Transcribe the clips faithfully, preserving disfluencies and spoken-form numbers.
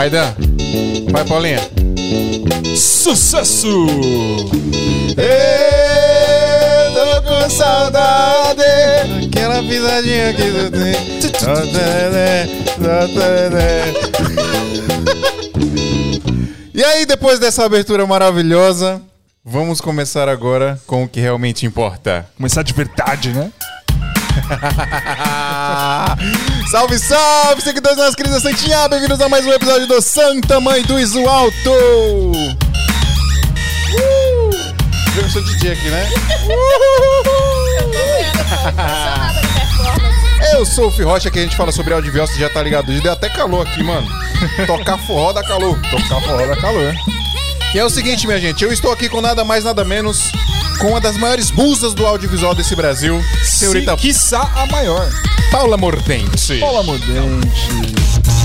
Vai, Dan. Vai, Paulinha. Sucesso! Ei, tô com saudade. Aquela pisadinha que tu tem. E aí, depois dessa abertura maravilhosa, vamos começar agora com o que realmente importa. Começar de verdade, né? Salve, salve, seguidores das queridas Santinha, bem-vindos a mais um episódio do Santa Mãe do Iso Alto. Uh! Eu sou D J aqui, né? Eu sou o Firrocha, que a gente fala sobre audiovisual, você já tá ligado? Deu até calor aqui, mano. Tocar forró dá calor. Tocar forró dá calor. E é o seguinte, minha gente, eu estou aqui com nada mais, nada menos com uma das maiores musas do audiovisual desse Brasil, senhorita... Sim, quiçá a maior. Paula Mordente. Paula Mordente.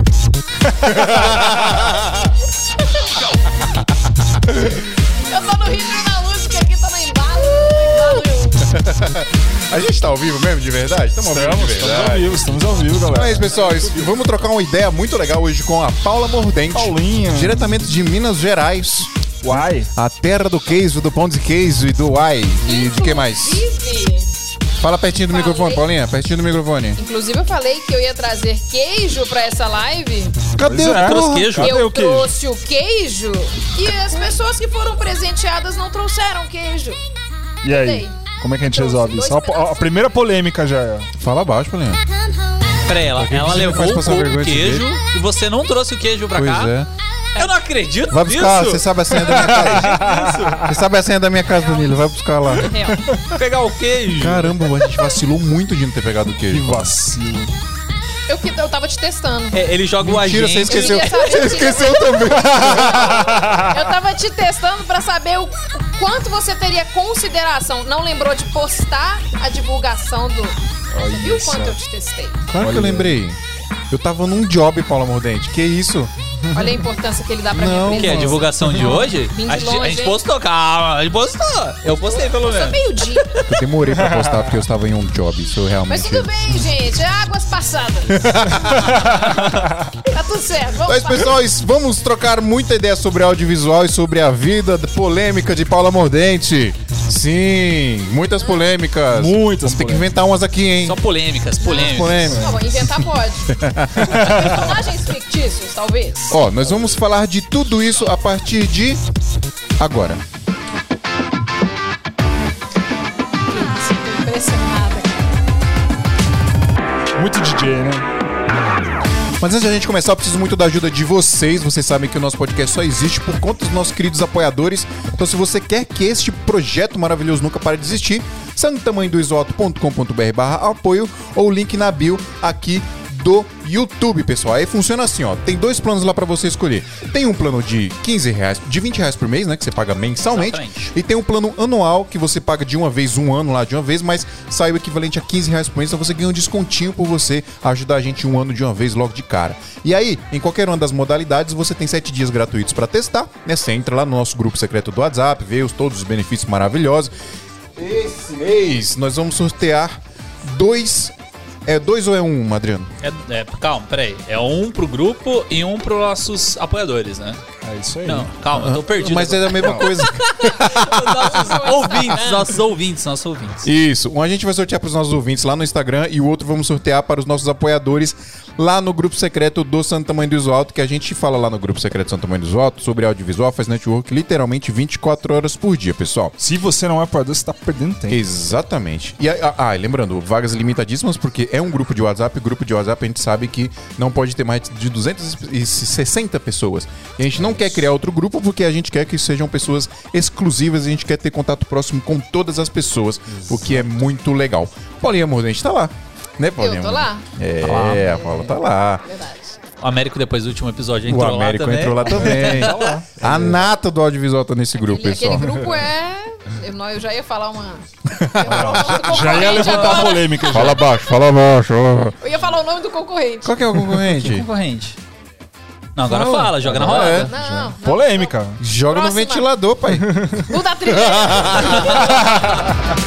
Eu tô no ritmo da música aqui, tô no embalo. A gente tá ao vivo mesmo, de verdade? Estamos ao vivo de verdade. Estamos ao vivo, estamos ao vivo, galera. Então é isso, pessoal. Isso, vamos trocar uma ideia muito legal hoje com a Paula Mordente. Paulinha. Diretamente de Minas Gerais. Uai. A terra do queijo, do pão de queijo e do uai. E de que mais? Fala pertinho do Falei. microfone, Paulinha. Pertinho do microfone. Inclusive eu falei que eu ia trazer queijo pra essa live. Cadê Pois é. o Trouxe queijo? Cadê eu o queijo? trouxe o queijo e as pessoas que foram presenteadas não trouxeram queijo. E aí? Cadê? Como é que a gente Trouxe resolve dois isso? A, a pedaços. primeira polêmica já é. Fala baixo, Paulinha. Peraí, ela, que ela você levou faz o passar vergonha o desse queijo e você não trouxe o queijo pra Pois cá. é. Eu não acredito Vai buscar, nisso. você sabe a senha da minha casa. Você sabe a senha da minha casa, Danilo. Vai buscar lá. Real. Pegar o queijo. Caramba, a gente vacilou muito de não ter pegado o Que queijo. vacilo. Eu, que- eu tava te testando. É, ele joga Mentira, o você agente. esqueceu. Eu queria saber Você se- esqueceu também. Eu tava te testando pra saber o, o quanto você teria consideração. Não lembrou de postar a divulgação do... Você viu o só. quanto eu te testei? Claro que eu lembrei. Eu tava num job, Paula Mordente. Que isso? Olha a importância que ele dá pra Não, minha Que é a presença. divulgação de hoje? Vim de A gente, a longe, gente hein? postou, calma. A gente postou. Eu postei pelo Só menos. meio-dia. Eu demorei pra postar porque eu estava em um job. Isso Mas realmente... tudo bem, gente. É águas passadas. Tá tudo certo. Vamos Mas, para- pessoal, vamos trocar muita ideia sobre audiovisual e sobre a vida polêmica de Paula Mordente. Sim, muitas polêmicas. Muitas Vamos ter que polêmicas. inventar umas aqui, hein? Só polêmicas, polêmicas. Polêmicas. Não, inventar pode. Personagens fictícios, talvez. Ó, nós vamos falar de tudo isso a partir de agora. Tô impressionada, cara. Muito D J, né? Mas antes de a gente começar, eu preciso muito da ajuda de vocês. Vocês sabem que o nosso podcast só existe por conta dos nossos queridos apoiadores. Então, se você quer que este projeto maravilhoso nunca pare de existir, santamanhodoisoalto ponto com ponto br barra apoio ou o link na bio aqui do YouTube, pessoal. Aí funciona assim, ó. Tem dois planos lá pra você escolher. Tem um plano de quinze reais, de vinte reais por mês, né? Que você paga mensalmente. Exatamente. E tem um plano anual que você paga de uma vez, um ano lá de uma vez, mas sai o equivalente a quinze reais por mês. Então você ganha um descontinho por você ajudar a gente um ano de uma vez logo de cara. E aí, em qualquer uma das modalidades, você tem sete dias gratuitos pra testar, né? Você entra lá no nosso grupo secreto do WhatsApp, vê os, todos os benefícios maravilhosos. Esse mês nós vamos sortear dois. É dois ou é um, Adriano? É, é, calma, peraí. É um pro grupo e um pros nossos apoiadores, né? É isso aí. Não, calma, eu tô perdido. Mas é a mesma coisa. Nossos ouvintes, nossos ouvintes, nossos ouvintes. Isso. Um a gente vai sortear para os nossos ouvintes lá no Instagram e o outro vamos sortear para os nossos apoiadores lá no grupo secreto do Santa Mãe do Iso Alto, que a gente fala lá no grupo secreto do Santa Mãe do Iso Alto sobre audiovisual, faz network literalmente vinte e quatro horas por dia, pessoal. Se você não é apoiador, você tá perdendo tempo. Exatamente. E ah, ah, lembrando, vagas limitadíssimas, porque é um grupo de WhatsApp, grupo de WhatsApp a gente sabe que não pode ter mais de duzentas e sessenta pessoas. E a gente não quer criar outro grupo porque a gente quer que sejam pessoas exclusivas e a gente quer ter contato próximo com todas as pessoas, o que é muito legal. Paulinha Mordente tá lá, né, Paulinha? Eu tô lá. É, Tá lá. a Paula tá lá. Verdade. O Américo, depois do último episódio, O entrou Américo lá também. entrou lá também. Tá lá. A nata do audiovisual tá nesse grupo, Aquele, pessoal. aquele grupo é... Eu, não, eu já ia falar uma... Já ia levantar a polêmica. já. Fala baixo, fala baixo. Eu ia falar o nome do concorrente. Qual que é o concorrente? Concorrente. Não, agora Fala. fala, joga na Ah, roda. é. Não, não. Polêmica. Joga no Próxima. ventilador, pai. Muda a trilha.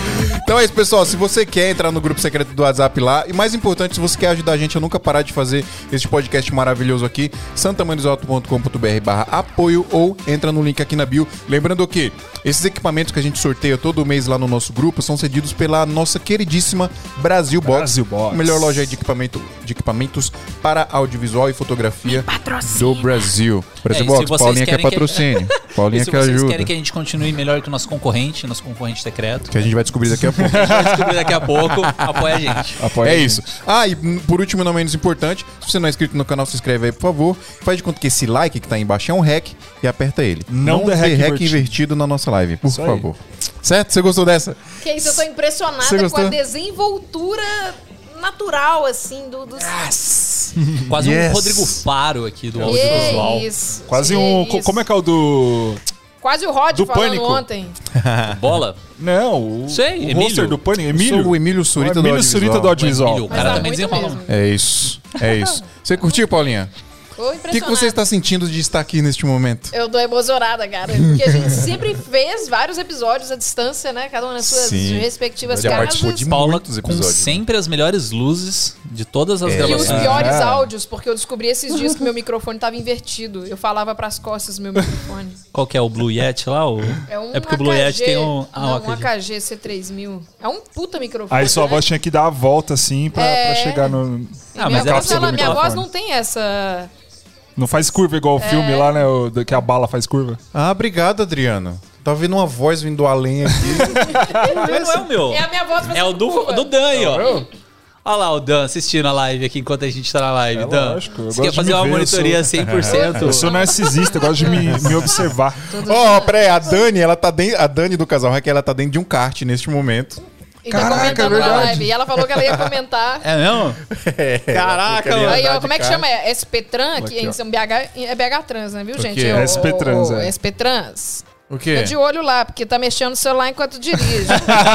Então é isso, pessoal. Se você quer entrar no grupo secreto do WhatsApp lá, e mais importante, se você quer ajudar a gente a nunca parar de fazer este podcast maravilhoso aqui, santamanisalto ponto com ponto br barra apoio ou entra no link aqui na bio. Lembrando que esses equipamentos que a gente sorteia todo mês lá no nosso grupo são cedidos pela nossa queridíssima Brasil Box, Brasil Box. a melhor loja aí de, equipamento, de equipamentos para audiovisual e fotografia do Brasil. Brasil É, e se Box, vocês Paulinha quer querem que- patrocínio. E Paulinha se quer vocês ajuda. querem que a gente continue melhor que o nosso concorrente, nosso concorrente secreto, Que a gente vai descobrir daqui a pouco. a gente vai descobrir daqui a pouco, apoia a gente. Apoia É a gente. isso. Ah, e hum, por último, não menos importante, se você não é inscrito no canal, se inscreve aí, por favor. Faz de conta que esse like que tá aí embaixo é um hack e aperta ele. Não dê dê hack hack invertido. invertido na nossa live, por Isso aí. favor. Certo? Você gostou dessa? Que isso, eu tô impressionada Você com gostou? a desenvoltura natural, assim, do... do... Quase Yes. um Rodrigo Faro aqui do Que audiovisual. isso. Quase que um... co- isso. Como é que é o do... Quase o Rod do falando Pânico? ontem. Bola? Não, o, Sei, o Emílio. roster do Pânico. Eu Emílio. sou o Emílio Surita O do Emílio audiovisual. Surita do O audiovisual. Emílio, o Mas cara dá também muito desenrola. mesmo. É isso. É isso. Você curtiu, Paulinha? Tô O que, que impressionada. você está sentindo de estar aqui neste momento? Eu tô emocionada, cara. Porque a gente sempre fez vários episódios à distância, né? Cada uma nas suas Sim. respectivas Já casas. participou de Paula muitos com episódios. sempre as melhores luzes de todas as É. E gravações. os piores Ah. áudios, porque eu descobri esses dias que meu microfone tava invertido. Eu falava pras costas do meu microfone. Qual que é o Blue Yeti lá? O... É um porque o Blue A K G, Yeti tem um... Ah, não, o um A K G. A K G C três mil. É um puta microfone. Aí sua né? voz tinha que dar a volta assim pra, É. pra chegar no... E Ah, minha mas é voz, cápsula ela- do minha voz microfone. não tem essa... Não faz curva igual o filme lá, né? o- do- que a bala faz curva. Ah, obrigado, Adriano. Tava vendo uma voz vindo do além aqui. Mas não é o meu. É a minha voz É o do, curva. do Dan aí, ó. Olha lá o Dan assistindo a live aqui enquanto a gente tá na live. É Dan, lógico, eu você gosto quer de fazer me uma ver, eu monitoria sou- cem por cento? Eu sou narcisista, eu gosto de me, me observar. Ó, peraí, a Dani, ela tá dentro, a Dani do casal Hack, ela tá dentro de um kart neste momento. E tá Caraca, comentando é na verdade. live. E ela falou que ela ia comentar. É mesmo? Caraca, ela mano. Aí, andar ó, de como é que kart. chama? É S P Tran, que Aqui, ó. em São B H é B H Trans, né, viu, gente? quê? É o- S P Trans, o- é. S P Trans. O quê? Fica de olho lá, porque tá mexendo no celular enquanto dirige.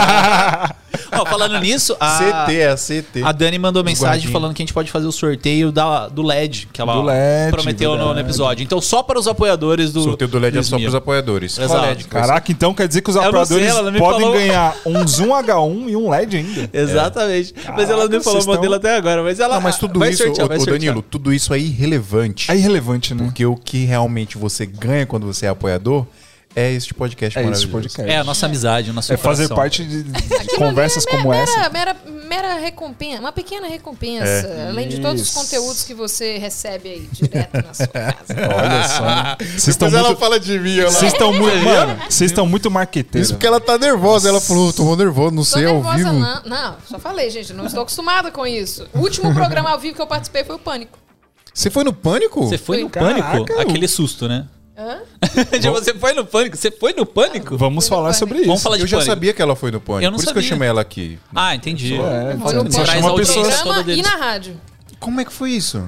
Ó, falando nisso, a, C T, é a C T. a Dani mandou mensagem guardinha. falando que a gente pode fazer o sorteio da, do L E D, que ela Do L E D, prometeu no, no verdade. episódio. Então, só para os apoiadores do. O sorteio do L E D é do só Smil. pros apoiadores. Exato. Qual L E D? Caraca, então quer dizer que os Eu não sei, apoiadores ela não me podem falou. ganhar um Zoom H um e um L E D ainda. Exatamente. Mas ela não Caraca, falou o vocês modelo tão- até agora. Mas ela Não, mas tudo vai isso, sortear, ô, vai ô, sortear. Danilo, tudo isso é irrelevante. É irrelevante, né? Porque o que realmente você ganha quando você é apoiador é este podcast É maravilhoso. esse podcast. É a nossa amizade, o nosso É fazer coração. parte de, de Aquilo conversas ali é como mera, essa. Mera, mera recompensa, uma pequena recompensa. Além de todos os Isso. conteúdos que você recebe aí, direto na sua casa. Olha só. né? Vocês estão Depois ela muito... fala de mim, ela... Vocês estão muito... Mano, vocês estão muito marqueteiros. Isso porque ela tá nervosa. Ela falou, tô nervoso, não Tô sei, ao nervosa, vivo. não. Não, só falei, gente, não estou acostumada com isso. O último programa ao vivo que eu participei foi o Pânico. Você foi no Pânico? Você foi no Caraca, pânico? eu- Aquele susto, né? Hã? Já você foi no pânico? Você foi no pânico? Vamos Fui no falar Pânico. sobre isso. Vamos falar de Eu já pânico. sabia que ela foi no Pânico. Eu não por isso que eu sabia. chamei ela aqui. Ah, entendi. É, Foi no Você Pânico, chama no pessoas toda programa e deles. na rádio. Como é que foi isso?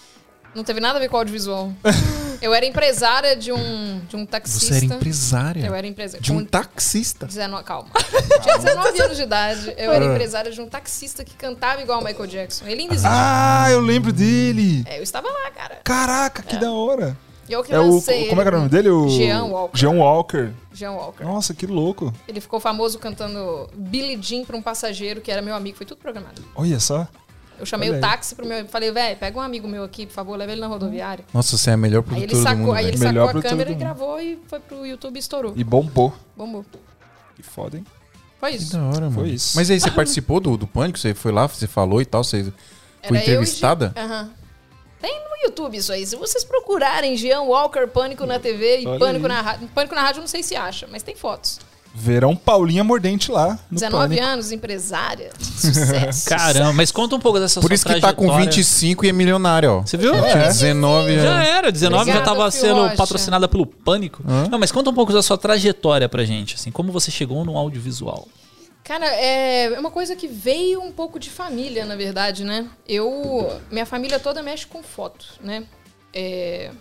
Não teve nada a ver com audiovisual. Eu era empresária de um, de um taxista. Você era empresária? Eu era empresária. De um Com taxista? dezenove, calma. Tinha dezenove anos de idade. Eu era empresária de um taxista que cantava igual o Michael Jackson. Ele ainda existe. Ah, eu lembro dele. É, eu estava lá, cara. Caraca, que da hora. Eu que É o, lancei como é que era o nome ele. dele? O Jean Walker. Jean Walker. Jean Walker. Nossa, que louco. Ele ficou famoso cantando Billie Jean pra um passageiro que era meu amigo. Foi tudo programado. Olha só. Eu chamei Olha o aí. táxi pro meu... Falei, velho, pega um amigo meu aqui, por favor, leva ele na rodoviária. Nossa, você é a melhor Aí ele produtora do mundo, sacou, aí velho. ele Melhor sacou a produtor câmera do e mundo. gravou e foi pro YouTube e estourou. E bombou. Bombou. Que foda, hein? Foi Que isso. da hora, mano. Foi isso. Mas aí, você participou do, do Pânico? Você foi lá, você falou e tal? Você foi Era eu e entrevistada? Jean- Aham. Tem no YouTube isso aí. Se vocês procurarem Jean Walker, Pânico na T V e Olha Pânico aí. na rádio. Pânico na rádio eu não sei se acha, mas tem fotos. Verão Paulinha Mordente lá. No dezenove Pânico. anos, empresária. Sucesso. Caramba, mas conta um pouco dessa Por sua isso que tá com trajetória. vinte e cinco e é milionário, ó. Você viu? Tinha dezenove Já anos. era, dezenove já Obrigada, tava Fio sendo Rocha. patrocinada pelo Pânico. Não, mas conta um pouco da sua trajetória pra gente, assim, como você chegou no audiovisual. Cara, é uma coisa que veio um pouco de família, na verdade, né? Eu... Minha família toda mexe com foto, né? É...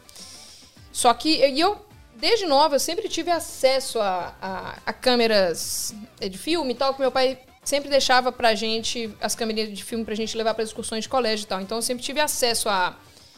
Só que e eu, desde nova, eu sempre tive acesso a, a, a câmeras de filme e tal, que meu pai sempre deixava pra gente, as câmeras de filme pra gente levar para excursões de colégio e tal. Então eu sempre tive acesso a,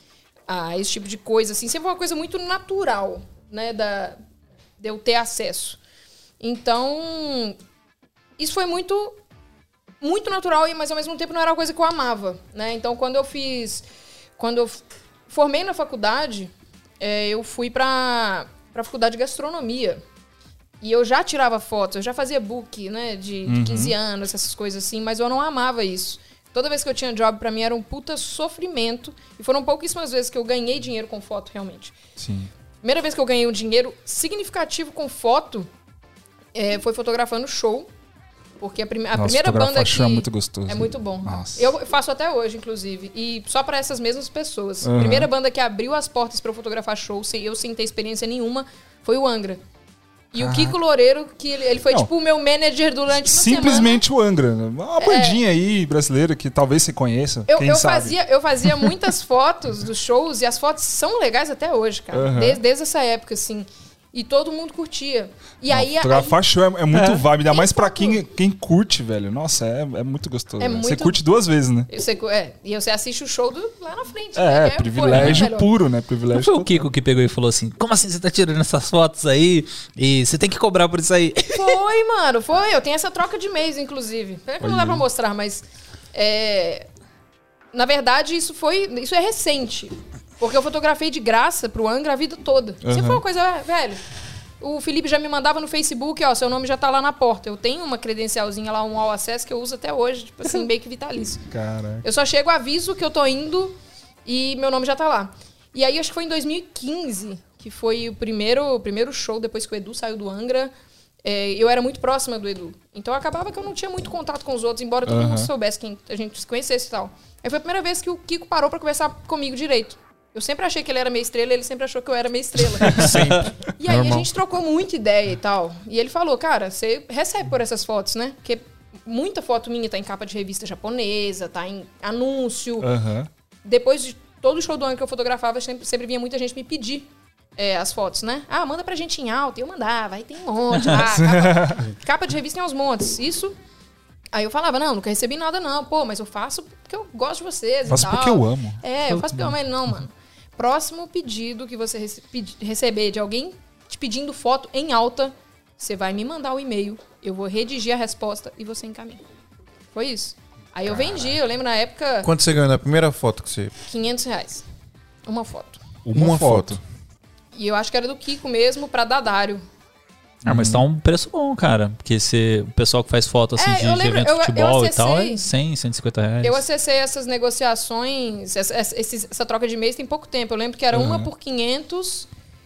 a esse tipo de coisa, assim. Sempre foi uma coisa muito natural, né? Da, de eu ter acesso. Então... isso foi muito, muito natural, mas ao mesmo tempo não era uma coisa que eu amava, né? Então, quando eu fiz... Quando eu formei na faculdade, é, eu fui pra, pra faculdade de gastronomia. E eu já tirava fotos, eu já fazia book, né? De, de quinze anos, essas coisas assim, mas eu não amava isso. Toda vez que eu tinha job, pra mim era um puta sofrimento. E foram pouquíssimas vezes que eu ganhei dinheiro com foto, realmente. Sim. Primeira vez que eu ganhei um dinheiro significativo com foto é, foi fotografando show. Porque a, prime a Nossa, primeira banda que... show é muito gostoso. É muito bom. Nossa. Eu faço até hoje, inclusive. E só para essas mesmas pessoas. Uhum. A primeira banda que abriu as portas para eu fotografar show, sem eu sem ter experiência nenhuma, foi o Angra. E Caraca. o Kiko Loureiro, que ele, ele foi Não. tipo o meu manager durante uma Simplesmente o Angra. Uma bandinha é. aí brasileira que talvez você conheça. Eu, quem eu, sabe. fazia, eu fazia muitas fotos dos shows e as fotos são legais até hoje, cara. Uhum. Desde, desde essa época, assim. E todo mundo curtia. E Não, aí... fotografar aí, show é, é muito É. vibe, ainda Tem mais pra foto- quem, quem curte, velho. Nossa, é, é muito gostoso. É velho. Você muito- curte duas vezes, né? Você, é, e você assiste o show do, lá na frente. É, né? é Que privilégio pô, é puro, né? Não Privilégio foi o total. Kiko que pegou e falou assim, como assim você tá tirando essas fotos aí? E você tem que cobrar por isso aí. Foi, mano, foi. Eu tenho essa troca de e-mails, inclusive. Pena que não dá pra mostrar, mas... É, na verdade, isso foi... Isso é recente. Porque eu fotografei de graça pro Angra a vida toda. Sempre Uhum. foi uma coisa... Velho, o Felipe já me mandava no Facebook, ó, seu nome já tá lá na porta. Eu tenho uma credencialzinha lá, um All Access, que eu uso até hoje, tipo assim, meio que vitalício. Caraca. Eu só chego, aviso que eu tô indo e meu nome já tá lá. E aí, acho que foi em dois mil e quinze, que foi o primeiro, o primeiro show depois que o Edu saiu do Angra. É, eu era muito próxima do Edu. Então, acabava que eu não tinha muito contato com os outros, embora todo Aham. mundo soubesse quem a gente se conhecesse e tal. Aí foi a primeira vez que o Kiko parou pra conversar comigo direito. Eu sempre achei que ele era meia estrela, ele sempre achou que eu era meia estrela. Sempre. E aí Normal. a gente trocou muita ideia e tal. E ele falou, cara, você recebe por essas fotos, né? Porque muita foto minha tá em capa de revista japonesa, tá em anúncio. Aham. Depois de todo show do ano que eu fotografava, sempre, sempre vinha muita gente me pedir é, as fotos, né? Ah, manda pra gente em alta. E eu mandava, aí tem um monte lá. Capa, capa de revista tem aos montes. Isso... Aí eu falava, não, nunca recebi nada não. Pô, mas eu faço porque eu gosto de vocês Faço e tal. porque eu amo. É, eu faço porque eu amo ele. Não, mano. Próximo pedido que você rece- pedi- receber de alguém te pedindo foto em alta, você vai me mandar o e-mail, eu vou redigir a resposta e você encaminha. Foi isso. Aí eu vendi, eu lembro na época, Quanto você ganhou na primeira foto que você... quinhentos reais. Uma foto. Uma, foto. E eu acho que era do Kiko mesmo, pra Dadário. Ah, mas tá um preço bom, cara. Porque se, o pessoal que faz foto assim, É, de, eu de lembro, evento eu- de futebol eu e tal, acessei. é cem, cento e cinquenta reais. Eu acessei essas negociações, essa, essa- esses- essa troca de e-mails tem pouco tempo. Eu lembro que era uma por quinhentos,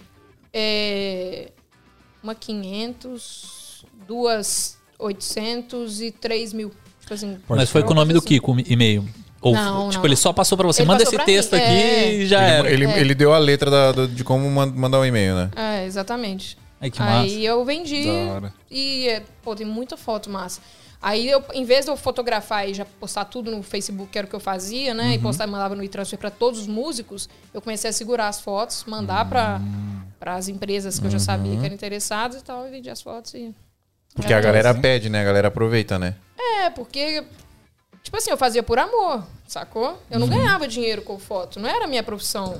é, uma quinhentos, duas oitocentos e três mil. Tipo assim, Mas foi com o nome do Kiko o e-mail. Ou, Não, tipo, não, ele não. só passou pra você. Ele Manda passou esse pra texto mim, aqui é. e já era. Ele, ele, ele deu a letra da- da- de como man- mandar um e-mail, né? É, exatamente. Ai, que massa. Aí eu vendi Da hora. e, é, pô, tem muita foto massa. Aí, eu, em vez de eu fotografar e já postar tudo no Facebook, que era o que eu fazia, né? E postar, mandava no e-transfer pra todos os músicos, eu comecei a segurar as fotos, mandar pra para as empresas que eu já sabia que eram interessadas e tal, e vendi as fotos e... Porque a galera pede, né? A galera aproveita, né? É, porque... Tipo assim, eu fazia por amor, sacou? Eu não ganhava dinheiro com foto, não era a minha profissão.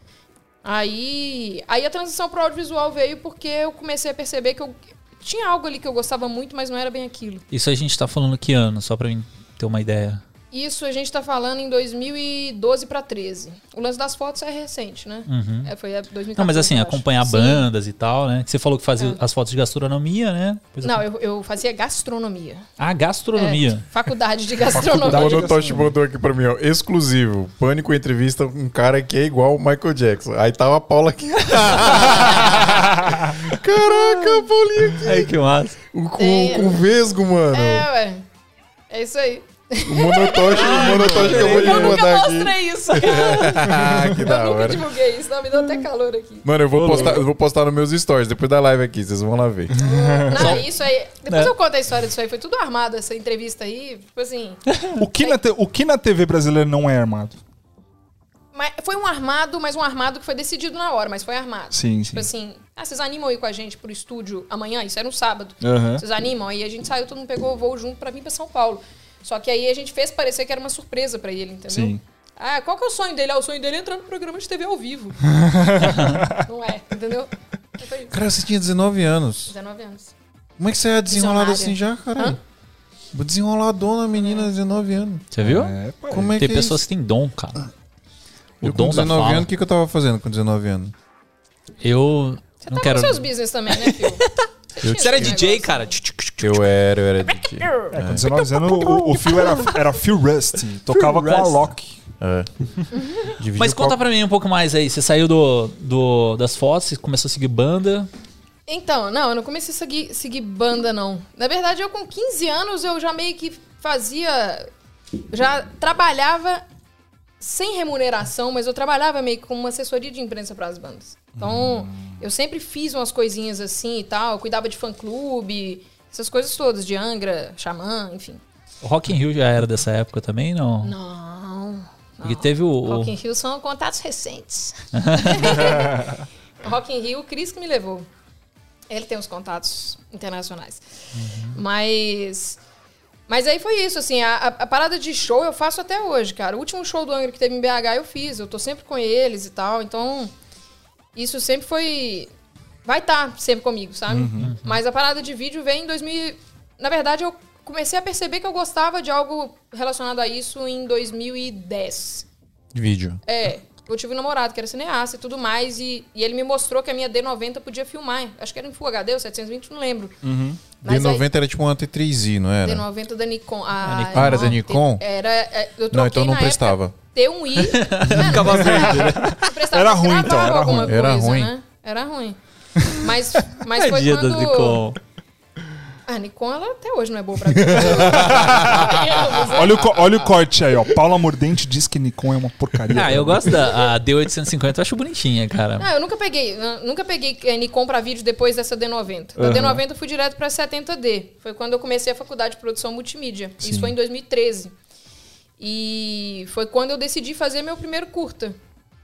Aí, aí a transição pro audiovisual veio porque eu comecei a perceber que eu tinha algo ali que eu gostava muito, mas não era bem aquilo. Isso a gente tá falando que ano, só pra mim ter uma ideia. Isso a gente tá falando em dois mil e doze pra treze. O lance das fotos é recente, né? Uhum. É, foi dois mil e quatorze. Não, mas assim, eu acho. acompanhar Sim. bandas e tal, né? Que você falou que fazia É. as fotos de gastronomia, né? Depois Não, eu... eu, eu fazia gastronomia. Ah, gastronomia. É, faculdade de gastronomia. Faculdade O de Monotoshi mandou aqui pra mim, ó. Exclusivo. Pânico entrevista um cara que é igual o Michael Jackson. Aí tava a Paula aqui. Caraca, a Paulinha aqui. Ai, que massa. Com, com, com vesgo, mano. É, ué. É isso aí. O Monotoshi, o Monotoshi que eu vou te Eu nunca mandar aqui. mostrei isso. Ah, que da Eu nunca hora. divulguei isso, não, me deu até calor aqui. Mano, eu vou, postar, eu vou postar nos meus stories depois da live aqui, vocês vão lá ver. Não, isso aí. Depois Né? eu conto a história disso aí. Foi tudo armado, essa entrevista aí. Tipo assim. O que, na te- o que na T V brasileira não é armado? Mas foi um armado, mas um armado que foi decidido na hora, mas foi armado. Sim, Tipo sim. assim, ah, vocês animam aí com a gente pro estúdio amanhã? Isso era um sábado. Aham. Vocês animam? Aí a gente saiu, todo mundo pegou o voo junto pra vir pra São Paulo. Só que aí a gente fez parecer que era uma surpresa pra ele, entendeu? Sim. Ah, qual que é o sonho dele? Ah, o sonho dele é entrar no programa de T V ao vivo. Não é, entendeu? Então foi isso. Cara, você tinha dezenove anos. dezenove anos. Como é que você é desenrolado Visionária. assim já, caralho? Hã? Desenroladona, menina, dezenove anos. Você viu? É, pai. Como é Tem que pessoas é isso? que têm dom, cara. O Eu dom com da dezenove fala. anos, o que, que eu tava fazendo com dezenove anos? Eu Você não tá quero... com seus business também, né, Phil? Você Você era tinha D esse J, negócio, cara? né? Eu era, eu era D J. É, com dezenove anos, o, o Phil era, era Phil Rust. Tocava Phil com a Rust. Loki. É. Dividiu Mas conta qual- pra mim um pouco mais aí. Você saiu do, do, das fotos, você começou a seguir banda. Então, não, eu não comecei a seguir, seguir banda, não. Na verdade, eu com quinze anos, eu já meio que fazia... Já trabalhava sem remuneração, mas eu trabalhava meio que como uma assessoria de imprensa para as bandas. Então, hum. eu sempre fiz umas coisinhas assim e tal. Eu cuidava de fã-clube, essas coisas todas, de Angra, Xamã, enfim. O Rock in Rio já era dessa época também, não? Não. Porque teve o... o... Rock in Rio são contatos recentes. Rock in Rio, o Cris que me levou. Ele tem os contatos internacionais. Uhum. Mas... Mas aí foi isso, assim, a, a parada de show eu faço até hoje, cara. O último show do Angra que teve em B H eu fiz, eu tô sempre com eles e tal, então isso sempre foi... Vai estar tá sempre comigo, sabe? Uhum. Mas a parada de vídeo veio em dois mil... Na verdade, eu comecei a perceber que eu gostava de algo relacionado a isso em dois mil e dez. Vídeo. É, eu tive um namorado que era cineasta e tudo mais, e, e ele me mostrou que a minha D noventa podia filmar. Acho que era em Full H D ou setecentos e vinte, não lembro. Uhum. D noventa aí, era tipo um T três i, não era? D noventa da Nikon. Ah, Nikon. Ah, era da Nikon? Era, eu não, então não prestava. T um i. Ficava verde. Era ruim, então. Era ruim. Coisa, era ruim. Né? Era ruim. Mas, mas foi dia quando... das Nikon. A Nikon, ela até hoje não é boa pra mim. olha, o, olha o corte aí, ó. Paula Mordente diz que Nikon é uma porcaria. Ah, eu gosto da a D oitocentos e cinquenta, eu acho bonitinha, cara. Não, eu nunca peguei, nunca peguei Nikon pra vídeo depois dessa D noventa. Da Uhum. D noventa eu fui direto pra setenta D. Foi quando eu comecei a faculdade de produção multimídia. Sim. Isso foi em dois mil e treze. E foi quando eu decidi fazer meu primeiro curta.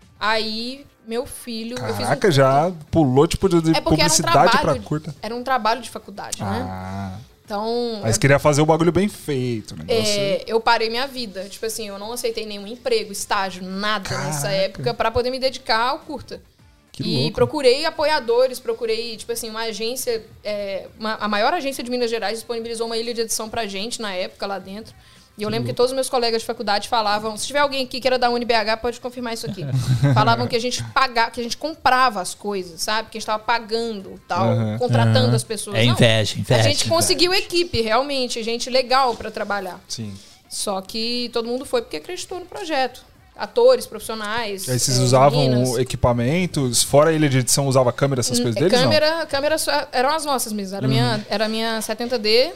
Aí, meu filho... Caraca, eu fiz um já pulou tipo de é publicidade era um pra trabalho, curta. Era um trabalho de faculdade, ah. né? Então... Mas queria fazer o bagulho bem feito. O é, eu parei minha vida. Tipo assim, eu não aceitei nenhum emprego, estágio, nada Caraca. Nessa época pra poder me dedicar ao curta. Que e louco. Procurei apoiadores, procurei, tipo assim, uma agência... É, uma, a maior agência de Minas Gerais disponibilizou uma ilha de edição pra gente na época lá dentro. E eu lembro que todos os meus colegas de faculdade falavam... Se tiver alguém aqui que era da U N B H, pode confirmar isso aqui. Falavam que a gente pagava, que a gente comprava as coisas, sabe? Que a gente estava pagando, tal, uhum. contratando uhum. as pessoas. É inveja, Não, inveja. A gente inveja. conseguiu equipe, realmente. Gente legal para trabalhar. Sim. Só que todo mundo foi porque acreditou no projeto. Atores, profissionais. E aí vocês é, usavam meninas. equipamentos? Fora a ilha de edição, usava câmera, essas coisas deles? Câmera, não? câmera só, eram as nossas mesmo. Era, Uhum. minha, era a minha setenta D...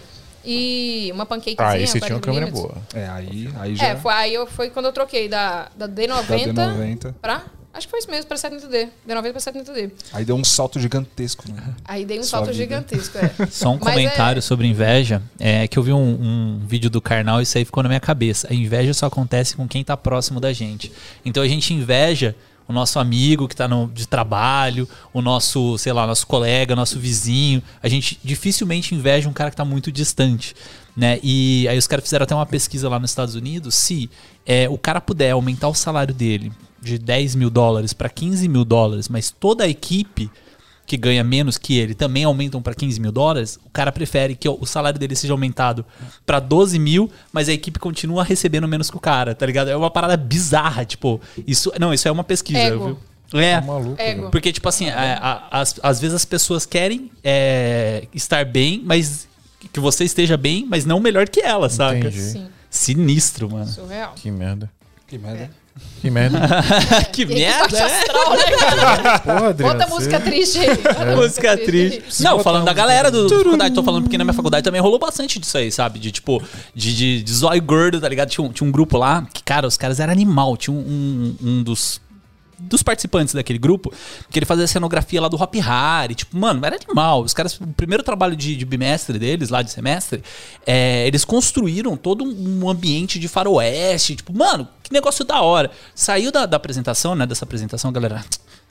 E uma pancakezinha. Ah, e você tinha uma câmera boa. É, aí, aí já... É, foi, aí eu, foi quando eu troquei da, da D noventa, da D noventa pra... Acho que foi isso mesmo, pra setenta D. D noventa pra setenta D. Aí deu um salto gigantesco, né? Aí dei um Sua salto vida. gigantesco, é. Só um Mas comentário é... sobre inveja. É que eu vi um, um vídeo do Karnal e isso aí ficou na minha cabeça. A inveja só acontece com quem tá próximo da gente. Então a gente inveja o nosso amigo que tá no, de trabalho, o nosso, sei lá, nosso colega, nosso vizinho. A gente dificilmente inveja um cara que tá muito distante, né? E aí os caras fizeram até uma pesquisa lá nos Estados Unidos. Se é, o cara puder aumentar o salário dele de dez mil dólares para quinze mil dólares, mas toda a equipe que ganha menos que ele também aumentam para quinze mil dólares, o cara prefere que o salário dele seja aumentado para doze mil, mas a equipe continua recebendo menos que o cara, tá ligado? É uma parada bizarra, tipo, isso, não, isso é uma pesquisa, Ego. viu? É, Tá maluco, Ego. porque tipo assim, a, a, as, às vezes as pessoas querem é, estar bem, mas que você esteja bem, mas não melhor que ela, saca? Entendi. Sim, Sinistro, mano. surreal. Que merda. Que merda. É. Que merda. que E que merda, baixo né? astral, né, cara? Porra, Adriano, Bota você- música triste aí. Bota Música triste. Não, falando da galera do, da faculdade, tô falando porque na minha faculdade também rolou bastante disso aí, sabe? De tipo, de, de, de zóio gordo, tá ligado? Tinha um, tinha um grupo lá que, cara, os caras eram animal. Tinha um, um, um dos, dos participantes daquele grupo que ele fazia a cenografia lá do Hop Hari. Tipo, mano, era animal. Os caras, o primeiro trabalho de, de bimestre deles, lá de semestre, é, eles construíram todo um ambiente de faroeste. Tipo, mano, que negócio da hora. Saiu da, da apresentação, né? Dessa apresentação, galera.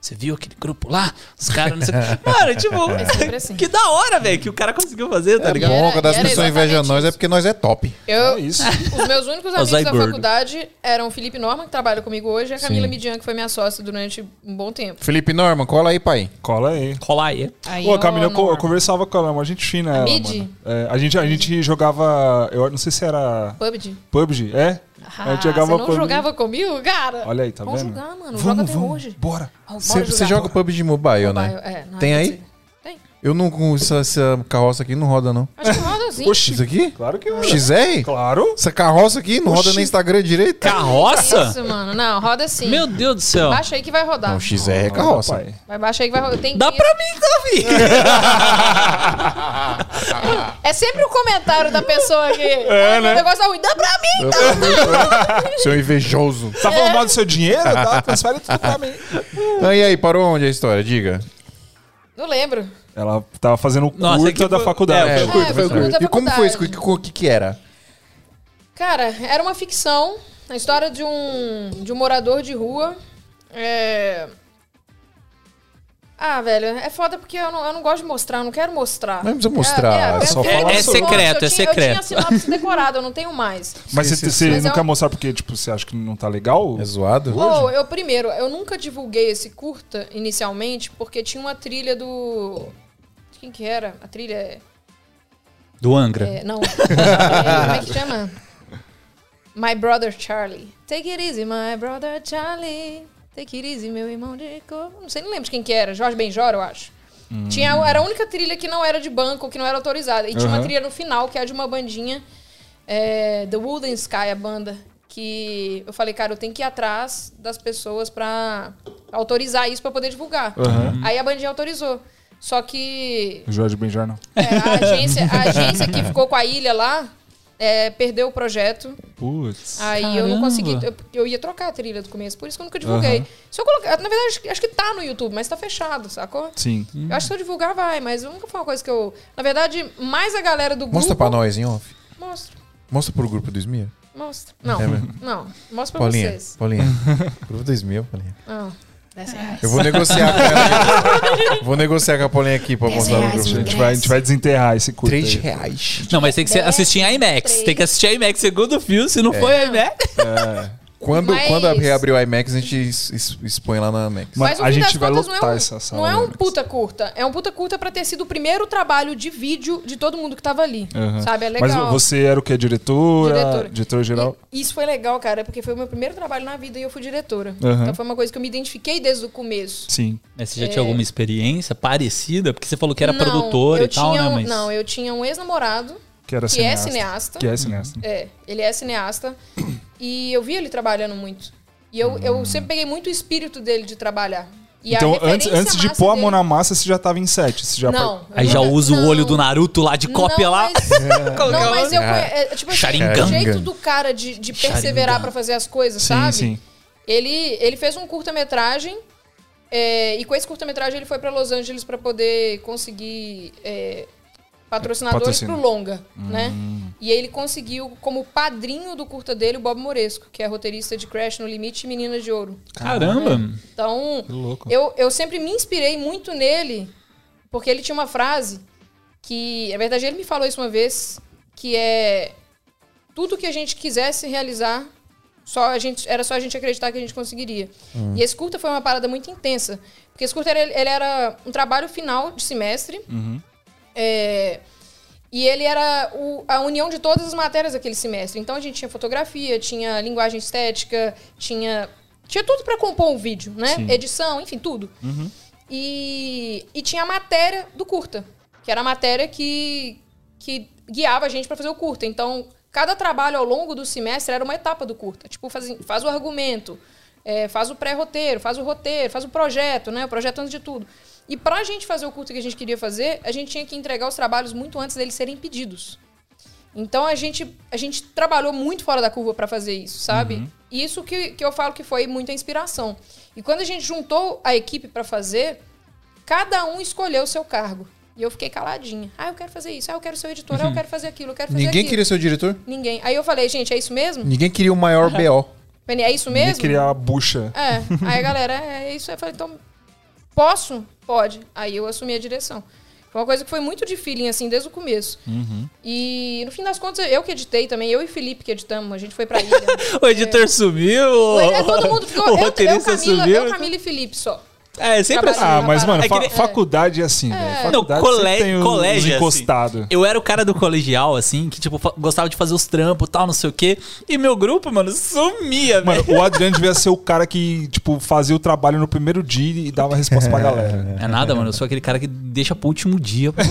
Você viu aquele grupo lá? Os caras não sei o que. Mano, tipo, É sempre assim. que da hora, velho, que o cara conseguiu fazer, tá É ligado? bom, quando as era pessoas invejam exatamente nós é isso. porque nós é top. Eu, É isso. Os meus únicos O amigos Zói da gordo. faculdade eram o Felipe Norman, que trabalha comigo hoje, e a Camila Sim. Midian, que foi minha sócia durante um bom tempo. Felipe Norman, cola aí, pai. Cola aí. Colar aí. Aí, Pô, a Camila, ó, eu, co- eu Norman, conversava com ela, uma gente fina. Ela, Mid? mano. É, a, gente, a gente jogava. Eu não sei se era. P U B G. P U B G, é? Ah, a gente você jogava não P U B G. jogava comigo, cara? Olha aí, tá Vamos vendo? jogar, mano. Vamos, Joga até vamos, hoje. bora. Vamos Você jogar. você joga P U B G Mobile, né? Mobile, é, não, Tem quer aí? dizer, Tem. Eu não com essa, essa carroça aqui não roda, não. Acho que roda assim. Oxi. Isso aqui? Claro que eu. X R? Claro. Essa carroça aqui não roda Oxi. nem Instagram direito? Carroça? Isso, mano. Não, roda assim. Meu Deus do céu. Baixa aí que vai rodar. Não, X R é carroça. Pai. Vai baixa aí que vai rodar. Tem Dá que- pra mim, Davi. É sempre o comentário da pessoa que. É, "Ai, né? meu negócio tá ruim. Dá pra mim, dá. Seu invejoso. Tá falando mal do seu dinheiro? Tá? Transfere tudo pra mim. Ah, e aí, parou onde a história? Diga. Não lembro. Ela tava fazendo o Nossa, curta é que da foi- faculdade. é, É, foi curto, foi curto da E como foi isso? O faculdade. que, o que que era? Cara, era uma ficção. A história de um, de um morador de rua. É... Ah, velho, é foda porque eu não, eu não gosto de mostrar, eu não quero mostrar. Não precisa mostrar, é só eu- falar eu- sobre. É secreto, eu é tinha- secreto. Eu tinha sinopse decorada, eu não tenho mais. Mas Sim, você, sim, você sim. Mas não é quer um- mostrar porque, tipo, você acha que não tá legal? É zoado? Oh, eu primeiro, eu nunca divulguei esse curta inicialmente porque tinha uma trilha do... Quem que era? A trilha é... Do Angra. é não. É, como é que chama? My Brother Charlie. Take it easy, my brother Charlie. Take it easy, meu irmão de cor. Não sei, nem lembro de quem que era. Jorge Benjor, eu acho. Tinha, era a única trilha que não era de banco, que não era autorizada. E tinha uma Uhum. trilha no final, que é de uma bandinha, é, The Wooden Sky, a banda. Que eu falei, cara, eu tenho que ir atrás das pessoas pra autorizar isso pra poder divulgar. Aham. Aí a bandinha autorizou. Só que Jorge Benjar não. é, a, agência, a agência que ficou com a ilha lá é, perdeu o projeto. Putz. Aí eu não Caramba. consegui. Eu, eu ia trocar a trilha do começo, por isso que eu nunca divulguei. Aham. Se eu colocar. Na verdade, acho que- acho que tá no YouTube, mas tá fechado, sacou? Sim. Eu acho que se eu divulgar, vai, mas nunca foi uma coisa que eu. Na verdade, mais a galera do grupo. Mostra pra nós em off. Mostra, Mostra pro grupo do Smia. mostra. Não, É mesmo? não. Mostra pra Paulinha, vocês. Paulinha. Grupo do Smia, Paulinha. Não. dez reais. Eu vou negociar com ela. Vou negociar com a Paulinha aqui pra dez mostrar no reais, grupo. A gente vai, a gente vai desenterrar esse curta. Três aí. reais. Não, mas tem que ser- assistir em IMAX. Três. Tem que assistir em IMAX segundo filme, se não for IMAX. Quando, Mas- quando reabrir o IMAX, a gente es- es- expõe lá na IMAX. Mas Mas o a fim gente das vai contas lotar não é um, essa sala, Não é um né? puta curta. É um puta curta pra ter sido o primeiro trabalho de vídeo de todo mundo que tava ali. Aham. Sabe? É legal. Mas você era o quê? Diretora? Diretora. Diretora geral? E isso foi legal, cara, porque foi o meu primeiro trabalho na vida e eu fui diretora. Aham. Então foi uma coisa que eu me identifiquei desde o começo. Sim. Mas você já tinha alguma experiência parecida? Porque você falou que era Não, produtora eu e tal, tinha né? um- Mas... Não, eu tinha um ex-namorado Que era que cineasta. é cineasta. Que é cineasta. É, ele é cineasta. E eu vi ele trabalhando muito. E eu, eu sempre peguei muito o espírito dele de trabalhar. E a Então, antes, referência antes de massa pôr a dele- mão na massa, você já tava em set. Você já Não. Aí eu já nunca- usa o não. olho do Naruto lá de cópia não, lá. Mas, não, mas eu conhe- é, tipo assim, Sharingan. o jeito do cara de, de perseverar Sharingan. pra fazer as coisas, Sim, sabe? sim. Ele, ele fez um curta-metragem é, e com esse curta-metragem ele foi pra Los Angeles pra poder conseguir é, patrocinadores Patrocínio. pro longa, né? E aí ele conseguiu como padrinho do curta dele o Bob Moresco, que é roteirista de Crash no Limite e Meninas de Ouro. Caramba. Então, Que louco. eu, eu sempre me inspirei muito nele, porque ele tinha uma frase que, na verdade, ele me falou isso uma vez, que é tudo que a gente quisesse realizar, só a gente, era só a gente acreditar que a gente conseguiria. E esse curta foi uma parada muito intensa, porque esse curta era, ele era um trabalho final de semestre, é, e ele era o- a união de todas as matérias daquele semestre. Então a gente tinha fotografia, tinha linguagem estética, tinha, tinha tudo pra compor um vídeo, né? Sim. Edição, enfim, tudo. E, e tinha a matéria do curta, que era a matéria que, que guiava a gente pra fazer o curta. Então, cada trabalho ao longo do semestre era uma etapa do curta. Tipo, faz, faz o argumento, é, faz o pré-roteiro, faz o roteiro, faz o projeto, né? O projeto antes de tudo. E pra gente fazer o curta que a gente queria fazer, a gente tinha que entregar os trabalhos muito antes deles serem pedidos. Então a gente, a gente trabalhou muito fora da curva pra fazer isso, sabe? E isso que, que eu falo que foi muita inspiração. E quando a gente juntou a equipe pra fazer, cada um escolheu o seu cargo. E eu fiquei caladinha. Ah, eu quero fazer isso. Ah, eu quero ser o editor. Ah, eu quero fazer aquilo. Eu quero fazer Ninguém aquilo. queria ser o diretor? Ninguém. Aí eu falei, gente, é isso mesmo? Ninguém queria o maior B O. Penny, é isso Ninguém mesmo? queria a bucha. É. Aí a galera, é, é isso. Aí eu falei, então, Posso? Pode. Aí eu assumi a direção. Foi uma coisa que foi muito de feeling, assim, desde o começo. Uhum. E, no fim das contas, eu que editei também, eu e Felipe que editamos, a gente foi pra ilha. O editor é. sumiu. É, todo mundo ficou. O eu, roteirista eu, Camila, sumiu. eu, Camila e Felipe só. É, sempre assim. Ah, mas, mano, É fa que- faculdade é assim, velho. É. Faculdade Não, cole- sempre tem os colégio, encostados. assim. Eu era o cara do colegial, assim, que, tipo, fa- gostava de fazer os trampos e tal, não sei o quê. E meu grupo, mano, sumia, Mano, velho. o Adriano devia ser o cara que, tipo, fazia o trabalho no primeiro dia e dava a resposta pra galera. É nada, mano. Eu sou aquele cara que deixa pro último dia. Pô,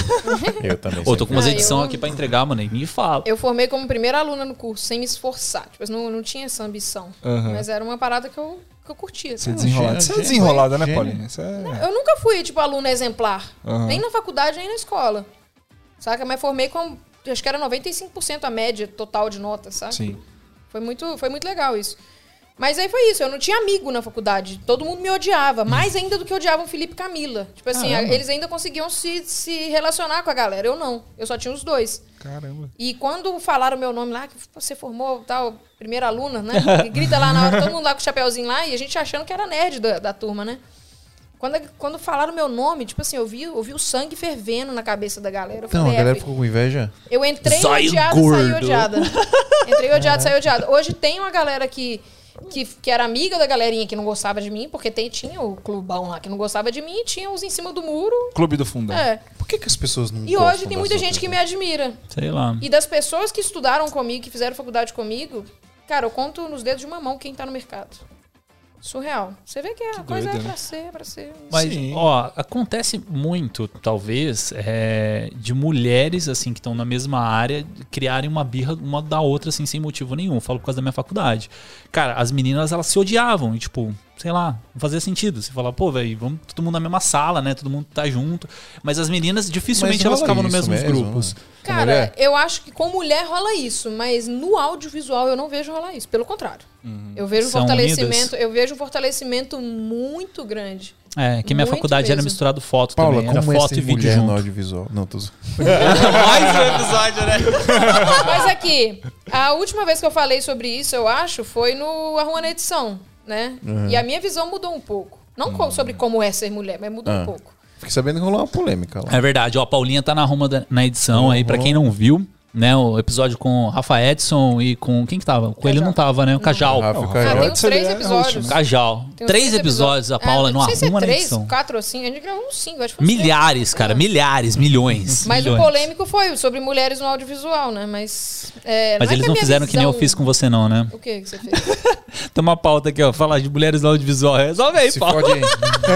Eu também. Ô, tô com umas Ah, edições eu- aqui pra entregar, mano. E me fala. Eu formei como primeira aluna no curso, sem me esforçar. Tipo, não, não tinha essa ambição. Aham. Mas era uma parada que eu, que eu curtia. Você é sabe? desenrolada. Você é Gênio, desenrolada, né, gênio. Paulinha? Você é... Eu nunca fui, tipo, aluna exemplar. Aham. Nem na faculdade, nem na escola. Saca? Mas formei com, acho que era noventa e cinco por cento a média total de notas, sabe? Sim. Foi muito, foi muito legal isso. Mas aí foi isso, eu não tinha amigo na faculdade. Todo mundo me odiava, mais ainda do que odiavam Felipe e Camila. Tipo assim, Caramba. a- eles ainda conseguiam se, se relacionar com a galera. Eu não, eu só tinha os dois. Caramba. E quando falaram meu nome lá, que você formou tal, primeira aluna, né? E grita lá na hora, todo mundo lá com o chapeuzinho lá, e a gente achando que era nerd da, da turma, né? Quando, quando falaram meu nome, tipo assim, eu vi, eu vi o sangue fervendo na cabeça da galera. Eu Então, falei, a galera é, ficou com inveja? eu entrei Zóio odiada e saí gordo. odiada. Entrei odiada e saí odiada. Hoje tem uma galera que, que, que era amiga da galerinha que não gostava de mim, porque tem, tinha o clubão lá que não gostava de mim, e tinha os em cima do muro. Clube do Fundão. É. Por que, que as pessoas não E gostam hoje tem das muita outras, gente que me né? admira. Sei lá. E das pessoas que estudaram comigo, que fizeram faculdade comigo, cara, eu conto nos dedos de uma mão quem tá no mercado. Surreal. Você vê que a coisa doido, é né? pra ser, é pra ser. Mas, Sim. ó, acontece muito, talvez, é, de mulheres, assim, que estão na mesma área, criarem uma birra uma da outra, assim, sem motivo nenhum. Eu falo por causa da minha faculdade. Cara, as meninas, elas se odiavam e, tipo, sei lá, não fazia sentido. Você fala, pô, velho, vamos todo mundo na mesma sala, né? Todo mundo tá junto. Mas as meninas, dificilmente Mas elas rola ficavam nos isso mesmos mesmo, grupos. né? Com Cara, mulher? eu acho que com mulher rola isso, mas no audiovisual eu não vejo rolar isso. Pelo contrário. Eu vejo um São fortalecimento, unidas? eu vejo um fortalecimento muito grande. É, que minha Muito faculdade era mesmo. misturado foto Paula, também. Era como é foto ser e vídeo mulher no junto. audiovisual? Não, tô zoando. Mais um episódio, né? Mas aqui, a última vez que eu falei sobre isso, eu acho, foi no Arrumando a Edição, né? E a minha visão mudou um pouco. Não co- sobre como é ser mulher, mas mudou Ah. um pouco. Fiquei sabendo que rolou uma polêmica lá. É verdade, ó, a Paulinha tá na Roma da- na edição aí, pra quem não viu, né, o episódio com o Rafa Edson e com, quem que tava? Com ele Cajal. não tava, né, o Cajal. Rafa, Não, cara. Ah, tem uns Edson, três ele é episódios. host, né? Cajal. Tem uns Três episódios, a Paula Ah, não não sei se é arruma na três, edição. quatro ou cinco. A gente gravou uns cinco, acho que foi uns Milhares, três. cara, É. milhares, milhões. Mas milhões. o polêmico foi sobre mulheres no audiovisual, né? Mas. É, Mas é eles que a não minha fizeram que nem eu visão- fiz com você não, né? O que que você fez? Tem uma pauta aqui, ó, falar de mulheres no audiovisual. Resolve aí, Se Paula. fode aí.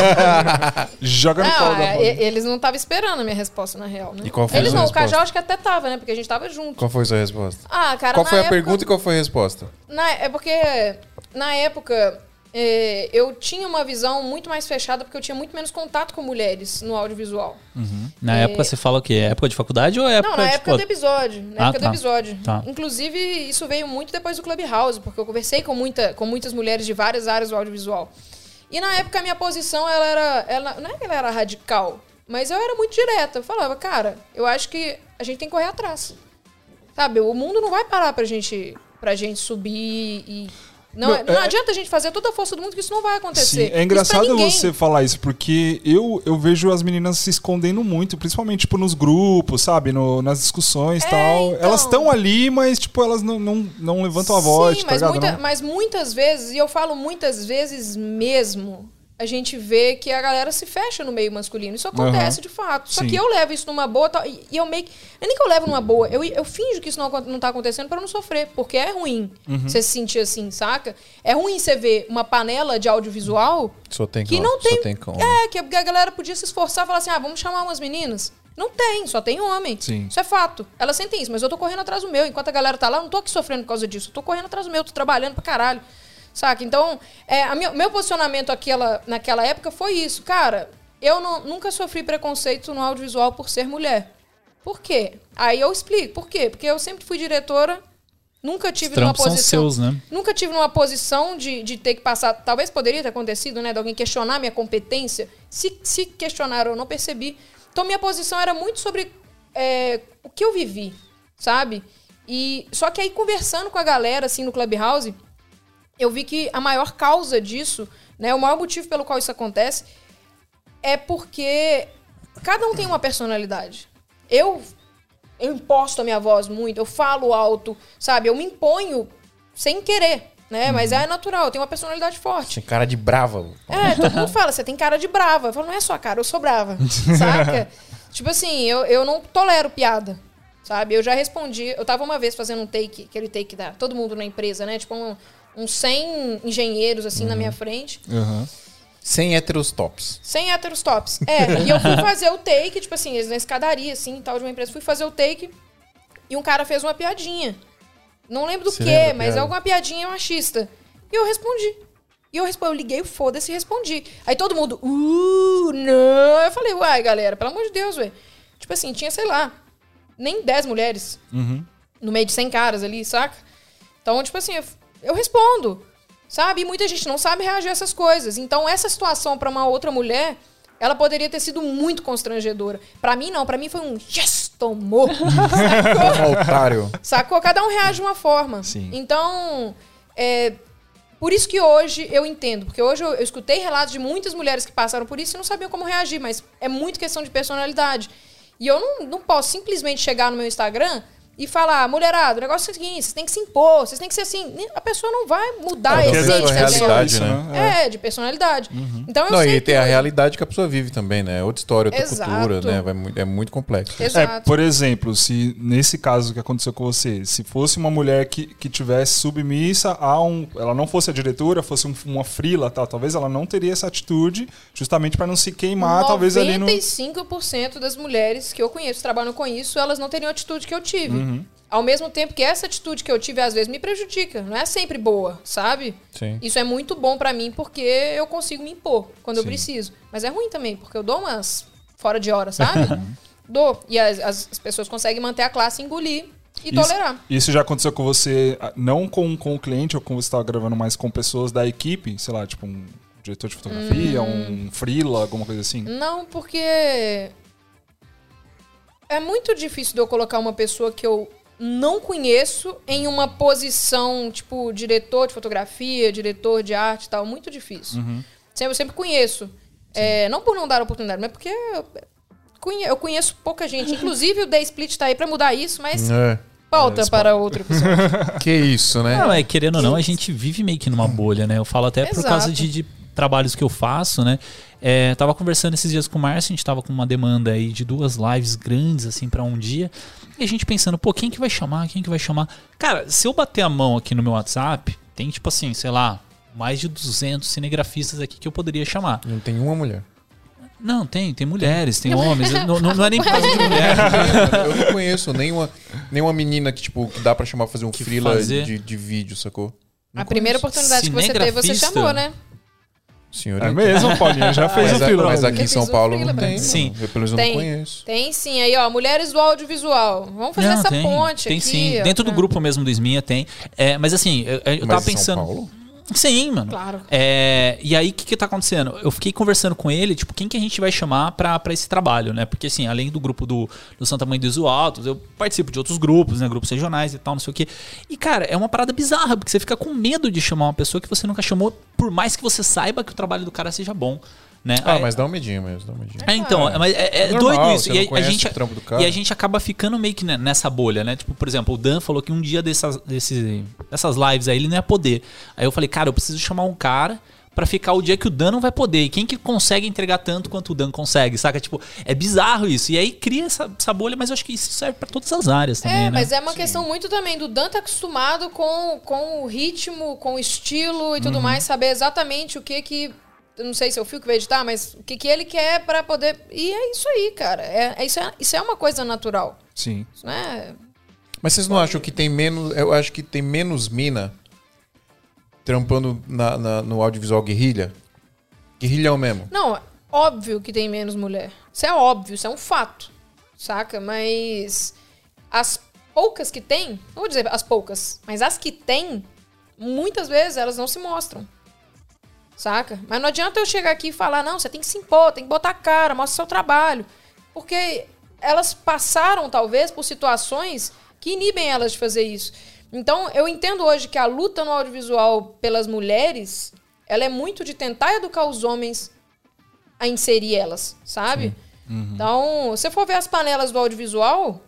Joga no Não, colo da é, Paulinha. e- eles não estavam esperando a minha resposta, na real, né? E qual foi Eles a sua não, o resposta? Cajal acho que até tava, né? Porque a gente tava junto. Qual foi a sua resposta? Ah, cara, Qual na foi a época- pergunta e qual foi a resposta? Na- é porque, na época, é, eu tinha uma visão muito mais fechada porque eu tinha muito menos contato com mulheres no audiovisual. Na época você fala o quê? Época de faculdade ou época Não, na de... época do episódio. Na Ah, época tá. do episódio. Tá. Inclusive, isso veio muito depois do Clubhouse, porque eu conversei com, muita, com muitas mulheres de várias áreas do audiovisual. E na época a minha posição, ela era. Ela, não é que ela era radical, mas eu era muito direta. Eu falava, cara, eu acho que a gente tem que correr atrás. Sabe, o mundo não vai parar pra gente, pra gente subir e. Não, Não, não é- adianta a gente fazer toda a força do mundo, que isso não vai acontecer. Sim, é engraçado Isso pra ninguém. você falar isso, porque eu, eu vejo as meninas se escondendo muito, principalmente tipo, nos grupos, sabe? No, nas discussões e É, tal. então. Elas estão ali, mas tipo, elas não, não, não levantam a voz, Sim, tá mas, ligado? muita- Não- mas muitas vezes, e eu falo muitas vezes mesmo, a gente vê que a galera se fecha no meio masculino. Isso acontece Aham. de fato. Só Sim. que eu levo isso numa boa. tal- E, e eu meio que. Não é nem que eu levo numa boa. Eu, eu finjo que isso não, acon- não tá acontecendo pra não sofrer. Porque é ruim Uhum. você se sentir assim, saca? É ruim você ver uma panela de audiovisual Só tem que cão, não tem. Só tem cão. É, que a galera podia se esforçar e falar assim: ah, vamos chamar umas meninas. Não tem, só tem homem. Sim. Isso é fato. Elas sentem isso, mas eu tô correndo atrás do meu. Enquanto a galera tá lá, eu não tô aqui sofrendo por causa disso. Eu tô correndo atrás do meu, tô trabalhando pra caralho. Saca? Então, é, a meu, meu posicionamento aquela, naquela época foi isso. Cara, eu não- nunca sofri preconceito no audiovisual por ser mulher. Por quê? Aí eu explico. Por quê? Porque eu sempre fui diretora, nunca tive Os numa trampos são posição... seus, né? Nunca tive numa posição de, de ter que passar... Talvez poderia ter acontecido, né? De alguém questionar minha competência. Se, se questionaram, eu não percebi. Então, minha posição era muito sobre é, o que eu vivi, sabe? E, só que aí, conversando com a galera, assim, no Clubhouse, eu vi que a maior causa disso, né? O maior motivo pelo qual isso acontece é porque cada um tem uma personalidade. Eu, eu imposto a minha voz muito, eu falo alto, sabe? Eu me imponho sem querer, né? Uhum. Mas é natural, eu tenho uma personalidade forte. Tem cara de brava. É, todo mundo fala, você tem cara de brava. Eu falo, não é só cara, eu sou brava, saca? Tipo assim, eu, eu não tolero piada, sabe? Eu já respondi, eu tava uma vez fazendo um take, aquele take da todo mundo na empresa, né? Tipo, um, uns cem engenheiros, assim, uhum. na minha frente. Uhum. Sem héteros tops. Sem héteros tops. É, e eu fui fazer o take, tipo assim, na escadaria, assim, tal, de uma empresa. Fui fazer o take e um cara fez uma piadinha. Não lembro do quê, mas piada? alguma piadinha machista. E eu respondi. E eu respondi, eu liguei o foda-se e respondi. Aí todo mundo, uh, não. Eu falei, uai, galera, pelo amor de Deus, velho. Tipo assim, tinha, sei lá, nem dez mulheres. Uhum. No meio de cem caras ali, saca? Então, tipo assim, eu, eu respondo. Sabe? E muita gente não sabe reagir a essas coisas. Então, essa situação pra uma outra mulher, ela poderia ter sido muito constrangedora. Pra mim, não. Pra mim foi um yes, tomou. Sacou? Um otário. Sacou? Cada um reage de uma forma. Sim. Então, é... por isso que hoje eu entendo. Porque hoje eu, eu escutei relatos de muitas mulheres que passaram por isso e não sabiam como reagir. Mas é muito questão de personalidade. E eu não, não posso simplesmente chegar no meu Instagram e falar, mulherada, o negócio é o seguinte, vocês têm que se impor, vocês têm que ser assim. A pessoa não vai mudar é, a essência. É realidade, né? É, é, de personalidade. Uhum. Então eu não, sei e tem que... a realidade que a pessoa vive também, né? Outra história, outra Exato. cultura, né? Vai muito, é muito complexo. Exato. É, por exemplo, se nesse caso que aconteceu com você, se fosse uma mulher que, que tivesse submissa a um... Ela não fosse a diretora, fosse um, uma frila, tal, talvez ela não teria essa atitude justamente para não se queimar, talvez ali no... noventa e cinco por cento das mulheres que eu conheço trabalham com isso, elas não teriam a atitude que eu tive. Uhum. Ao mesmo tempo que essa atitude que eu tive, às vezes, me prejudica. Não é sempre boa, sabe? Sim. Isso é muito bom pra mim, porque eu consigo me impor quando Sim. eu preciso. Mas é ruim também, porque eu dou umas fora de hora, sabe? Dou. E as, as pessoas conseguem manter a classe, engolir e isso, tolerar. Isso já aconteceu com você, não com, com o cliente, ou como você estava gravando, mas com pessoas da equipe? Sei lá, tipo um diretor de fotografia, hum. um freela, alguma coisa assim? Não, porque... é muito difícil de eu colocar uma pessoa que eu não conheço em uma posição, tipo, diretor de fotografia, diretor de arte e tal. Muito difícil. Uhum. Eu sempre conheço. É, não por não dar oportunidade, mas porque eu conheço, eu conheço pouca gente. Inclusive o The Split tá aí pra mudar isso, mas é. pauta é, para outro episódio. Que isso, né? Não, é, querendo ou não, a gente vive meio que numa bolha, né? Eu falo até por Exato. causa de, de trabalhos que eu faço, né? É, tava conversando esses dias com o Márcio, a gente tava com uma demanda aí de duas lives grandes, assim, pra um dia. E a gente pensando, pô, quem que vai chamar? Quem que vai chamar? Cara, se eu bater a mão aqui no meu WhatsApp, tem tipo assim, sei lá, mais de duzentos cinegrafistas aqui que eu poderia chamar. Não tem uma mulher. Não, tem, tem mulheres, tem homens. não, não, não é nem por causa de mulher. Eu não conheço nenhuma, nenhuma menina que, tipo, que dá pra chamar pra fazer um Que freela fazer? de, de vídeo, sacou? A primeira oportunidade que você teve, você Cinegrafista? chamou, né? Senhorita. É mesmo, Paulinho? Já fez Mas, o freela. mas aqui em Eu São fiz um Paulo freela, não tem, mas- Sim. mano. Eu pelo menos eu Tem. não conheço. Tem sim. Aí, ó, mulheres do audiovisual. Vamos fazer Não, essa tem, ponte tem aqui. sim. ó, Dentro do pra- grupo mesmo do Esminha tem. É, mas assim, eu, eu Mas tava em São pensando. Paulo? Sim, mano. Claro. É, e aí, o que que tá acontecendo? Eu fiquei conversando com ele, tipo, quem que a gente vai chamar pra, pra esse trabalho, né? Porque, assim, além do grupo do, do Santa Mãe dos Altos, eu participo de outros grupos, né? Grupos regionais e tal, não sei o quê. E, cara, é uma parada bizarra, porque você fica com medo de chamar uma pessoa que você nunca chamou, por mais que você saiba que o trabalho do cara seja bom, né? Ah, Aí- mas dá um medinho mesmo, dá um medinho. é, então, É. mas é, é É normal, doido isso. você E não a, a conhece gente, o trampo do cara. e a gente acaba ficando meio que ne- nessa bolha, né? Tipo, por exemplo, o Dan falou que um dia dessas, desse, dessas lives aí ele não ia poder. Aí eu falei, cara, eu preciso chamar um cara pra ficar o dia que o Dan não vai poder. E quem que consegue entregar tanto quanto o Dan consegue, saca? Tipo, é bizarro isso. E aí cria essa, essa bolha, mas eu acho que isso serve pra todas as áreas também, É, né? mas é uma questão muito também do Dan tá acostumado com, com o ritmo, com o estilo e Uhum. tudo mais, saber exatamente o que que... Eu não sei se é o Fio que vai editar, mas o que que ele quer pra poder... E é isso aí, cara. É, é, isso, é, isso é uma coisa natural. Sim. Isso não é... Mas vocês não acham que tem menos... Eu acho que tem menos mina trampando na, na- no audiovisual guerrilha? Guerrilhão mesmo. Não, óbvio que tem menos mulher. Isso é óbvio, isso é um fato. Saca? Mas as poucas que tem, não vou dizer as poucas, mas as que tem, muitas vezes elas não se mostram. Saca? Mas não adianta eu chegar aqui e falar, não, você tem que se impor, tem que botar a cara, mostra seu trabalho. Porque elas passaram, talvez, por situações que inibem elas de fazer isso. Então, eu entendo hoje que a luta no audiovisual pelas mulheres, ela é muito de tentar educar os homens a inserir elas, sabe? Uhum. Então, se você for ver as panelas do audiovisual,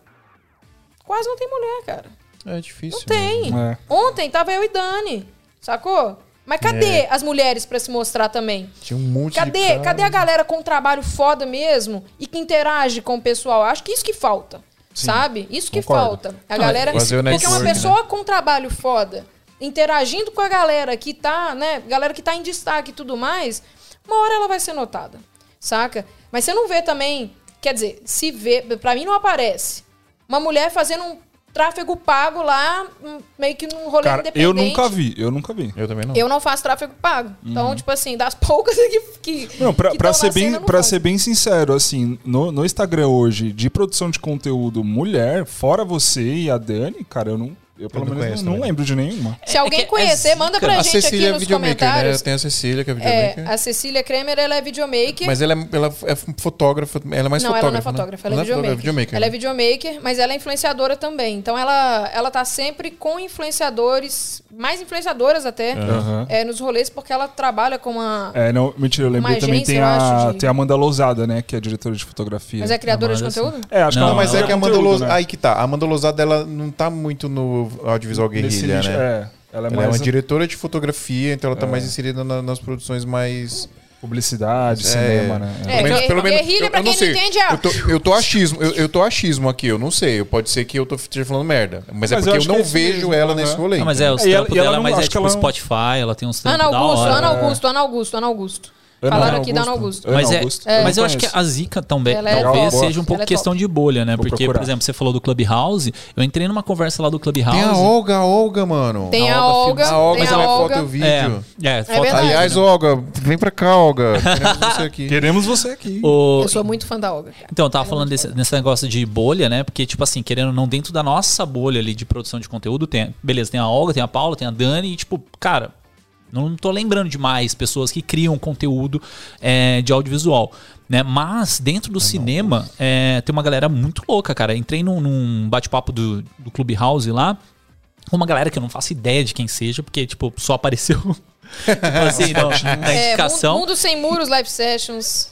quase não tem mulher, cara. É difícil. Não tem. É. Ontem tava eu e Dani, sacou? Mas cadê é. as mulheres pra se mostrar também? Tinha um monte cadê, de cara. Cadê a galera com um trabalho foda mesmo e que interage com o pessoal? Acho que isso que falta, Sim. sabe? Isso que Concordo. falta. A não, galera... Porque network, uma pessoa né? com um trabalho foda, interagindo com a galera que tá, né? Galera que tá em destaque e tudo mais, uma hora ela vai ser notada, saca? Mas você não vê também... Quer dizer, se vê... Pra mim não aparece uma mulher fazendo um tráfego pago lá, meio que num rolê Cara, independente. eu nunca vi, eu nunca vi. Eu também não. Eu não faço tráfego pago. Uhum. Então, tipo assim, das poucas que... que não, pra, que pra, ser, bem, cena, pra ser bem sincero, assim, no, no Instagram hoje, de produção de conteúdo mulher, fora você e a Dani, cara, eu não... Eu, pelo eu não menos, não, não lembro de nenhuma. Se alguém é conhecer, é manda pra a gente Cecília aqui nos é videomaker, comentários. Né? Tem a Cecília, que é videomaker. É, a Cecília Kremer, ela é videomaker. Mas ela é, ela é fotógrafa, ela é mais não, fotógrafa, ela não é fotógrafa, né? ela é videomaker. É videomaker. Ela é videomaker, mas ela é influenciadora também. Então ela, ela tá sempre com influenciadores, mais influenciadoras até, uhum. é, nos rolês, porque ela trabalha com uma... É, não, mentira, eu lembrei também, tem a, de... tem a Amanda Lousada, né, que é diretora de fotografia. Mas é criadora Amanda, de conteúdo? É, acho não, que ela mas é que a Amanda Lousada... né? Aí que tá, a Amanda Lousada, ela não tá muito no audiovisual guerrilha, Nesse né? É. Ela, é, ela mais... é uma diretora de fotografia, então ela tá é. mais inserida na, nas produções mais... Publicidade, é. cinema, né? É, pelo menos, pelo menos, guerrilha, eu, pra eu quem não, sei. não entende, é... Eu tô, eu tô achismo, eu, eu tô achismo aqui, eu não sei. Pode ser que eu tô esteja falando merda. Mas, mas é porque eu, eu não vejo mesmo, ela né? nesse rolê. Não, mas é, os e trampos ela, dela, não, mas é tipo ela Spotify, ela tem uns trampos Ana da Augusto, hora. Ana Augusto, Ana Augusto, Ana Augusto. Ana Falaram Augusto. aqui da Ana Augusto. Mas, é, Augusto. é, eu mas eu acho que a Zica também Ela é talvez top. seja um pouco Ela é questão top. de bolha, né? Vou Porque, procurar. por exemplo, você falou do Clubhouse, eu entrei numa conversa lá do Clubhouse. Tem a Olga, a Olga, mano. Tem A a Olga Olga, A Olga, tem ela a é foto Olga. e vídeo. É, é, foto verdade. Aliás, Olga, vem pra cá, Olga. Queremos você aqui. Queremos você aqui. O... Eu sou muito fã da Olga, cara. Então, eu tava Ela é falando muito desse, desse negócio de bolha, né? Porque, tipo assim, querendo ou não, dentro da nossa bolha ali de produção de conteúdo, tem, beleza, tem a Olga, tem a Paula, tem a Dani, e, tipo, cara, não tô lembrando de mais pessoas que criam conteúdo é, de audiovisual, né? Mas, dentro do é cinema, é, tem uma galera muito louca, cara. Entrei num, num bate-papo do, do Clubhouse lá, com uma galera que eu não faço ideia de quem seja, porque, tipo, só apareceu... tipo assim, não, na É, indicação. Mundo Sem Muros, Live Sessions.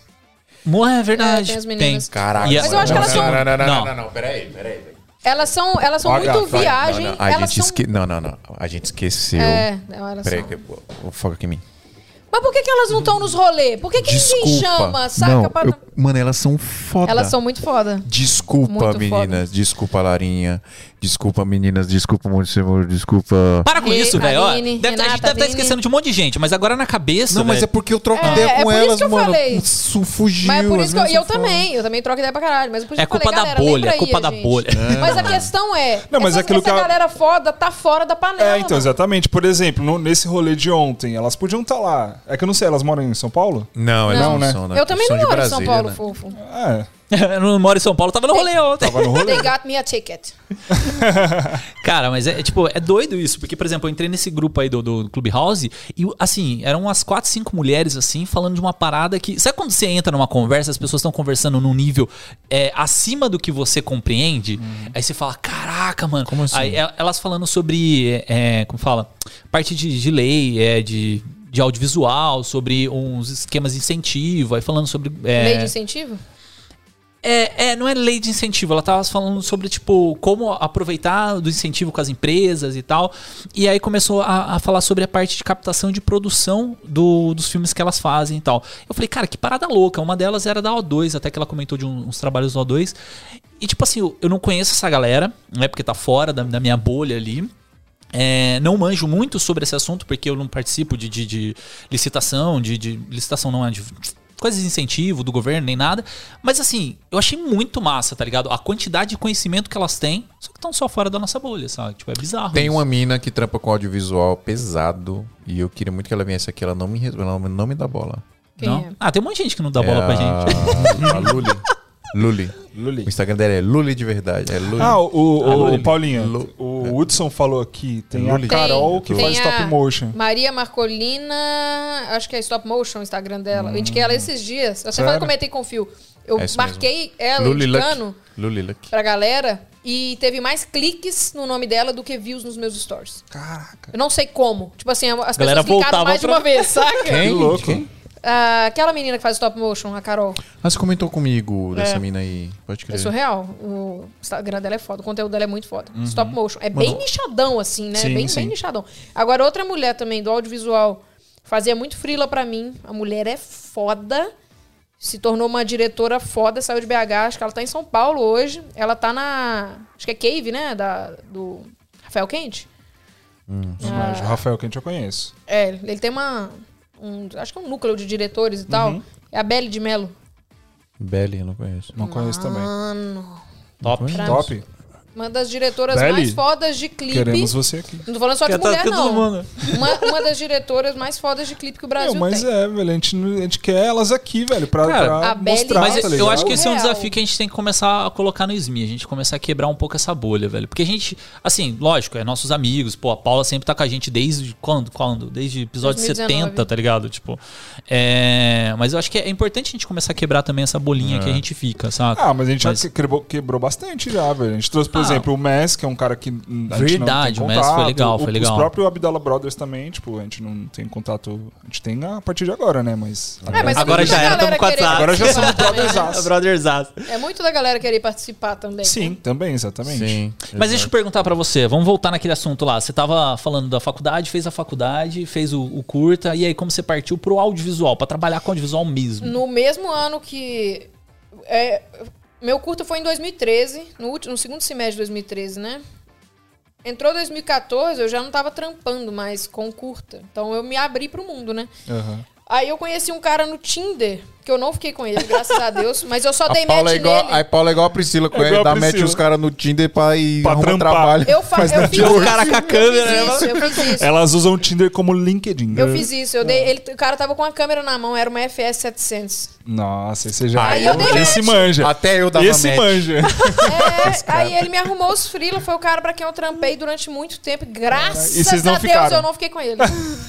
É verdade. É, tem as meninas. Caraca. E a- Mas eu acho que elas são- Não, não, não, não, Não. não, não, peraí, peraí. peraí. Elas são, elas são Olha, muito vai, viagem. Não, não, a elas gente são... esque... não, não, não. A gente esqueceu. É, não, elas Peraí, são. que eu- vou focar aqui em mim. Mas por que, que elas não estão nos rolês? Por que, que ninguém Desculpa. chama, saca? Não, pra- eu- Mano, elas são foda. Elas são muito foda. Desculpa, Muito meninas. Desculpa, Larinha. Desculpa, meninas. Desculpa, Monte Desculpa. Para com Re- isso, velho. Ó, Aline, deve- A gente Renata, deve estar Vini. esquecendo de um monte de gente, mas agora na cabeça. Não, mas é velho, porque eu troco É, ideia é com por isso elas, que eu mano. falei. Isso fugiu. Mas é por as isso que eu, minhas e eu são foda. também, eu também troco ideia pra caralho. Mas por isso É que eu culpa falei, da galera, bolha, lembra é culpa aí, da gente. bolha. Mas a questão é, Não, mas essa, é aquilo essa que a- galera foda tá fora da panela. É, então, mano. exatamente. Por exemplo, no- nesse rolê de ontem, elas podiam estar lá. É que eu não sei, elas moram em São Paulo? Não, elas Não, não, né? são, né? Eu também São não de moro em São Brasília, Paulo, né? fofo. É, Eu não moro em São Paulo, tava no rolê ontem. tava no rolê. They got me a ticket. Cara, mas é, é, tipo, é doido isso, porque, por exemplo, eu entrei nesse grupo aí do, do Clubhouse e, assim, eram umas quatro, cinco mulheres, assim, falando de uma parada que... Sabe quando você entra numa conversa, as pessoas estão conversando num nível é, acima do que você compreende? Hum. Aí você fala, caraca, mano. Como assim? Aí é, elas falando sobre, é, como fala? Parte de, de lei, é, de... de audiovisual, sobre uns esquemas de incentivo, aí falando sobre... É, Lei de incentivo? É, é, não é lei de incentivo, ela tava falando sobre, tipo, como aproveitar do incentivo com as empresas e tal. E aí começou a, a falar sobre a parte de captação de produção do, dos filmes que elas fazem e tal. Eu falei, cara, que parada louca. Uma delas era da O dois, até que ela comentou de um, uns trabalhos da O dois. E, tipo assim, eu, eu não conheço essa galera, né, porque tá fora da, da minha bolha ali. É, não manjo muito sobre esse assunto, porque eu não participo de, de, de licitação, de, de licitação não é de coisas de incentivo do governo, nem nada. Mas assim, eu achei muito massa, tá ligado? A quantidade de conhecimento que elas têm, só que estão só fora da nossa bolha, sabe? Tipo, é bizarro. Tem isso. uma mina que trampa com audiovisual pesado e eu queria muito que ela viesse aqui. Ela não me, ela não me dá bola. Quem Não? é? Ah, tem um monte de gente que não dá bola é pra gente. A, a Luli. Luli. Luli. O Instagram dela é Luli de verdade. É Luli. Ah, o, o, Ah, o Luli. Paulinho, Lu- o Hudson falou aqui, tem Luli. a Carol que Tem faz a stop motion. Maria Marcolina, acho que é stop motion o Instagram dela. Eu indiquei ela esses dias. Eu Sério? sempre comentei com o Fio. Eu É isso marquei ela Luli indicando Luck. Luli Luck. pra galera e teve mais cliques no nome dela do que views nos meus stories. Caraca. Eu não sei como. Tipo assim, as Galera pessoas clicaram voltava mais de pra- uma vez, saca? Quem? louco. Quem? Ah, aquela menina que faz stop motion, a Carol. Ah, você comentou comigo dessa É. mina aí. Pode É crer. surreal. O Instagram dela é foda, o conteúdo dela é muito foda. Uhum. Stop motion. É bem nichadão, assim, né? Sim, bem, sim. bem nichadão. Agora, outra mulher também, do audiovisual, fazia muito freela pra mim. A mulher é foda. Se tornou uma diretora foda, saiu de B H. Acho que ela tá em São Paulo hoje. Ela tá na... Acho que é Cave, né? Da, do Rafael Quente. Mas o Rafael Quente eu conheço. É, ele tem uma... Um, acho que é um núcleo de diretores e tal. Uhum. É a Belle de Mello. Belly, eu não conheço. Não conheço também. Mano. Top. Pra- Top. Uma das diretoras Belly, mais fodas de clipe. Queremos você aqui. Não tô falando só de Quer tá mulher, todo não. mundo. Uma, uma das diretoras mais fodas de clipe que o Brasil Meu, mas tem. é, velho. A gente, não- a gente quer elas aqui, velho, pra, Cara, pra a Belly- mostrar, Mas tá eu ligado? acho que esse é um Real. desafio que a gente tem que começar a colocar no S M I. A gente começar a quebrar um pouco essa bolha, velho. Porque a gente, assim, lógico, é nossos amigos. Pô, a Paula sempre tá com a gente desde quando? Quando? Desde episódio dois mil e dezenove. setenta, tá ligado? Tipo, é... Mas eu acho que é importante a gente começar a quebrar também essa bolinha que a gente fica, saca? Ah, mas a gente Mas- já quebrou, quebrou bastante já, velho. A gente trouxe, por Ah. exemplo, o Mess, que é um cara que hum, a gente Verdade, não o tem Mess contato. foi legal, foi O- legal. Os próprios Abdallah Brothers também, tipo, a gente não tem contato. A gente tem a partir de agora, né? Mas. É, mas Agora é já muita era, galera tamo com querer WhatsApp. Agora já somos participar também, brothers. né? Brotherzaço. É muito da galera querer participar também. Sim, né? também, exatamente. Sim. Mas deixa eu perguntar pra você, vamos voltar naquele assunto lá. Você tava falando da faculdade, fez a faculdade, fez o, o curta, e aí como você partiu pro audiovisual, pra trabalhar com audiovisual mesmo? No mesmo ano que... é, meu curta foi em dois mil e treze, no, último, no segundo semestre de dois mil e treze, né? Entrou dois mil e quatorze, eu já não tava trampando mais com curta. Então eu me abri pro mundo, né? Aham. Aí eu conheci um cara no Tinder, que eu não fiquei com ele, graças a Deus, mas eu só A dei Paula, match é igual, nele. a Paula é igual a Priscila, É igual a dá Priscila. match os caras no Tinder pra ir Pra arrumar trampar. trabalho. Eu, fa Mas eu não fiz tinha isso. outro. cara com a câmera, eu né? fiz isso, eu fiz isso. Elas usam o Tinder como LinkedIn. Eu fiz isso. Eu dei, ele, o cara tava com a câmera na mão, era uma F S setecentos. Nossa, esse já. Aí eu dei esse match. manja. Até eu dava Esse match. manja. É, aí ele me arrumou os freela, foi o cara pra quem eu trampei durante muito tempo. Graças E vocês não a Deus ficaram? eu não fiquei com ele.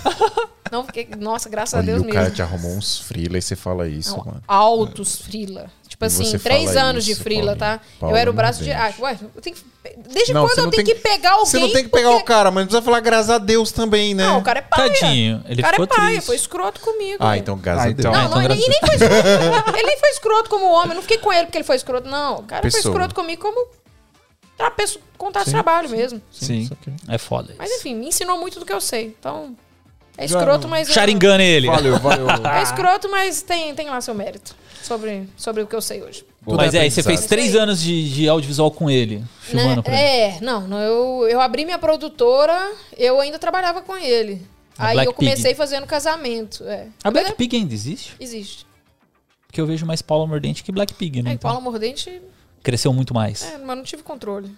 Não fiquei, nossa, graças a Olha, Deus o cara mesmo. te arrumou uns freela e você fala isso, Não, mano. altos freela. Tipo E assim, você três fala anos de isso, freela, Paulinho. tá? Paulo eu era o braço de. Ah, Mordente. ué, eu tenho que. Desde Não, quando você eu não tenho tem que pegar alguém? Você não tem que pegar porque- o cara, mas não precisa falar graças a Deus também, né? Não, o cara é paia. Tadinho, ele o cara ficou é paia, triste. foi escroto comigo. Ah, velho. então graças Ah, a Deus. então. Não, então não, ele, graças- e nem foi escroto. Ele nem foi escroto como homem. Eu não fiquei com ele porque ele foi escroto, não. O cara Pessoa. foi escroto comigo como tra- pessoa- contato de trabalho mesmo. Sim. Isso aqui. É foda Mas isso. enfim, me ensinou muito do que eu sei. Então, é Já escroto, não- mas... eu- Sharingan ele. Valeu, valeu. É escroto, mas tem, tem lá seu mérito sobre, sobre o que eu sei hoje. Mas Tudo é, aí você fez aprendizado. três anos de, de audiovisual com ele, filmando Né? pra ele. É, não, não, eu, eu abri minha produtora, eu ainda trabalhava com ele. A Aí Black eu comecei Pig. fazendo casamento. É. A Black Pig ainda existe? Existe. Porque eu vejo mais Paula Mordente que Black Pig, né? É, Então, Paula Mordente, cresceu muito mais. é, mas não tive controle.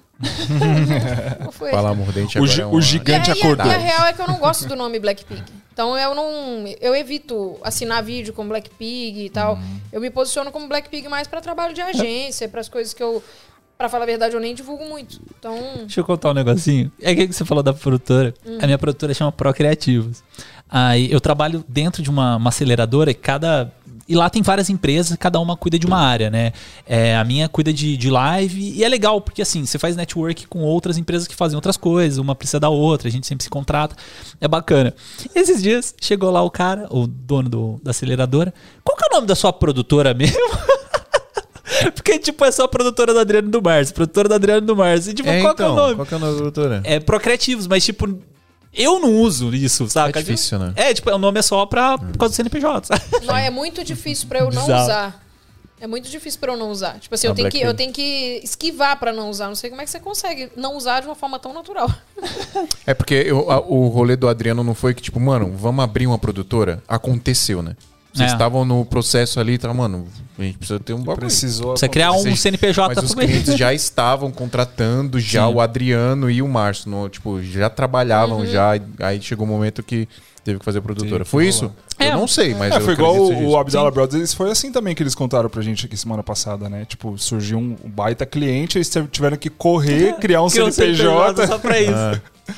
Não foi. Fala mordente O agora gi- é o uma- gigante E a, e a- acordou. e a real é que eu não gosto do nome Black Pig. Então eu não. Eu evito assinar vídeo com Black Pig e tal. Eu me posiciono como Black Pig mais pra trabalho de agência, pras coisas que eu. Pra falar a verdade, eu nem divulgo muito. Então. Deixa eu contar um negocinho. É que você falou da produtora. A minha produtora chama Procreativos. Aí eu trabalho dentro de uma, uma aceleradora e cada. E lá tem várias empresas, cada uma cuida de uma área, né? É, a minha cuida de, de live. E é legal, porque assim, você faz network com outras empresas que fazem outras coisas, uma precisa da outra, a gente sempre se contrata. É bacana. Esses dias chegou lá o cara, o dono do, da aceleradora. Qual que é o nome da sua produtora mesmo? Porque, tipo, é só a produtora do Adriano do Mars, produtora do Adriano do Mars. E, tipo, É, qual que é o então, nome? qual que é o nome da doutora? É Procreativos, mas tipo, eu não uso isso, sabe? É difícil, né? É, tipo, o nome é só pra, por causa do C N P J, sabe? Não, é muito difícil pra eu não Bizarro. usar. É muito difícil pra eu não usar. Tipo assim, A eu tenho, Black que, eu Pig. tenho que esquivar pra não usar. Não sei como é que você consegue não usar de uma forma tão natural. É porque eu- a- o rolê do Adriano não foi que, tipo, mano, vamos abrir uma produtora? Aconteceu, né? Vocês É. estavam no processo ali e tá, mano, a gente precisa ter um bagulho. Precisou. Você criar um Sim, C N P J Mas os também. clientes já estavam contratando já Sim. o Adriano e o Márcio. No, tipo, já trabalhavam Uhum. já. e Aí chegou o momento que teve que fazer a produtora. Teve que Foi rolar. isso? É. Eu não sei, mas É, eu foi igual acredito o, seja o isso. Abdallah Brothers, foi assim também que eles contaram pra gente aqui semana passada, né? Tipo, surgiu um baita cliente, eles tiveram que correr, criar um Criou C N P J. só pra isso. Ah,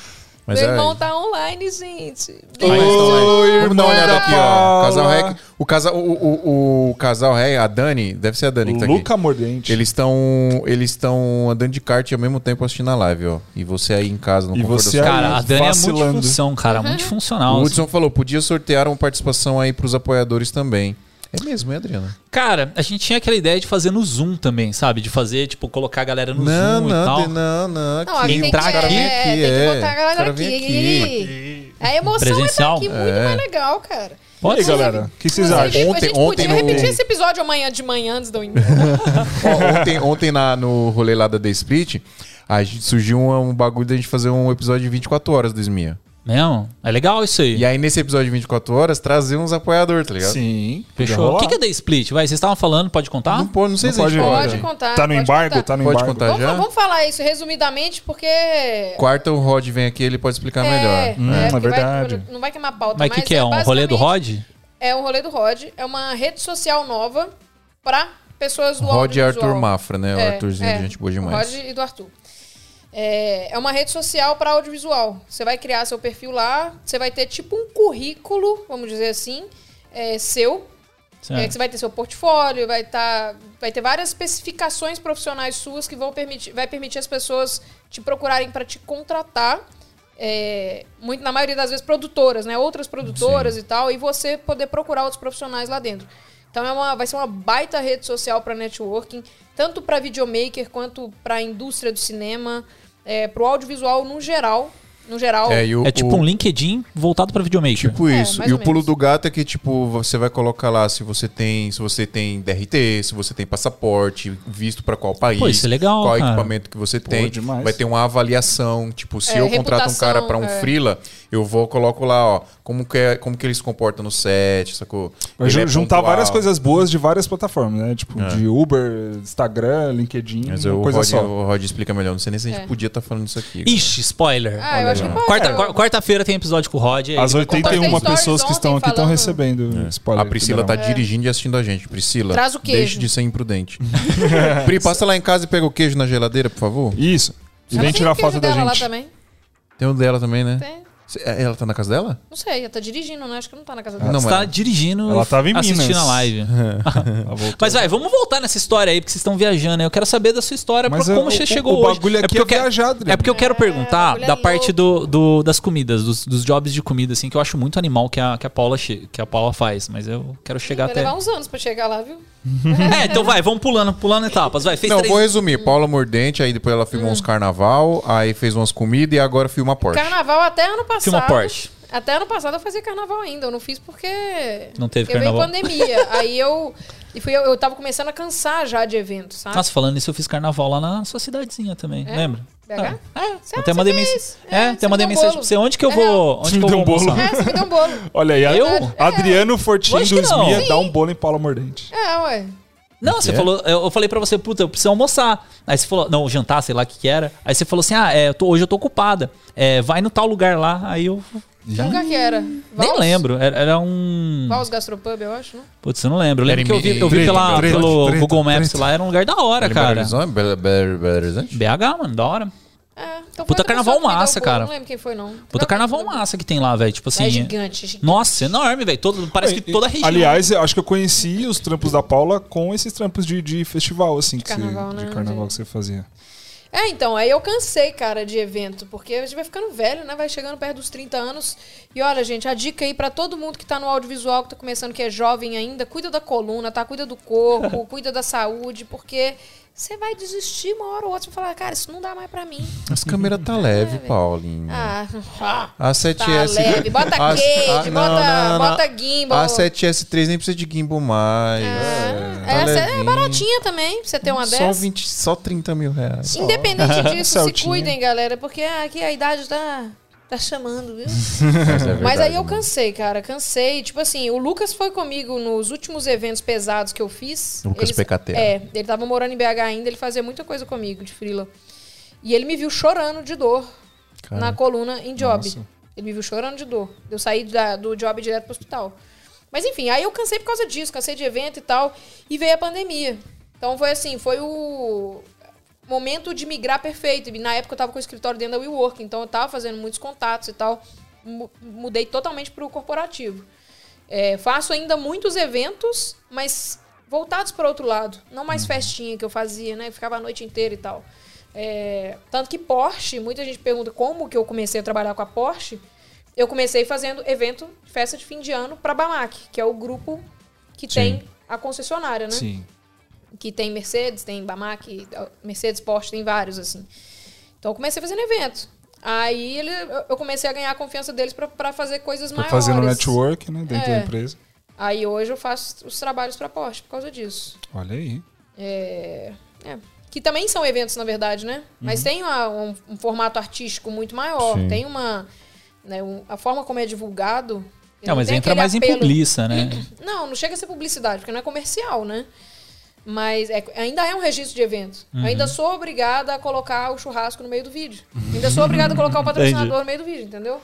Mas Meu é- irmão tá online, gente. Mas, Oi, então, vamos dar uma olhada irmã aqui, ó. Paula. Casal Rec. O casal, o, o, o casal Rec, a Dani, deve ser a Dani que tá aqui. Luca Mordente. Eles estão eles estão andando de kart e ao mesmo tempo assistindo a live, ó. E você aí em casa, no E conforto você da sua aí, Cara, a Dani é vacilando. multifunção, cara. Multifuncional. O assim. Hudson falou, podia sortear uma participação aí pros apoiadores também. É mesmo, é, Adriana? Cara, a gente tinha aquela ideia de fazer no Zoom também, sabe? De fazer, tipo, colocar a galera no Não, Zoom e não, tal. de- não, não. Não, aqui, aqui tem entrar que, aqui, é, tem que é. botar a O galera cara aqui. vem A emoção Presencial? é estar aqui muito É. mais legal, cara. E aí, galera? O que vocês A acham? gente, Ontem- a gente ontem podia no- repetir esse episódio amanhã de manhã antes de eu ir. Ó, ontem, ontem na, no rolê lá da The Split, a gente, surgiu um, um bagulho da gente fazer um episódio de vinte e quatro horas do Esmia. Mesmo? É legal isso aí. E aí, nesse episódio de vinte e quatro horas, trazer uns apoiadores, tá ligado? Sim. Fechou. O que, que é The Split? Vai, vocês estavam falando, pode contar? Não, pode, não sei Não se a gente pode, pode. Pode contar. Tá no pode embargo? contar. Tá no Pode embargo. contar Vamos, já? vamos falar isso resumidamente, porque. Quarta, o Rod vem aqui, ele pode explicar É, melhor. Hum, é, é porque vai- verdade. não vai queimar pauta, Mas o que, mas que é? Um rolê do basicamente- Rod? É um rolê do Rod. É uma rede social nova pra pessoas do Rod e audiovisual. Arthur Mafra, né? O É, Arthurzinho, é, gente boa O demais. Rod e do Arthur. É, é uma rede social para audiovisual. Você vai criar seu perfil lá, você vai ter tipo um currículo, vamos dizer assim, é, seu. É, que você vai ter seu portfólio, vai, tá, vai ter várias especificações profissionais suas que vão permitir, vai permitir as pessoas te procurarem para te contratar. É, muito, na maioria das vezes, produtoras, né? Outras produtoras e tal, e você poder procurar outros profissionais lá dentro. Então é uma, vai ser uma baita rede social para networking, tanto para videomaker quanto para a indústria do cinema, é, para o audiovisual no geral. No geral, É, e o- É tipo o- um LinkedIn voltado pra videomaker. Tipo É, isso. mais E ou o pulo menos. do gato é que, tipo, você vai colocar lá se você tem, se você tem D R T, se você tem passaporte, visto pra qual país, Pô, isso é legal, qual cara. equipamento que você tem. demais. Vai ter uma avaliação. Tipo, se É, eu contrato um reputação, cara pra um é. freela, eu vou, coloco lá, ó, como que, é, como que ele se comporta no set, sacou? Vai Ele ju- é juntar pontual. várias coisas boas de várias plataformas, né? Tipo, É. de Uber, Instagram, LinkedIn, Mas uma o coisa Rod, só. o Rod explica melhor. Não sei nem se a gente É. podia estar falando isso aqui. Ixi, spoiler. Ah, eu acho que pode. Quarta- Eu- quar- Quarta-feira tem episódio com o Rod. aí As ele vai contar. oitenta e uma stories pessoas que estão ontem aqui estão falando- recebendo spoiler. A Priscila tá liberal. dirigindo e assistindo a gente. Priscila, Traz o queijo. deixe de ser imprudente. Pri, passa lá em casa e pega o queijo na geladeira, por favor. Isso. E Ela vem tem tirar o queijo foto da dela lá gente. também. Tem o dela também, né? Tem. Cê- Ela tá na casa dela? Não sei, ela tá dirigindo, né? Acho que não tá na casa dela. Não, Você mas- tá dirigindo Ela tava em assistindo Minas. a live. Ela voltou. Mas vai, vamos voltar nessa história aí, porque vocês estão viajando. Eu quero saber da sua história, Mas pra é- como o- você o- chegou o hoje. bagulho aqui porque eu é quero, viajar, Adriano. é porque eu quero É, perguntar bagulho é da parte do, louco. do- das comidas, dos, dos jobs de comida, assim, que eu acho muito animal que a, que a, Paula, che- que a Paula faz. Mas eu quero chegar Vai até... levar uns anos pra chegar lá, viu? É, então vai, vamos pulando, pulando etapas. Vai, fez Não, três... vou resumir. Paula Mordente, aí depois ela filmou Hum. uns carnaval, aí fez umas comidas e agora filma Porsche. Carnaval até ano passado. Filma Porsche. Até ano passado eu fazia carnaval ainda. Eu não fiz porque. Não teve porque carnaval. veio pandemia. Aí eu. E fui, eu, eu tava começando a cansar já de eventos, sabe? Nossa, falando isso, eu fiz carnaval lá na sua cidadezinha também, É? lembra? B H? É, é. Você- eu até você mandei fez. mensagem. É, É, você até mandei me deu mensagem bolo. pra você. Onde que eu É vou. Onde Me que eu deu vou um bolo. almoçar? É, você me deu um bolo. Olha aí, a- Eu? Adriano Fortinho Lógico que dos não. Mia Sim. dá um bolo em Paula Mordente. É, ué. Não, você quê? falou, eu eu falei pra você, puta, eu preciso almoçar. Aí você falou, não, jantar, sei lá o que que era. Aí você falou assim, ah, é, eu tô- hoje eu tô ocupada. É, vai no tal lugar lá. Aí eu Que lugar que era? nem Vals? lembro. Era, era um. Vals Gastropub, eu acho, não? Putz, eu não lembro. Eu lembro Era que eu em- vi, eu vi treta, pela, treta, pelo treta, Google Maps treta. lá, era um lugar da hora, Era em Belo cara. Horizonte? Belo- Belo- Belo Horizonte? B H, mano, da hora. É, então foi Puta outra carnaval pessoa que me deu massa, o bolo. cara. Não lembro quem foi, não. Puta Realmente, carnaval não. massa que tem lá, velho. Tipo assim. É gigante, é gigante. Nossa, enorme, velho. Todo- Parece que toda a região. Aliás, eu acho que eu conheci os trampos da Paula com esses trampos de, de festival, assim, que carnaval, você, né? de carnaval De- que você fazia. É, então, aí eu cansei, cara, de evento, porque a gente vai ficando velho, né? Vai chegando perto dos trinta anos. E olha, gente, a dica aí pra todo mundo que tá no audiovisual, que tá começando, que é jovem ainda, cuida da coluna, tá? Cuida do corpo, cuida da saúde, porque você vai desistir uma hora ou outra e falar, cara, isso não dá mais pra mim. As câmeras tá leve, velho. Paulinho. Ah, ah, A sete tá S... leve. Bota a- cage, a- não, bota, não, não, não. bota gimbal. A sete S três nem precisa de gimbal mais. Ah, tá essa é levinho. baratinha também, pra você ter uma Só, dessa. vinte, só trinta mil reais. Independente disso, se Celtinha. cuidem, galera, porque aqui a idade tá, tá chamando, viu? Mas, é Mas verdade, aí eu né? cansei, cara, cansei. Tipo assim, o Lucas foi comigo nos últimos eventos pesados que eu fiz. Lucas Ele- P K T. É, ele tava morando em B H ainda, ele fazia muita coisa comigo, de frila. E ele me viu chorando de dor Cara. na coluna em job. Nossa. Ele me viu chorando de dor. Eu saí da- do job direto pro hospital. Mas enfim, aí eu cansei por causa disso, cansei de evento e tal. E veio a pandemia. Então foi assim, foi o momento de migrar perfeito. E na época eu tava com o escritório dentro da WeWork, então eu tava fazendo muitos contatos e tal. Mudei totalmente pro corporativo. É, faço ainda muitos eventos, mas voltados para outro lado. Não mais festinha que eu fazia, né? Eu ficava a noite inteira e tal. É, tanto que Porsche, muita gente pergunta como que eu comecei a trabalhar com a Porsche. Eu comecei fazendo evento, festa de fim de ano para Bamac, que é o grupo que Sim. tem a concessionária, né? Sim. Que tem Mercedes, tem Bamac, Mercedes, Porsche, tem vários, assim. Então eu comecei fazendo evento. Aí ele, eu comecei a ganhar a confiança deles para fazer coisas pra maiores. Fazendo network, né, dentro é. da empresa. Aí hoje eu faço os trabalhos para Porsche por causa disso. Olha aí. É, é, que também são eventos, na verdade, né? Uhum. Mas tem uma, um, um formato artístico muito maior. Sim. Tem uma... Né, um, a forma como é divulgado... Não, mas entra mais apelo. em publiça, né? Não, não chega a ser publicidade, porque não é comercial, né? Mas é, ainda é um registro de evento. Uhum. Ainda sou obrigada a colocar o churrasco no meio do vídeo. Ainda sou obrigada a colocar o patrocinador Entendi. no meio do vídeo, entendeu?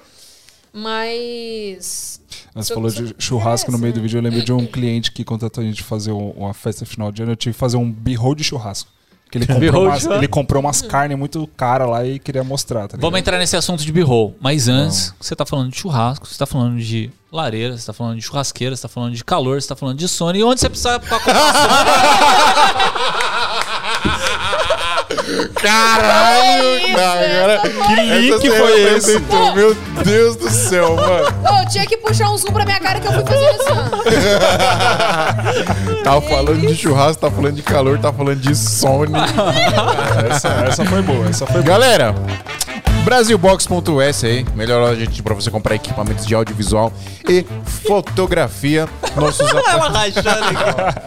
Mas... Você falou de churrasco é, no meio do vídeo. Eu lembro de um cliente que contratou a gente fazer uma festa final de ano. Eu tive que fazer um b-roll de churrasco. Que ele comprou umas, ele comprou umas carnes muito caras lá e queria mostrar. Tá Vamos entrar nesse assunto de b-roll. Mas antes, Não. você tá falando de churrasco, você tá falando de lareira, você tá falando de churrasqueira, você tá falando de calor, você tá falando de sono. E onde você precisa pra comprar Caralho! Cara, que link foi esse? Então, meu Deus do céu, mano. Oh, eu tinha que puxar um zoom pra minha cara que eu fui fazer isso. Tava falando de churrasco, tá falando de calor, tá falando de sono. essa, essa foi boa, essa foi boa. Galera, Brasilbox ponto U S aí, melhor loja pra você comprar equipamentos de audiovisual e fotografia. Nossos Ela rachando aqui.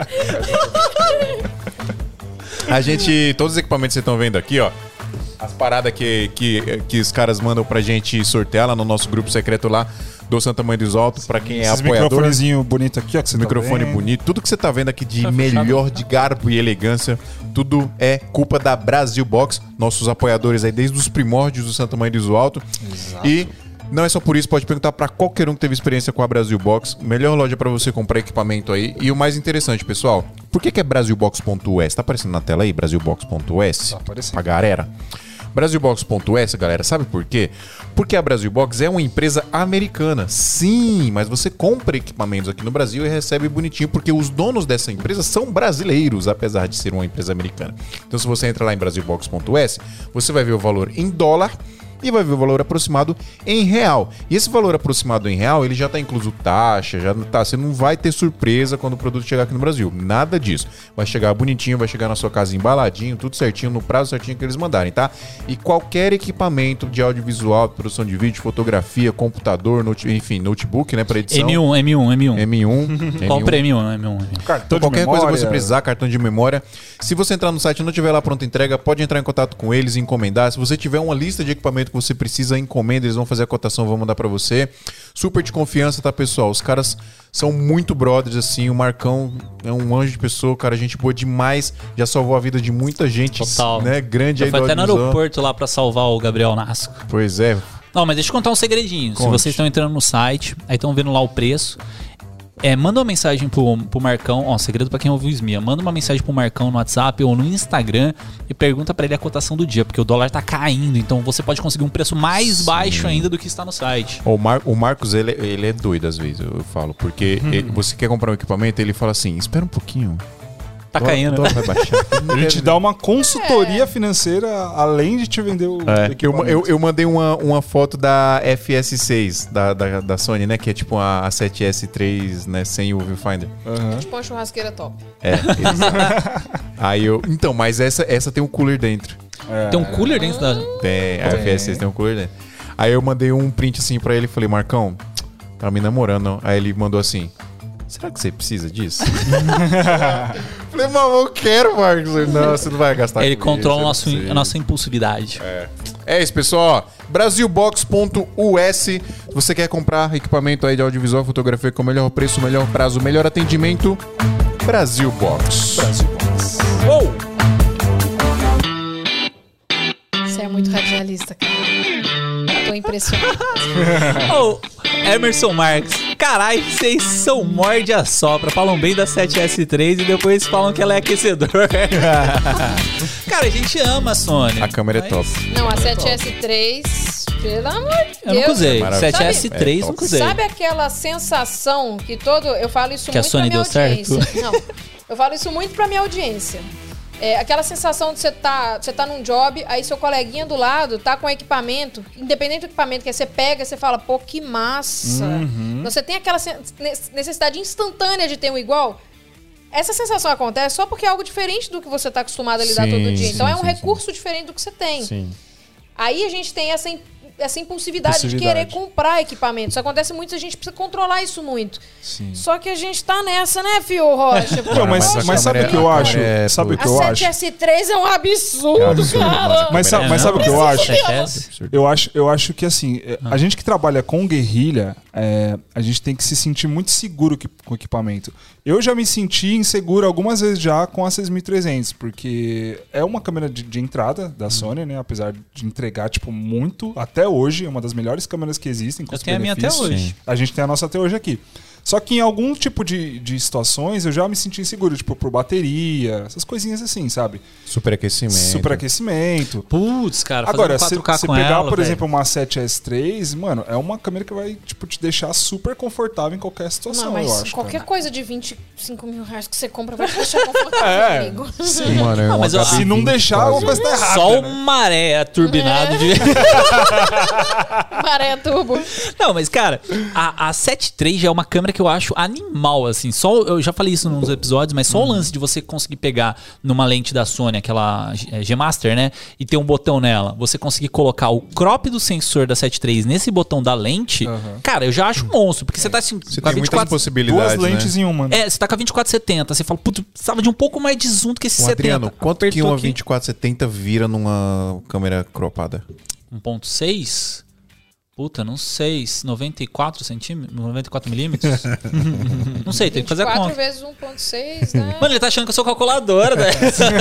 A gente, todos os equipamentos que vocês estão vendo aqui, ó, as paradas que, que, que os caras mandam pra gente sortear lá no nosso grupo secreto lá do Santa Mãe dos Altos, pra quem é Esses apoiador. microfonezinho bonito aqui, ó, que você microfone tá bonito, tudo que você tá vendo aqui de tá melhor, de garbo e elegância, tudo é culpa da Brasil Box, nossos apoiadores aí desde os primórdios do Santa Mãe dos Altos. Exato. E não é só por isso, pode perguntar pra qualquer um que teve experiência com a Brasil Box. Melhor loja pra você comprar equipamento aí. E o mais interessante, pessoal, por que que é Brasilbox ponto U S? Tá aparecendo na tela aí, Brasilbox ponto U S? Tá aparecendo. Pra galera. Brasilbox ponto U S, galera, sabe por quê? Porque a Brasilbox é uma empresa americana. Sim, mas você compra equipamentos aqui no Brasil e recebe bonitinho, porque os donos dessa empresa são brasileiros, apesar de ser uma empresa americana. Então, se você entra lá em Brasilbox ponto U S, você vai ver o valor em dólar e vai ver o valor aproximado em real. E esse valor aproximado em real, ele já está incluso taxa, já tá, você não vai ter surpresa quando o produto chegar aqui no Brasil. Nada disso. Vai chegar bonitinho, vai chegar na sua casa embaladinho, tudo certinho, no prazo certinho que eles mandarem, tá? E qualquer equipamento de audiovisual, produção de vídeo, fotografia, computador, note, enfim, notebook, né, para edição. M um, M um, M um. M um. Compre M um, M um. Cartão de qualquer memória. Coisa que você precisar, cartão de memória. Se você entrar no site e não tiver lá pronta entrega, pode entrar em contato com eles e encomendar. Se você tiver uma lista de equipamento que você precisa, encomenda, eles vão fazer a cotação, vão mandar pra você. Super de confiança, tá, pessoal? Os caras são muito brothers, assim. O Marcão é um anjo de pessoa, cara, gente boa demais. Já salvou a vida de muita gente, Total. né? Grande aí do Foi até no aeroporto lá pra salvar o Gabriel Nasco. Pois é. Não, mas deixa eu contar um segredinho. Conte. Se vocês estão entrando no site, aí estão vendo lá o preço. É, manda uma mensagem pro, pro Marcão, ó, segredo pra quem ouviu o Smia, manda uma mensagem pro Marcão no WhatsApp ou no Instagram e pergunta pra ele a cotação do dia, porque o dólar tá caindo, então você pode conseguir um preço mais Sim. baixo ainda do que está no site. O, Mar, o Marcos, ele, ele é doido às vezes, eu falo, porque hum. ele, você quer comprar um equipamento, ele fala assim, espera um pouquinho. Tá Dó, caindo. Dó vai baixar. Ele te dá uma consultoria é. financeira além de te vender o é. equipamento. Eu, eu, eu mandei uma, uma foto da F S seis, da, da, da Sony, né? Que é tipo a, a sete S três, né? Sem o viewfinder. Uhum. Tipo uma churrasqueira top. É. Aí eu... Então, mas essa, essa tem um cooler dentro. É. Tem um cooler dentro da... Tem, a F S seis tem um cooler dentro. Aí eu mandei um print assim pra ele e falei, Marcão, tá me namorando. Aí ele mandou assim... Será que você precisa disso? Falei, mas eu quero, Marcos. Não, você não vai gastar Ele com controla isso, a, nosso, a nossa impulsividade. É. É isso, pessoal. Brasilbox ponto U S. Se você quer comprar equipamento aí de audiovisual, fotografia com o melhor preço, melhor prazo, melhor atendimento, Brasilbox. Brasilbox. Uou! Você é muito radialista, cara. Eu tô impressionado. Oh, Emerson Marques. Caralho, vocês são morde a sopra. Falam bem da sete S três e depois falam que ela é aquecedor. Cara, a gente ama a Sony. A câmera é mas top. Não, a sete S três, pelo amor de Deus. Eu nunca usei. Maravilha. sete S três É, nunca usei. Sabe aquela sensação que todo... Eu falo isso Que a muito Sony pra minha deu audiência. certo? Não, eu falo isso muito pra minha audiência. É, aquela sensação de você tá, você tá num job, aí seu coleguinha do lado tá com equipamento, independente do equipamento que aí você pega, você fala, pô, que massa. Uhum. Você tem aquela sen- necessidade instantânea de ter um igual. Essa sensação acontece só porque é algo diferente do que você tá acostumado a lidar Sim, todo dia. Então sim, é um sim, recurso diferente do que você tem. Sim. Aí a gente tem essa, im- essa impulsividade, Impulsividade. de querer comprar equipamento. Isso acontece muito, a gente precisa controlar isso muito. Sim. Só que a gente tá nessa, né, Fio Rocha? Não, mas, Mas a mas sabe o câmera que eu é- acho? é- Sabe o que A eu sete acho? S três é um absurdo, É um absurdo, cara. mano. Mas, sabe, É, mas sabe o que eu não, acho? sete S. Eu acho, eu acho que assim, é, a gente que trabalha com guerrilha, é, a gente tem que se sentir muito seguro que- com o equipamento. Eu já me senti inseguro algumas vezes já com a seis mil e trezentos, porque é uma câmera de, de entrada da Sony, né? Apesar de entregar, tipo, muito, até hoje, é uma das melhores câmeras que existem. Eu tenho a minha até hoje. A gente tem a nossa até hoje aqui. Só que em algum tipo de, de situações eu já me senti inseguro, tipo, por bateria, essas coisinhas assim, sabe? Superaquecimento. Superaquecimento. Putz, cara, Agora, fazendo se quatro K você com pegar, ela, por velho. exemplo, uma sete S três, mano, é uma câmera que vai, tipo, te deixar super confortável em qualquer situação, Não, mas eu acho. qualquer cara. coisa de vinte e cinco mil reais que você compra vai te deixar confortável, É. amigo. Mano, é Não, um mas eu- H B Se não vinte deixar, quase. alguma coisa tá errada. Só o né? maré turbinado de. Maré turbo. Não, mas, cara, a, a sete três já é uma câmera que eu acho animal, assim. Só, eu já falei isso nos episódios, mas só Uhum. o lance de você conseguir pegar numa lente da Sony, aquela é, G-Master, né? E ter um botão nela, você conseguir colocar o crop do sensor da sete três nesse botão da lente, cara, eu já acho um monstro. Porque você tá assim, Você com a tem muitas vinte e quatro... possibilidades, Duas lentes né? em uma. né? É, você tá com a vinte e quatro setenta, você fala, putz, precisava de um pouco mais de zoom do que esse Ô, setenta. Adriano, quanto que Apertou uma aqui. vinte e quatro setenta vira numa câmera cropada? um ponto seis? Puta, não sei. noventa e quatro centímetros? noventa e quatro milímetros? Não sei, tem que fazer a quatro conta. vezes um ponto seis, né? Mano, ele tá achando que eu sou calculadora, né?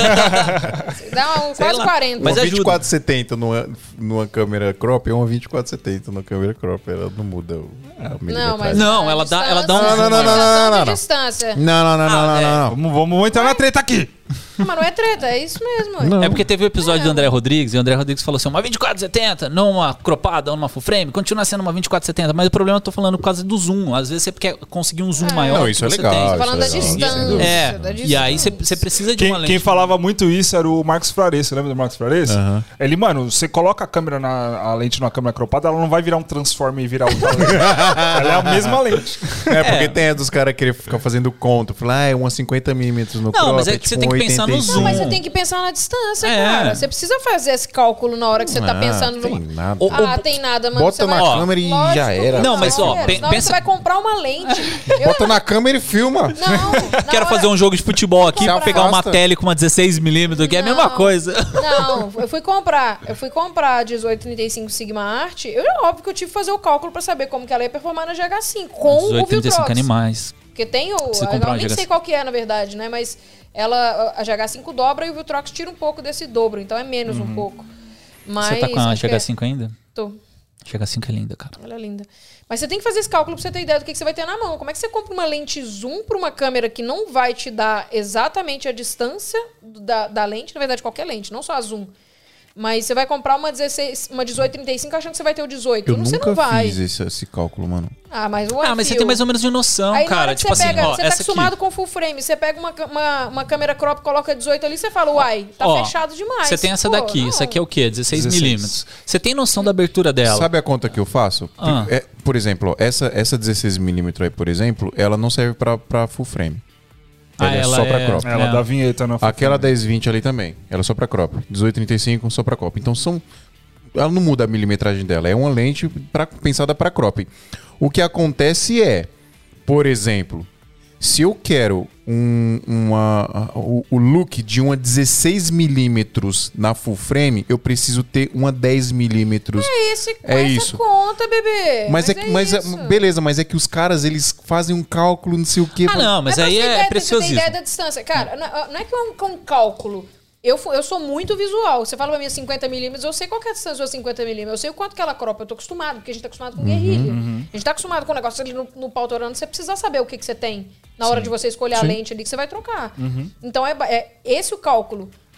Dá um, Sei quase lá. quarenta. Mas uma ajuda. vinte e quatro setenta numa, numa câmera crop é uma vinte e quatro setenta numa câmera crop. Ela não muda o, a Não, milimetragem. mas Não, a ela dá- ela dá um- distância- Não, não, não, não, não, não, de não. distância. Não, não, não, não, Ah, não, é. não, não. Vamos, vamos entrar na treta aqui. Mas não é treta, é isso mesmo. Não. É porque teve o episódio do André Rodrigues, e o André Rodrigues falou assim: uma vinte e quatro setenta, não uma cropada ou uma full frame, continua sendo uma vinte e quatro setenta, mas o problema eu tô falando por causa do zoom. Às vezes você quer conseguir um zoom É. maior. Não, que isso é você legal, tem. Tô falando da isso é legal. distância. É, da e aí você distância. você precisa de uma Quem, lente. quem falava muito isso era o Marcos Frares. Você lembra do Marcos Frares? Aham. Ele, mano, você coloca a câmera na a lente numa câmera cropada, ela não vai virar um transforme e virar outra lente. Ela é a mesma lente. É, porque É. tem a dos caras que ficar fazendo conta. Falar, ah, é umas cinquenta milímetros no Não, crop. mas é é que você tipo tem que um pensar no oitenta e cinco. Não, mas zoom. você tem que pensar na distância, É. cara. Você precisa fazer esse cálculo na hora que você tá Ah, pensando tem no. nada. O- Ah, tem nada, mano. Bota Você na vai- câmera e Lógico, já era. Não, mas, ó, cara. pe- Na hora que pensa- você vai comprar uma lente. Eu- Bota na câmera e filma. Não, na Quero hora- fazer um jogo de futebol aqui, Se pegar uma afasta. tele com uma dezesseis milímetros, que é a mesma Não. coisa. Não, eu fui comprar. Eu fui comprar a dezoito trinta e cinco Sigma Art. Eu, é óbvio que eu tive que fazer o cálculo pra saber como que ela ia performar na G H cinco com o dezoito, trinta e cinco Viltrox. animais. Porque tem o. Você Eu comprar uma nem G H sei cinco. qual que é, na verdade, né? Mas ela, a G H cinco dobra e o Viltrox tira um pouco desse dobro. Então é menos um pouco. Mas, Você tá com a acho que G H é- cinco ainda? Tô. G H cinco é linda, cara. Ela é linda. Mas você tem que fazer esse cálculo pra você ter ideia do que, que você vai ter na mão. Como é que você compra uma lente zoom pra uma câmera que não vai te dar exatamente a distância da, da lente? Na verdade, qualquer lente, não só a zoom. Mas você vai comprar uma, dezesseis, uma dezoito trinta e cinco achando que você vai ter o dezoito. Eu você nunca não vai. fiz esse, esse cálculo, mano. Ah, mas o Ah, mas você tem mais ou menos de noção, Aí, na cara. hora que Tipo você assim, pega, ó, você tá essa acostumado aqui. com full frame, você pega uma, uma, uma câmera crop, coloca dezoito ali, você fala, uai, tá Ó, fechado demais. Você tem essa Pô, daqui, não. isso aqui é o quê? dezesseis dezesseis. milímetros. Você tem noção da abertura dela? Sabe a conta que eu faço? Ah. É, por exemplo, ó, essa, essa dezesseis milímetros aí, por exemplo, ela não serve pra, pra full frame. Ah, Ela é ela só pra é- crop. Ela É. dá vinheta na Aquela dez vinte ali também. Ela é só pra crop. dezoito trinta e cinco só pra crop. Então são. Ela não muda a milimetragem dela. É uma lente pra, pensada pra crop. O que acontece é, por exemplo, se eu quero um, uma, o, o look de uma dezesseis milímetros na full frame, eu preciso ter uma dez milímetros. É esse, É essa isso. conta, bebê. Mas, é, que- mas é- isso. beleza, mas é que os caras eles fazem um cálculo, não sei o quê. Ah, não, mas pra aí você ter é ideia- Você tem preciosismo. ideia da distância. Cara, não, não é que é um, que é um cálculo. Eu, fu- eu sou muito visual. Você fala pra mim cinquenta milímetros, eu sei qual que é a distância dos cinquenta milímetros. Eu sei o quanto que ela cropa. Eu tô acostumado, porque a gente tá acostumado com guerrilha. A gente tá acostumado com o negócio ali no, no pau torando. Você precisa saber o que, que você tem na hora de você escolher a lente ali que você vai trocar. Então, é, ba- é esse o cálculo.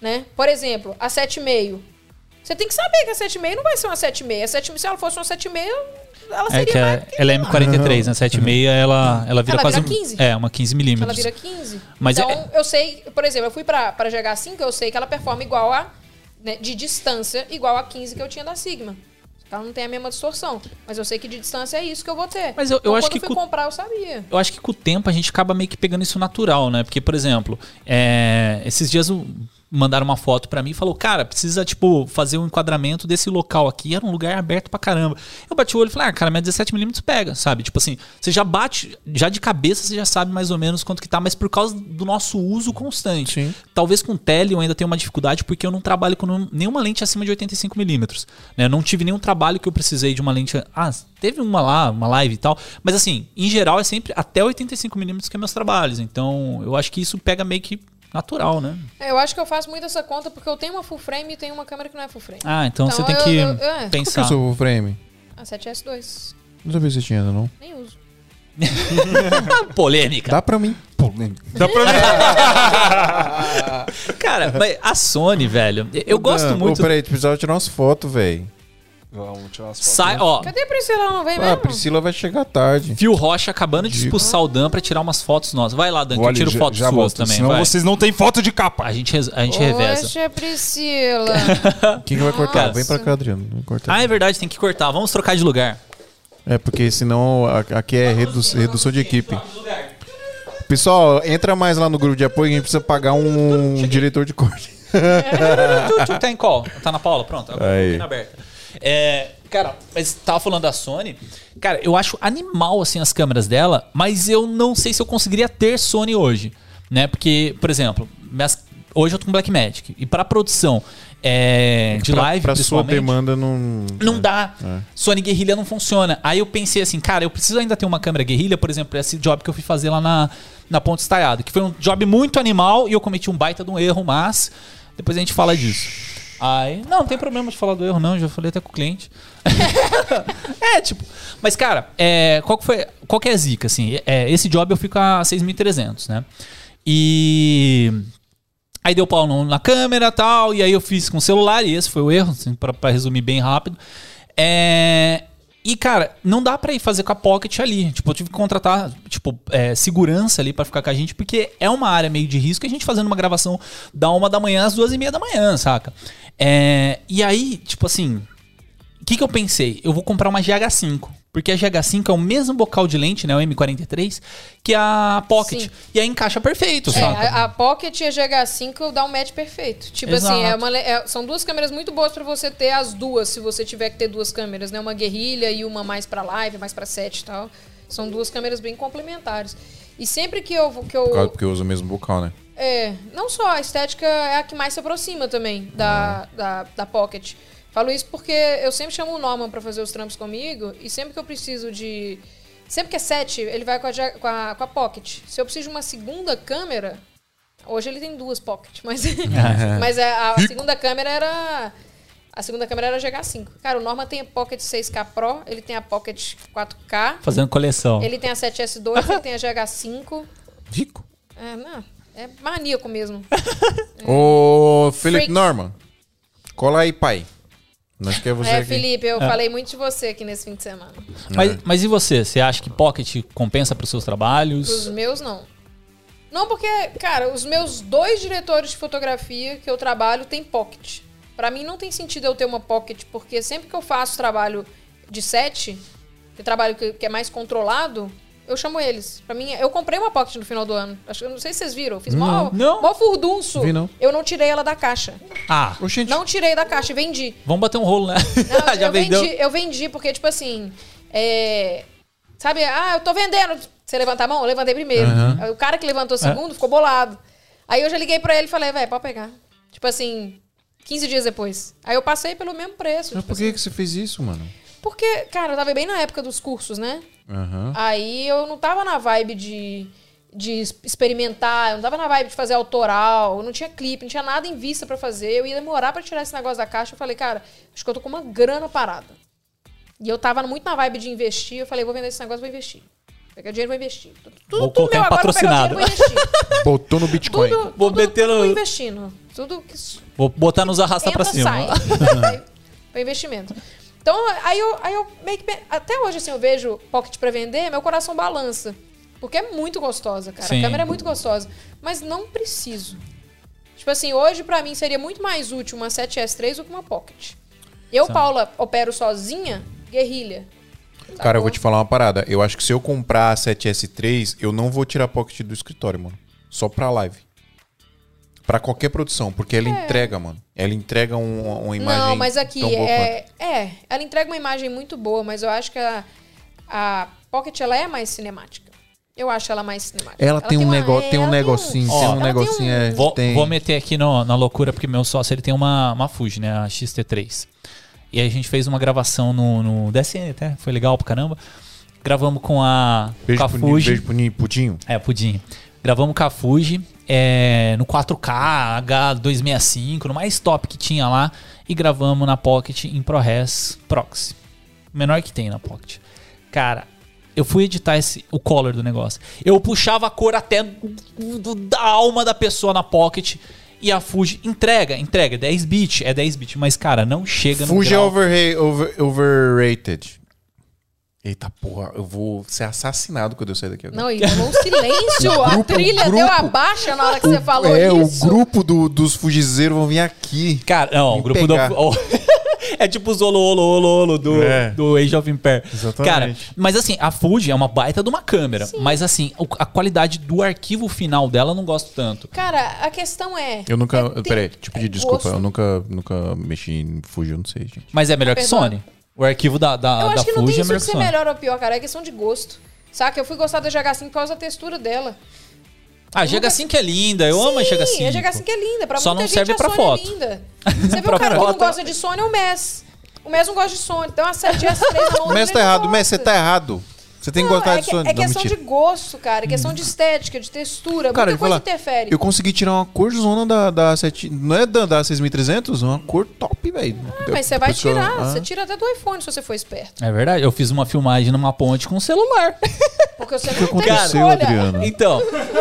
né? Por exemplo, a sete e meio. Você tem que saber que a sete e meio não vai ser uma sete e meio. A sete e meio, se ela fosse uma sete e meio, ela seria É que mais a, ela é M quarenta e três, né? sete e meio ela, ela vira Ela quase... vira quinze. É, uma quinze milímetros. Ela vira quinze. Mas então, é- eu sei, por exemplo, eu fui pra, pra G H cinco, eu sei que ela performa igual a, né, de distância, igual a quinze que eu tinha da Sigma. Ela não tem a mesma distorção. Mas eu sei que de distância é isso que eu vou ter. Mas eu- eu então, acho quando que eu fui com- comprar, eu sabia. Eu acho que com o tempo a gente acaba meio que pegando isso natural, né? Porque, por exemplo, é, esses dias o- mandaram uma foto pra mim e falou, cara, precisa, tipo, fazer um enquadramento desse local aqui. Era um lugar aberto pra caramba. Eu bati o olho e falei, ah, cara, minha dezessete milímetros pega, sabe? Tipo assim, você já bate, já de cabeça você já sabe mais ou menos quanto que tá, mas por causa do nosso uso constante. Sim. Talvez com tele eu ainda tenha uma dificuldade porque eu não trabalho com nenhuma lente acima de oitenta e cinco milímetros. Né? Eu não tive nenhum trabalho que eu precisei de uma lente... Ah, teve uma lá, uma live e tal. Mas assim, em geral é sempre até oitenta e cinco milímetros que é meus trabalhos. Então eu acho que isso pega meio que natural, né? É, eu acho que eu faço muito essa conta porque eu tenho uma full frame e tenho uma câmera que não é full frame. Ah, então, Então, você tem eu- que eu- eu- é. Qual que é pensar. o seu full frame? A sete S dois. Não sabia se você tinha ainda, não. Nem uso. Polêmica. Dá pra mim. Dá pra ver. Cara, mas a Sony, velho, eu gosto Ah, muito... Ô, peraí, tu precisava tirar umas fotos, velho. Vamos tirar as fotos. Sai, ó, Cadê a Priscila? Ela não vem Ah, a mesmo? Priscila vai chegar tarde. Fio Rocha acabando de Digo. expulsar o Dan pra tirar umas fotos nossas. Vai lá, Dan, que Vou eu ali, tiro já- fotos já suas volto, também, senão vai. vocês não têm foto de capa. A gente, res- a gente reveza. Poxa, Priscila. Quem que vai cortar? Nossa. Vem pra cá, Adriano. Vem cortar. Ah, é verdade, tem que cortar. Vamos trocar de lugar. É, porque senão a- aqui é redu- redução de equipe. Pessoal, entra mais lá no grupo de apoio que a gente precisa pagar um diretor de corte. Tu, tu tá em qual? Tá na Paula? Pronto, agora Aí. um pouquinho aberta. É, cara, mas tava falando da Sony. Cara, eu acho animal assim as câmeras dela, mas eu não sei se eu conseguiria ter Sony hoje, né? Porque, por exemplo, minhas- hoje eu tô com Blackmagic e pra produção é, de pra, live, pra sua principalmente, demanda não. não dá. Sony guerrilha não funciona. Aí eu pensei assim, cara, eu preciso ainda ter uma câmera guerrilha, por exemplo, esse job que eu fui fazer lá na, na Ponte Estaiada, que foi um job muito animal e eu cometi um baita de um erro, mas depois a gente fala disso. Aí, não, não tem problema de falar do erro, não, já falei até com o cliente. É, tipo, mas cara, é, qual que foi, qual que é a zica, assim? É, esse job eu fico a seis mil e trezentos, né? E aí deu pau no- na câmera e tal, e aí eu fiz com o celular, e esse foi o erro, assim, pra, pra resumir bem rápido. É, e, cara, não dá pra ir fazer com a Pocket ali. Tipo, eu tive que contratar, tipo, é, segurança ali pra ficar com a gente, porque é uma área meio de risco, a gente fazendo uma gravação da uma da manhã às duas e meia da manhã, saca? É, e aí, tipo assim, o que que eu pensei? Eu vou comprar uma G H cinco. Porque a G H cinco é o mesmo bocal de lente, né? O M quarenta e três, que a Pocket. Sim. E aí encaixa perfeito, É, saca? a, a Pocket e a G H cinco dá um match perfeito. Tipo Exato. assim, é uma le- é- são duas câmeras muito boas pra você ter as duas, se você tiver que ter duas câmeras, né? Uma guerrilha e uma mais pra live, mais pra set e tal. São duas câmeras bem complementares. E sempre que eu... Que eu Claro, porque usa o mesmo bocal, né? É, não só, a estética é a que mais se aproxima também da, da, da Pocket. Falo isso porque eu sempre chamo o Norman pra fazer os trampos comigo e sempre que eu preciso de... Sempre que é set, ele vai com a, Ja- com a, com a Pocket. Se eu preciso de uma segunda câmera... Hoje ele tem duas Pocket, mas, mas a, a segunda câmera era... A segunda câmera era a G H cinco. Cara, o Norman tem a Pocket seis K Pro, ele tem a Pocket quatro K, Fazendo coleção. ele tem a sete S dois, ele tem a G H cinco. Rico. É, não, é maníaco mesmo. Ô, Felipe Freak. Norman. Cola aí, pai. Nós quer você É, aqui. Felipe, eu falei muito de você aqui nesse fim de semana. Mas, mas e você? Você acha que Pocket compensa para os seus trabalhos? Os meus, não. Não, porque, cara, os meus dois diretores de fotografia que eu trabalho têm Pocket. Pra mim não tem sentido eu ter uma Pocket, porque sempre que eu faço trabalho de set, que trabalho que, que é mais controlado, eu chamo eles. Pra mim, eu comprei uma Pocket no final do ano. Acho, eu não sei se vocês viram. Eu fiz mó, Não. mó furdunço. Vi, não. Eu não tirei ela da caixa. Ah, Oxente. Não tirei da caixa e vendi. vamos bater um rolo, né? Não, Já eu, vendeu? vendi, eu vendi porque, tipo assim, é, sabe, ah, eu tô vendendo. Você levanta a mão? Eu levantei primeiro. Aí o cara que levantou segundo ficou bolado. Aí eu já liguei pra ele e falei, velho, pode pegar. Tipo assim, quinze dias depois. Aí eu passei pelo mesmo preço. Mas tipo por assim. que, que você fez isso, mano? Porque, cara, eu tava bem na época dos cursos, né? Aham. Aí eu não tava na vibe de, de experimentar, eu não tava na vibe de fazer autoral, eu não tinha clipe, não tinha nada em vista pra fazer. Eu ia demorar pra tirar esse negócio da caixa. Eu falei, cara, acho que eu tô com uma grana parada. E eu tava muito na vibe de investir. Eu falei, vou vender esse negócio, vou investir. Pegar dinheiro e vou investir. Tudo, Vou tudo colocar meu em agora eu vou pegar o patrocinado. dinheiro e vou investir. Botou no Bitcoin. Tudo, Vou tudo, meter no- tudo investindo. Tudo que Vou botar nos arrasta pra entra, cima. sai. Pra investimento. Então, aí eu, aí eu meio que... Até hoje, assim, eu vejo Pocket pra vender, meu coração balança. Porque é muito gostosa, cara. Sim. A câmera é muito gostosa. Mas não preciso. Tipo assim, hoje pra mim seria muito mais útil uma sete S três do que uma Pocket. Eu, Sim. Paula, opero sozinha, guerrilha. Cara, eu vou te falar uma parada. Eu acho que se eu comprar a sete S três, eu não vou tirar a Pocket do escritório, mano. Só pra live. Pra qualquer produção, porque ela entrega, mano. Ela entrega um, uma imagem Não, mas aqui tão boa é, é... Ela entrega uma imagem muito boa, mas eu acho que a, a Pocket, ela é mais cinemática. Eu acho ela mais cinemática. Ela, tem um uma- negócio, tem um ela negocinho, Ó, tem um ela tem negocinho, um- é, Vou, tem. vou meter aqui no- na loucura, porque meu sócio ele tem uma, uma Fuji, né? A X T três. E aí a gente fez uma gravação no, no D S N até, foi legal pra caramba. Gravamos com a, Beijo com a pro, Fuji. beijo pro Ni- Putinho. É, Pudim. Gravamos com a Fuji é, no quatro K, H duzentos e sessenta e cinco, no mais top que tinha lá. E gravamos na Pocket em ProRes Proxy. O menor que tem na Pocket. Cara, eu fui editar esse, o color do negócio. Eu puxava a cor até do- do- da alma da pessoa na Pocket. E a Fuji entrega, entrega. dez bits, é dez bits. Mas, cara, não chega no Fuji é grau. overra- over- overrated. Eita porra, eu vou ser assassinado quando eu sair daqui agora. Não, e rolou um silêncio. a grupo- trilha o deu grupo- a baixa na hora que você falou é, isso. o grupo do- dos fugizeiros vão vir aqui. Cara, não, Me o grupo do... pegar. É tipo os olo, olo, olo, olo do, É. do Age of Empires. Exatamente. Cara, mas assim, a Fuji é uma baita de uma câmera. Mas assim, o- a qualidade do arquivo final dela eu não gosto tanto. Cara, a questão é... Eu nunca. é, tem- Peraí, te pedir é desculpa. gosto. Eu nunca, nunca mexi em Fuji, eu não sei, gente. Mas é melhor que Perdão. Sony. O arquivo da, da, Eu da acho que não Fuji tem é isso melhor de que ser Sony. melhor ou pior, cara. É questão de gosto. Saca? Eu fui gostar da G H cinco por causa da textura dela. Ah, a G H cinco é linda. Eu amo a G H cinco. Sim, a G H cinco é linda. Pra Só muita não gente serve a pra Sony foto. é linda. Você vê Pra o cara que foto. não gosta de Sony é o Mess. O Mess não gosta de Sony. Então a sete S três na mão O dele, Messi tá ele errado. O gosta. Messi, você tá errado. Você tem que Não, gostar é de que- Sony. É Não, questão mentira. de gosto, cara. É questão de estética, de textura. Cara, Muita eu coisa vou falar, interfere. Eu consegui tirar uma corzona da, da sete. Não é da, da seis mil e trezentos? Uma cor top, velho. Ah, mas você vai Depois que eu- tirar. Ah. Você tira até do iPhone se você for esperto. É verdade. Eu fiz uma filmagem numa ponte com celular. Porque você não tem aconteceu, escolha. Adriano? Então.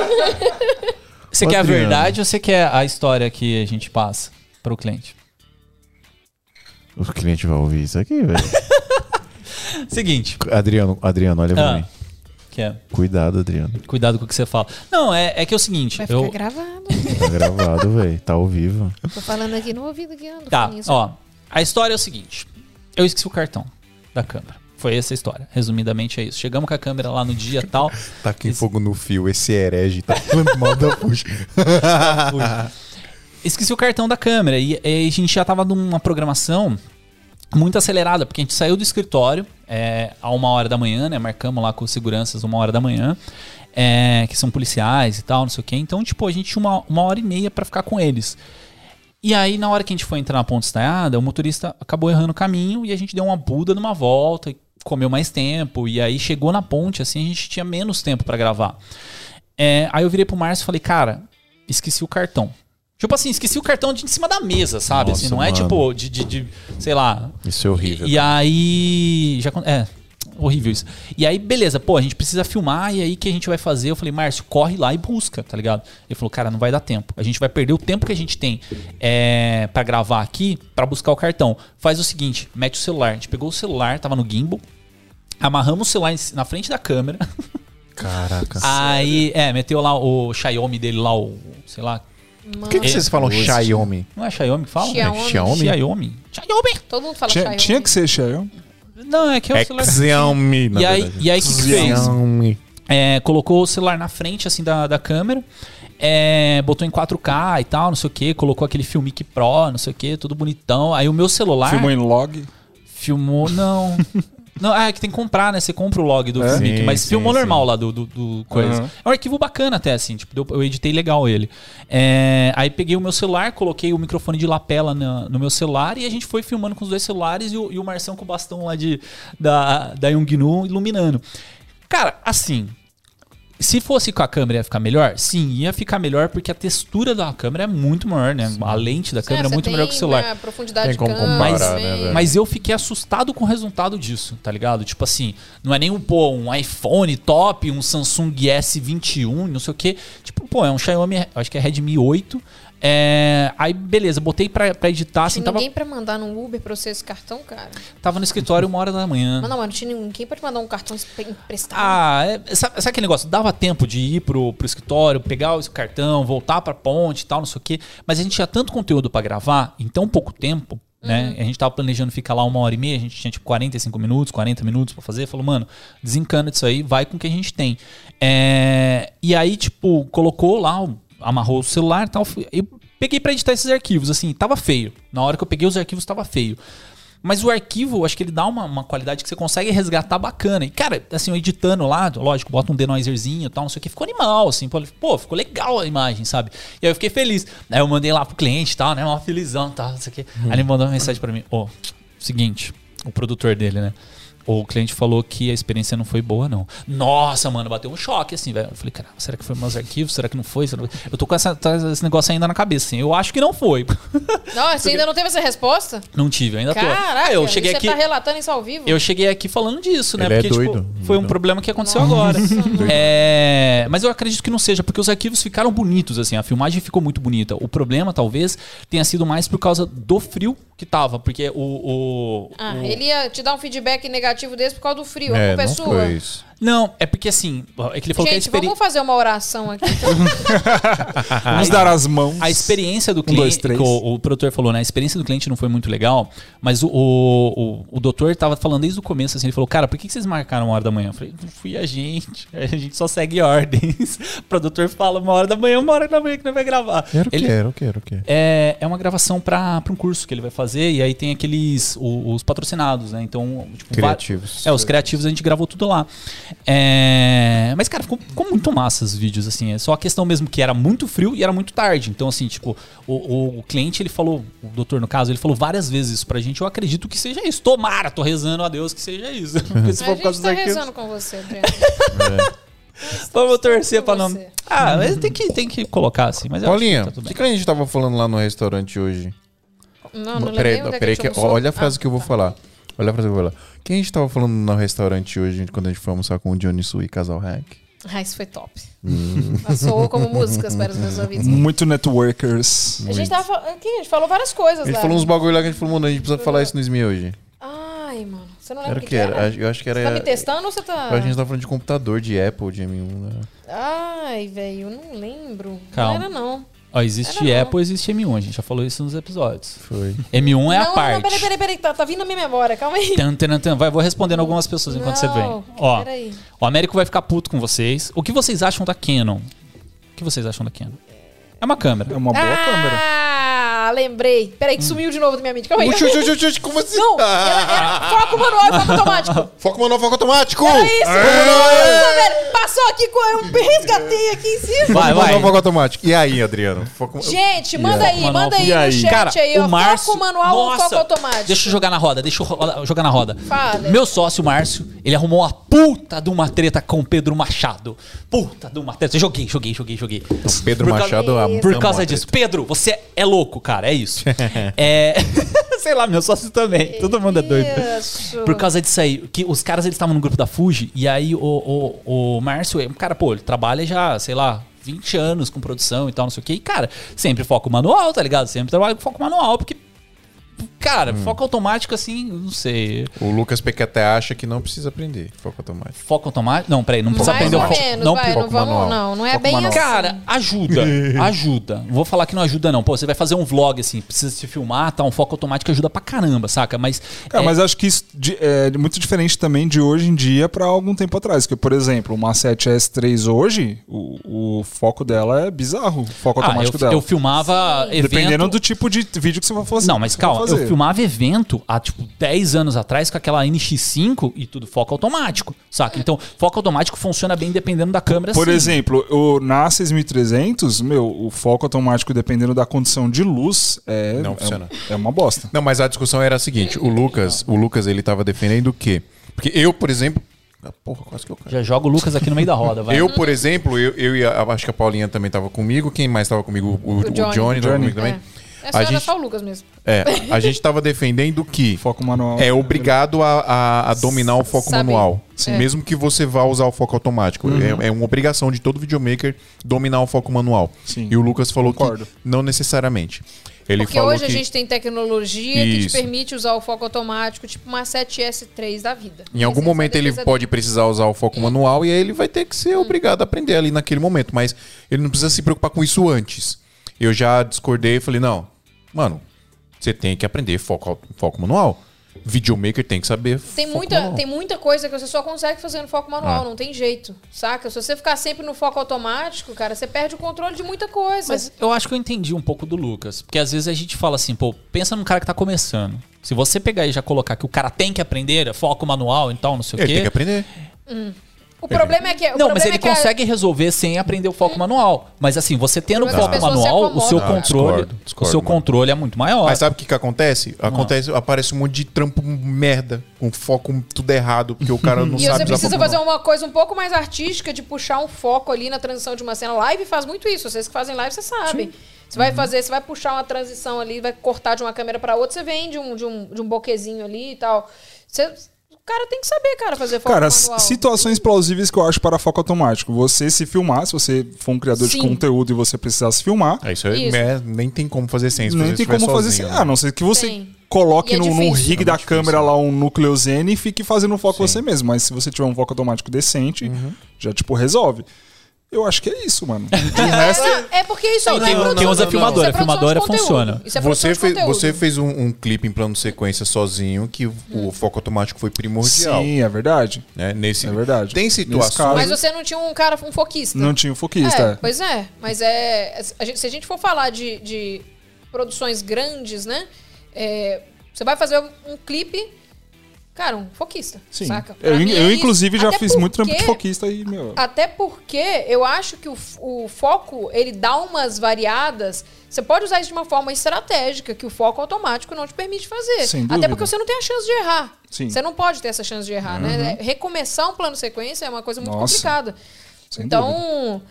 Você Ô, quer a Adriano. verdade ou você quer a história que a gente passa pro cliente? O cliente vai ouvir isso aqui, velho. Seguinte. Adriano, Adriano, olha pra Ah, mim. que é, Cuidado, Adriano. cuidado com o que você fala. Não, é, é que é o seguinte. Vai ficar eu, gravado. Tá gravado, velho. Tá ao vivo. Tô falando aqui no ouvido aqui. Ando Tá, falando isso. ó. A história é o seguinte. Eu esqueci o cartão da câmera. Foi essa a história. Resumidamente é isso. Chegamos com a câmera lá no dia e tal. Tá aqui Esse- fogo no fio. Esse herege tá falando mal da Fuji. Esqueci o cartão da câmera. E, e a gente já tava numa programação muito acelerada, porque a gente saiu do escritório é, a uma hora da manhã, né? Marcamos lá com os seguranças uma hora da manhã, é, que são policiais e tal, não sei o quê. Então, tipo, a gente tinha uma, uma hora e meia pra ficar com eles. E aí, na hora que a gente foi entrar na Ponte Estaiada, o motorista acabou errando o caminho e a gente deu uma buda numa volta, e comeu mais tempo. E aí chegou na ponte, assim, a gente tinha menos tempo pra gravar. É, aí eu virei pro Márcio e falei, cara, esqueci o cartão. Tipo assim, esqueci o cartão de em cima da mesa, sabe? Nossa, assim, não é mano. tipo de, de, de, sei lá. Isso é horrível. E aí. Já, acon- é, horrível isso. E aí, beleza, pô, a gente precisa filmar, e aí o que a gente vai fazer? Eu falei, Márcio, corre lá e busca, tá ligado? Ele falou, cara, não vai dar tempo. A gente vai perder o tempo que a gente tem é, pra gravar aqui, pra buscar o cartão. Faz o seguinte, mete o celular. A gente pegou o celular, tava no gimbal, amarramos o celular em- na frente da câmera. Caraca. Aí, é, meteu lá o Xiaomi dele lá, o, sei lá. Por que, que vocês falam Doze. Xiaomi? Não é Xiaomi que fala? Xiaomi. É Xiaomi? Xiaomi. Xiaomi. Todo mundo fala Tinha, Xiaomi. tinha que ser Xiaomi. Não, é que é o celular. Xiaomi, na E aí, verdade. e aí o que, que fez? Xiaomi. É, colocou o celular na frente assim da, da câmera, é, botou em quatro K e tal, não sei o que, colocou aquele Filmic Pro, não sei o que, tudo bonitão. Aí o meu celular Filmou em log. filmou, não. Não, é que tem que comprar, né? Você compra o log do É? Filmic, Sim, mas sim, filmou sim. normal lá do, do, do coisa. Uhum. É um arquivo bacana até, assim, tipo, deu- eu editei legal ele. É, aí peguei o meu celular, coloquei o microfone de lapela na- no meu celular e a gente foi filmando com os dois celulares e o, e o Marção com o bastão lá de, da, da Yongnu iluminando. Cara, assim, Se fosse com a câmera ia ficar melhor? Sim, ia ficar melhor porque a textura da câmera é muito maior, né? A lente da câmera é muito melhor que o celular. A profundidade Tem como de câmera, comparar, também. né, velho? Mas eu fiquei assustado com o resultado disso, tá ligado? Tipo assim, não é nem um, pô, um iPhone top, um Samsung S vinte e um, não sei o quê. Tipo, pô, é um Xiaomi, acho que é Redmi oito. É, aí, beleza, botei pra, pra editar, assim, Tinha tava, ninguém pra mandar num Uber pra você esse cartão, cara? tava no escritório uma hora da manhã. Mas não, mas não tinha ninguém pra te mandar um cartão emprestado. Ah, é, sabe, sabe aquele negócio? Dava tempo de ir pro, pro escritório, pegar o cartão, voltar pra ponte e tal, não sei o quê. Mas a gente tinha tanto conteúdo pra gravar em tão pouco tempo, né? A gente tava planejando ficar lá uma hora e meia, a gente tinha tipo quarenta e cinco minutos, quarenta minutos pra fazer. Falou, mano, desencana disso aí, vai com o que a gente tem. É, e aí, tipo, colocou lá, amarrou o celular e tal. E peguei pra editar esses arquivos, assim, tava feio. Na hora que eu peguei os arquivos, tava feio. Mas o arquivo, acho que ele dá uma, uma qualidade que você consegue resgatar bacana. E, cara, assim, eu editando lá, lógico, bota um denoiserzinho e tal, não sei o que, ficou animal, assim. Pô, ficou legal a imagem, sabe? E aí eu fiquei feliz. Aí eu mandei lá pro cliente e tal, né? Uma felizão e tal, não sei o que. Hum. Aí ele mandou uma mensagem pra mim. Ó, oh, seguinte, o produtor dele, né? O cliente falou que a experiência não foi boa, não. Nossa, mano, bateu um choque, assim, velho. Eu falei, cara, será que foi meus arquivos? Será que não foi? Eu tô com essa, esse negócio ainda na cabeça, assim. Eu acho que não foi. Não, você ainda não teve essa resposta? Não tive, eu ainda tô. Caraca, ah, eu cheguei você aqui, tá relatando isso ao vivo? Eu cheguei aqui falando disso, né? Ele Porque, é doido. tipo, foi um problema que aconteceu Nossa, agora. É... Mas eu acredito que não seja, porque os arquivos ficaram bonitos, assim. A filmagem ficou muito bonita. O problema, talvez, tenha sido mais por causa do frio que tava. Porque o... o ah, o... ele ia te dar um feedback negativo desse por causa do frio. É, A culpa é não sua. foi isso. Não, é porque assim, é que ele falou Gente, que a experiência... vamos fazer uma oração aqui. Então. Vamos dar as mãos. A experiência do Um, dois, cliente, três. que o, o produtor falou, né? A experiência do cliente não foi muito legal, mas o, o, o, o doutor tava falando desde o começo, assim, ele falou, cara, por que que vocês marcaram uma hora da manhã? Eu falei, não fui a gente, a gente só segue ordens. O produtor fala uma hora da manhã, uma hora da manhã que não vai gravar. Era o Ele- que, era o que, era o que. É, é uma gravação para um curso que ele vai fazer, e aí tem aqueles, o- os patrocinados, né? Então, tipo, Criativos. va- É, os criativos a gente gravou tudo lá. É, mas, cara, ficou, ficou muito massa os vídeos, assim. É só a questão mesmo que era muito frio e era muito tarde. Então, assim, tipo, o, o- o cliente, ele falou, o doutor, no caso, ele falou várias vezes isso pra gente. Eu acredito que seja isso. Tomara, tô rezando a Deus que seja isso. Porque se A for por causa gente dos tá arquivos, rezando com você, Adriano. vamos torcer pra com não... você. Ah, mas tem que, tem que colocar, assim. Mas eu acho Paulinha, que tá o tudo que, bem. que a gente tava falando lá no restaurante hoje? Não, não peraí, lembrei não, onde é que peraí a gente que, almoçou. olha a frase Ah, que eu vou tá. falar. Olha a frase que eu vou falar. O que a gente tava falando no restaurante hoje, quando a gente foi almoçar com o Johnny Sui e Casal Hack? Ah, isso foi top. Hum. Soou como músicas para os meus ouvidos. Muito networkers. A gente tava falando. Aqui, a gente falou várias coisas A gente lá. falou uns bagulho lá que a gente falou, mano, a gente precisa falar isso no S M E hoje. Ai, mano. Você não lembra Era o o que, que era? Eu acho que era... Você tá me testando ou você tá. A gente tava falando de computador, de Apple, de M um, né? Ai, velho, eu não lembro. Calma. Não era, não. Ó, existe Era não. Apple, existe M um. A gente já falou isso nos episódios. Foi. M um é não, a parte. Não, peraí, peraí, peraí. Tá, tá vindo na minha memória. Calma aí. Tan, tan, tan. Vai, vou respondendo algumas pessoas enquanto você vem. Não, Ó, peraí. o Américo vai ficar puto com vocês. O que vocês acham da Canon? O que vocês acham da Canon? É uma câmera. É uma boa câmera. Ah, lembrei. Peraí, que sumiu de novo da minha mente. Calma aí. Oxi, oxi, oxi, oxi, como assim? Não, era, era foco manual e foco automático. Foco manual, foco automático! Era isso. Nossa, velho. Passou aqui, com eu resgatei aqui em cima. Foco Vai, vai. manual, foco automático. E aí, Adriano? Foco... Gente, manda aí, manual, manda aí e no aí? chat Cara, aí, ó. o Márcio... Foco manual ou Nossa, foco automático? Deixa eu jogar na roda, deixa eu ro- jogar na roda. Fala. Meu sócio, Márcio, ele arrumou uma puta de uma treta com o Pedro Machado. Puta de uma treta. Joguei, joguei, joguei, joguei. O Pedro Por causa- Machado... ama Por a causa treta. disso. Pedro, você é louco, cara, é isso. é... Sei lá, meu sócio também. Todo mundo é doido. Isso. Por causa disso aí, que os caras eles estavam no grupo da Fuji e aí o, o, o Márcio, é um cara, pô, ele trabalha já, sei lá, vinte anos com produção e tal, não sei o que. E, cara, sempre foco manual, tá ligado? Sempre trabalho com foco manual, porque, cara, foco automático assim, não sei. O Lucas Pequete acha que não precisa aprender foco automático. Foco automático? Não, peraí, não precisa Mais aprender ou o foco. menos, não, vai, pre- não foco vamos, manual. não, não é Foco bem manual. assim. Cara, ajuda, ajuda. Não vou falar que não ajuda, não. Pô, você vai fazer um vlog assim, precisa se filmar, tá? Um foco automático ajuda pra caramba, saca? Mas. Cara, é, mas acho que isso de- é muito diferente também de hoje em dia pra algum tempo atrás. Porque, por exemplo, uma sete S três hoje, o, o foco dela é bizarro. O foco ah, eu, automático dela. eu filmava evento. Dependendo do tipo de vídeo que você vai fazer. Não, mas você vai calma, fazer. eu filmava evento há tipo dez anos atrás com aquela N X cinco e tudo foco automático, saca? Então, foco automático funciona bem dependendo da câmera. Por sim. exemplo, o, na seis mil e trezentos, meu, o foco automático, dependendo da condição de luz, é, Não é, funciona. é uma bosta. Não, mas a discussão era a seguinte. O Lucas, o Lucas ele tava defendendo o quê? Porque eu, por exemplo, Porra, quase que eu caio. Já joga o Lucas aqui no meio da roda, vai. Eu, por exemplo, eu, eu e a, acho que a Paulinha também tava comigo. Quem mais tava comigo? O, o, o Johnny, Johnny. tava comigo também. É, é só, A era gente- só o Lucas mesmo. É, a gente tava defendendo que Foco manual. é obrigado a, a- a dominar o foco Sabe. manual. Sim. Mesmo que você vá usar o foco automático. É, é uma obrigação de todo videomaker dominar o foco manual. Sim. E o Lucas falou Concordo. que não necessariamente. Ele Porque falou hoje que a gente tem tecnologia que te Isso. permite usar o foco automático, tipo uma sete S três da vida. em algum Essa é a momento ele defesa pode dele. precisar usar o foco manual e aí ele vai ter que ser obrigado a aprender ali naquele momento. Mas ele não precisa se preocupar com isso antes. Eu já discordei e falei, não, mano, você tem que aprender foco, au- foco manual. Videomaker tem que saber Tem foco muita, manual. tem muita coisa que você só consegue fazer no foco manual, Ah. não tem jeito, saca? Se você ficar sempre no foco automático, cara, você perde o controle de muita coisa. Mas eu acho que eu entendi um pouco do Lucas. Porque às vezes a gente fala assim, pô, pensa num cara que tá começando. Se você pegar e já colocar que o cara tem que aprender, é foco manual e tal, não sei o Ele quê. tem que aprender. O problema é que... o Não, mas problema ele é que a- consegue resolver sem aprender o foco manual. Mas assim, você tendo o problema é foco que as pessoas se manual, o acomodam, seu cara. controle, Discordo, discordo, o seu mano. controle é muito maior. Mas sabe o que, que acontece? Acontece, aparece um monte de trampo merda, com foco tudo errado, porque o cara não E sabe você usar precisa foco fazer manual. uma coisa um pouco mais artística de puxar um foco ali na transição de uma cena. Live faz muito isso. Vocês que fazem live, vocês sabem. Você vai fazer, você vai puxar uma transição ali, vai cortar de uma câmera pra outra, você vem de um, de um, de um boquezinho ali e tal. Você, o cara tem que saber, cara, fazer foco Cara, manual. situações plausíveis que eu acho para foco automático. Você se filmar, se você for um criador Sim. de conteúdo e você precisar se filmar, É, isso, aí Isso. é- nem tem como fazer sem. se nem você tem estiver como fazer sozinho, assim. né? A não ser que você Tem. coloque E é no, num difícil. rig É da muito câmera difícil. lá um núcleo Zen e fique fazendo foco Sim. você mesmo. Mas se você tiver um foco automático decente, Uhum. já, tipo, resolve. Eu acho que é isso, mano. De resto, É, é porque isso é Não, tem- produção- quem usa isso é filmadora, produção de filmadora conteúdo. funciona. Isso é Você produção de fez, conteúdo. você fez um, um clipe em plano sequência sozinho que o, o foco automático foi primordial. sim, é verdade. Né? Nesse, É verdade. Tem Nesse situações. caso- Mas você não tinha um cara, um foquista. Não tinha o foquista. É, é. pois é, mas é. a gente- se a gente for falar de, de produções grandes, né? é, você vai fazer um clipe, cara, um foquista. Sim. Saca? Pra Eu, mim é eu isso. inclusive, já Até fiz muito trampo de porque- foquista e, meu. Até porque eu acho que o, f- o foco, ele dá umas variadas. Você pode usar isso de uma forma estratégica, que o foco automático não te permite fazer. Sem Até dúvida. porque você não tem a chance de errar. Sim. Você não pode ter essa chance de errar, né? Recomeçar um plano sequência é uma coisa muito Nossa. complicada. Sem Então,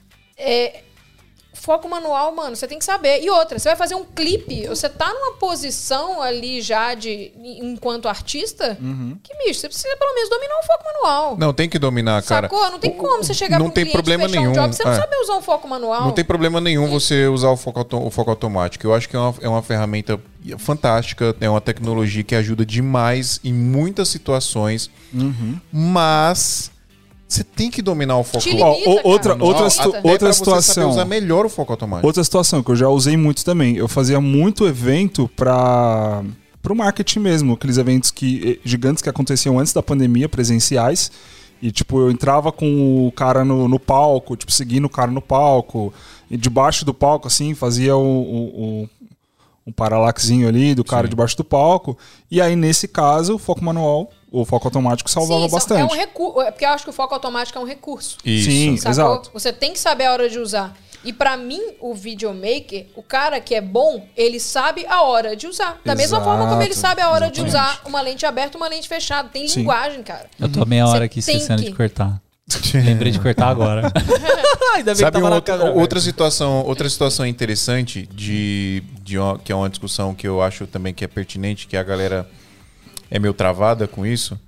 é, foco manual, mano, você tem que saber. E outra, você vai fazer um clipe, você tá numa posição ali já de enquanto artista, Uhum. que, bicho, você precisa pelo menos dominar o foco manual. Não, tem que dominar, cara. Sacou? Não tem como você chegar Não pra um tem cliente, problema fechar nenhum, um job, você não é. sabe usar um foco manual. Não tem problema nenhum você usar o foco, auto- o foco automático. Eu acho que é uma, é uma ferramenta fantástica, é uma tecnologia que ajuda demais em muitas situações, Uhum. mas você tem que dominar o foco Te automático. limita, Ó, o- outra- cara, outra te situ- limita. Até outra pra você saber situação. usar melhor o foco automático. Outra situação que eu já usei muito também. Eu fazia muito evento para o marketing mesmo. Aqueles eventos que, eh, gigantes que aconteciam antes da pandemia, presenciais. E, tipo, eu entrava com o cara no, no palco, tipo, seguindo o cara no palco. E debaixo do palco, assim, fazia o, o, o- um paralaxinho ali do cara Sim. debaixo do palco. E aí, nesse caso, o foco manual, o foco automático salvava Sim, são- bastante. É um recurso, porque eu acho que o foco automático é um recurso. Isso. Sim. Sacou? Exato. Você tem que saber a hora de usar. E pra mim, o videomaker, o cara que é bom, ele sabe a hora de usar. Da mesma Exato, forma como ele sabe a hora de exatamente. usar uma lente aberta e uma lente fechada. Tem Sim. linguagem, cara. Eu tô meia hora Você aqui tem esquecendo que- de cortar. Lembrei de cortar agora. Ainda bem Sabe que tava um na outro- câmera, outra situação, outra situação interessante de, de uma- que é uma discussão que eu acho também que é pertinente, que a galera é meio travada com isso.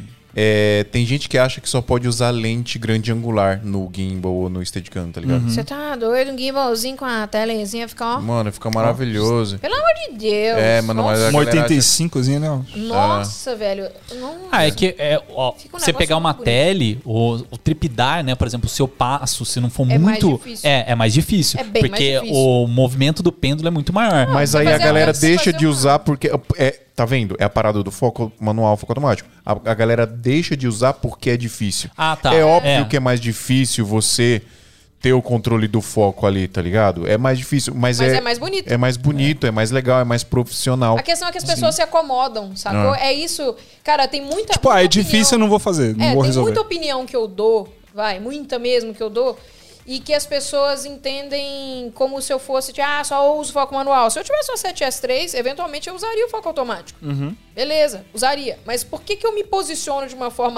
É, tem gente que acha que só pode usar lente grande angular no gimbal ou no Steadicam, tá ligado? Você tá doido? Um gimbalzinho com a telezinha fica, ó. Mano, fica maravilhoso. Pelo amor de Deus. É, mano, mas Nossa, a Uma galera oitenta e acha- cincozinha, né? Nossa, velho. Não- Ah, é que é, ó, Fica um você negócio pegar uma muito bonito. tele, o, o tripidar, né? Por exemplo, o seu passo, se não for É mais muito. difícil. É, é mais difícil. É bem mais porque difícil. o movimento do pêndulo é muito maior. Mas você aí a fazer- galera você deixa fazer de uma- usar porque. É, tá vendo? É a parada do foco manual, foco automático. A, a galera deixa de usar porque é difícil. Ah, tá. É óbvio É. que é mais difícil você ter o controle do foco ali, tá ligado? É mais difícil, mas, Mas é, é mais bonito. É mais bonito, é, mais legal, é mais profissional. A questão é que as pessoas se acomodam, sacou? Ah. É isso. Cara, tem muita. Tipo, ah, muita é difícil, eu não vou fazer, não É, vou tem resolver. muita opinião que eu dou, vai, muita mesmo que eu dou, e que as pessoas entendem como se eu fosse, de, ah, só uso foco manual. Se eu tivesse uma sete S três, eventualmente eu usaria o foco automático. Uhum. Beleza, usaria. Mas por que, que eu me posiciono de uma forma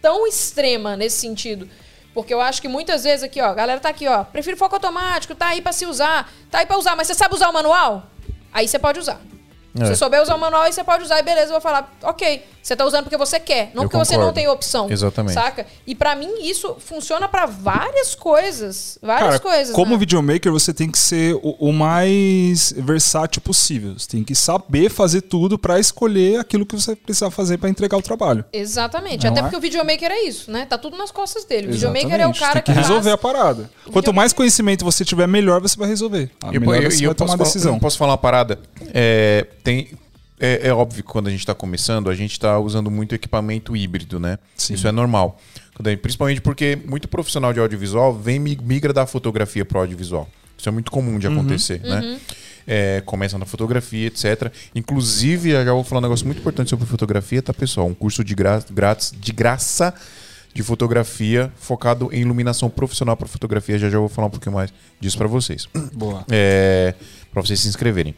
tão extrema nesse sentido. Porque eu acho que muitas vezes aqui, ó, a galera tá aqui, ó, prefiro foco automático, tá aí pra se usar, tá aí pra usar, mas você sabe usar o manual? Aí você pode usar. É. Se você souber usar o manual, aí você pode usar e beleza, eu vou falar, ok, você tá usando porque você quer, não Eu porque você concordo. não tem opção. Exatamente. Saca? E pra mim isso funciona pra várias coisas, várias Cara, coisas. como né? videomaker, você tem que ser o, o mais versátil possível. Você tem que saber fazer tudo pra escolher aquilo que você precisa fazer pra entregar o trabalho. Exatamente, Não até é? porque o videomaker é isso, né? Tá tudo nas costas dele. O videomaker é o Exatamente. cara tem que, que resolver faz... a parada. Quanto mais conhecimento você tiver, melhor você vai resolver. A E melhor eu, você eu vai tomar posso a falar, decisão. eu posso falar uma parada? É, tem, é, é óbvio que quando a gente está começando, a gente está usando muito equipamento híbrido, né? Sim. Isso é normal. Quando a gente- principalmente porque muito profissional de audiovisual vem mi- migra da fotografia para o audiovisual. Isso é muito comum de acontecer, né? É, começa na fotografia, etcétera. Inclusive, eu já vou falar um negócio muito importante sobre fotografia, tá, pessoal? Um curso de gra grátis, de graça de fotografia focado em iluminação profissional para fotografia. Já já vou falar um pouquinho mais disso para vocês. Boa. É, para vocês se inscreverem.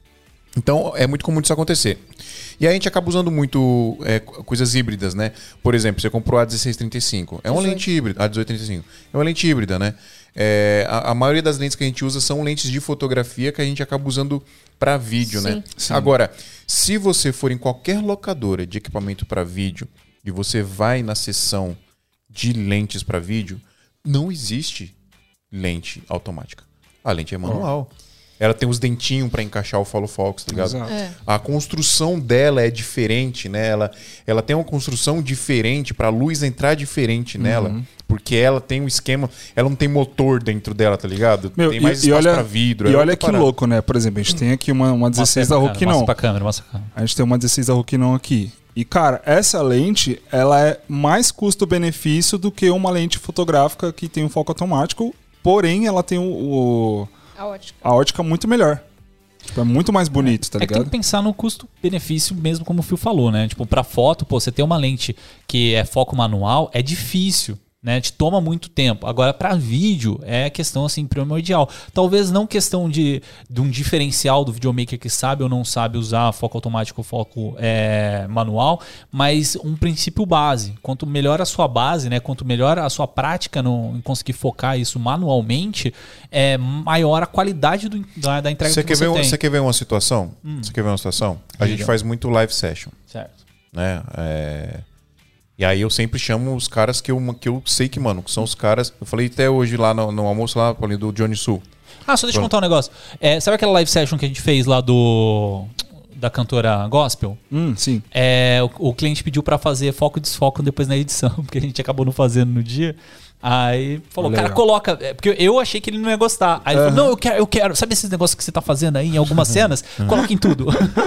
Então, é muito comum isso acontecer. E aí a gente acaba usando muito é, co- coisas híbridas, né? Por exemplo, você comprou a dezesseis trinta e cinco. É uma dezoito. lente híbrida. A dezoito trinta e cinco. É uma lente híbrida, né? É, a, a maioria das lentes que a gente usa são lentes de fotografia que a gente acaba usando para vídeo, Sim. né? Sim. Agora, se você for em qualquer locadora de equipamento para vídeo e você vai na seção de lentes para vídeo, não existe lente automática. A lente é manual. Ela tem os dentinhos para encaixar o follow focus, tá ligado? Exato. É. A construção dela é diferente, né? Ela, ela tem uma construção diferente para a luz entrar diferente nela, porque ela tem um esquema, ela não tem motor dentro dela, tá ligado? Meu, tem mais e, e espaço olha, para vidro. E é olha outra que parada. louco, né? Por exemplo, a gente tem aqui uma, uma dezesseis da Mostra aí pra câmera, Rokinon. Mostra pra câmera, mostra pra câmera. A gente tem uma dezesseis da Rokinon aqui. E, cara, essa lente, ela é mais custo-benefício do que uma lente fotográfica que tem um foco automático, porém ela tem o, o- A ótica. a ótica muito melhor. Tipo, é muito mais bonito, tá É que tem ligado? que pensar no custo-benefício mesmo, como o Fio falou, né? Tipo, pra foto, pô, você ter uma lente que é foco manual é difícil, né? Te toma muito tempo. Agora, pra vídeo, é questão, assim, primordial. Talvez não questão de, de um diferencial do videomaker que sabe ou não sabe usar foco automático ou foco é, manual, mas um princípio base. Quanto melhor a sua base, né? Quanto melhor a sua prática no, em conseguir focar isso manualmente, é maior a qualidade do, da, da entrega Você que quer, você ver, um- tem. você quer ver uma situação? Você quer ver uma situação? A gente Diga. faz muito live session, Certo. né? É, E aí eu sempre chamo os caras que eu, que eu sei que, mano, que são os caras... Eu falei até hoje lá no, no almoço lá, falei do Johnny Sul. Ah, só deixa eu Pronto. contar um negócio. É, sabe aquela live session que a gente fez lá do da cantora gospel? Hum, sim. É, o, o cliente pediu pra fazer foco e desfoco depois na edição, porque a gente acabou não fazendo no dia. Aí falou, Legal. cara, coloca. é, Porque eu achei que ele não ia gostar. Aí ele falou, não, eu quero, eu quero. Sabe esses negócios que você tá fazendo aí em algumas cenas? Coloca em tudo.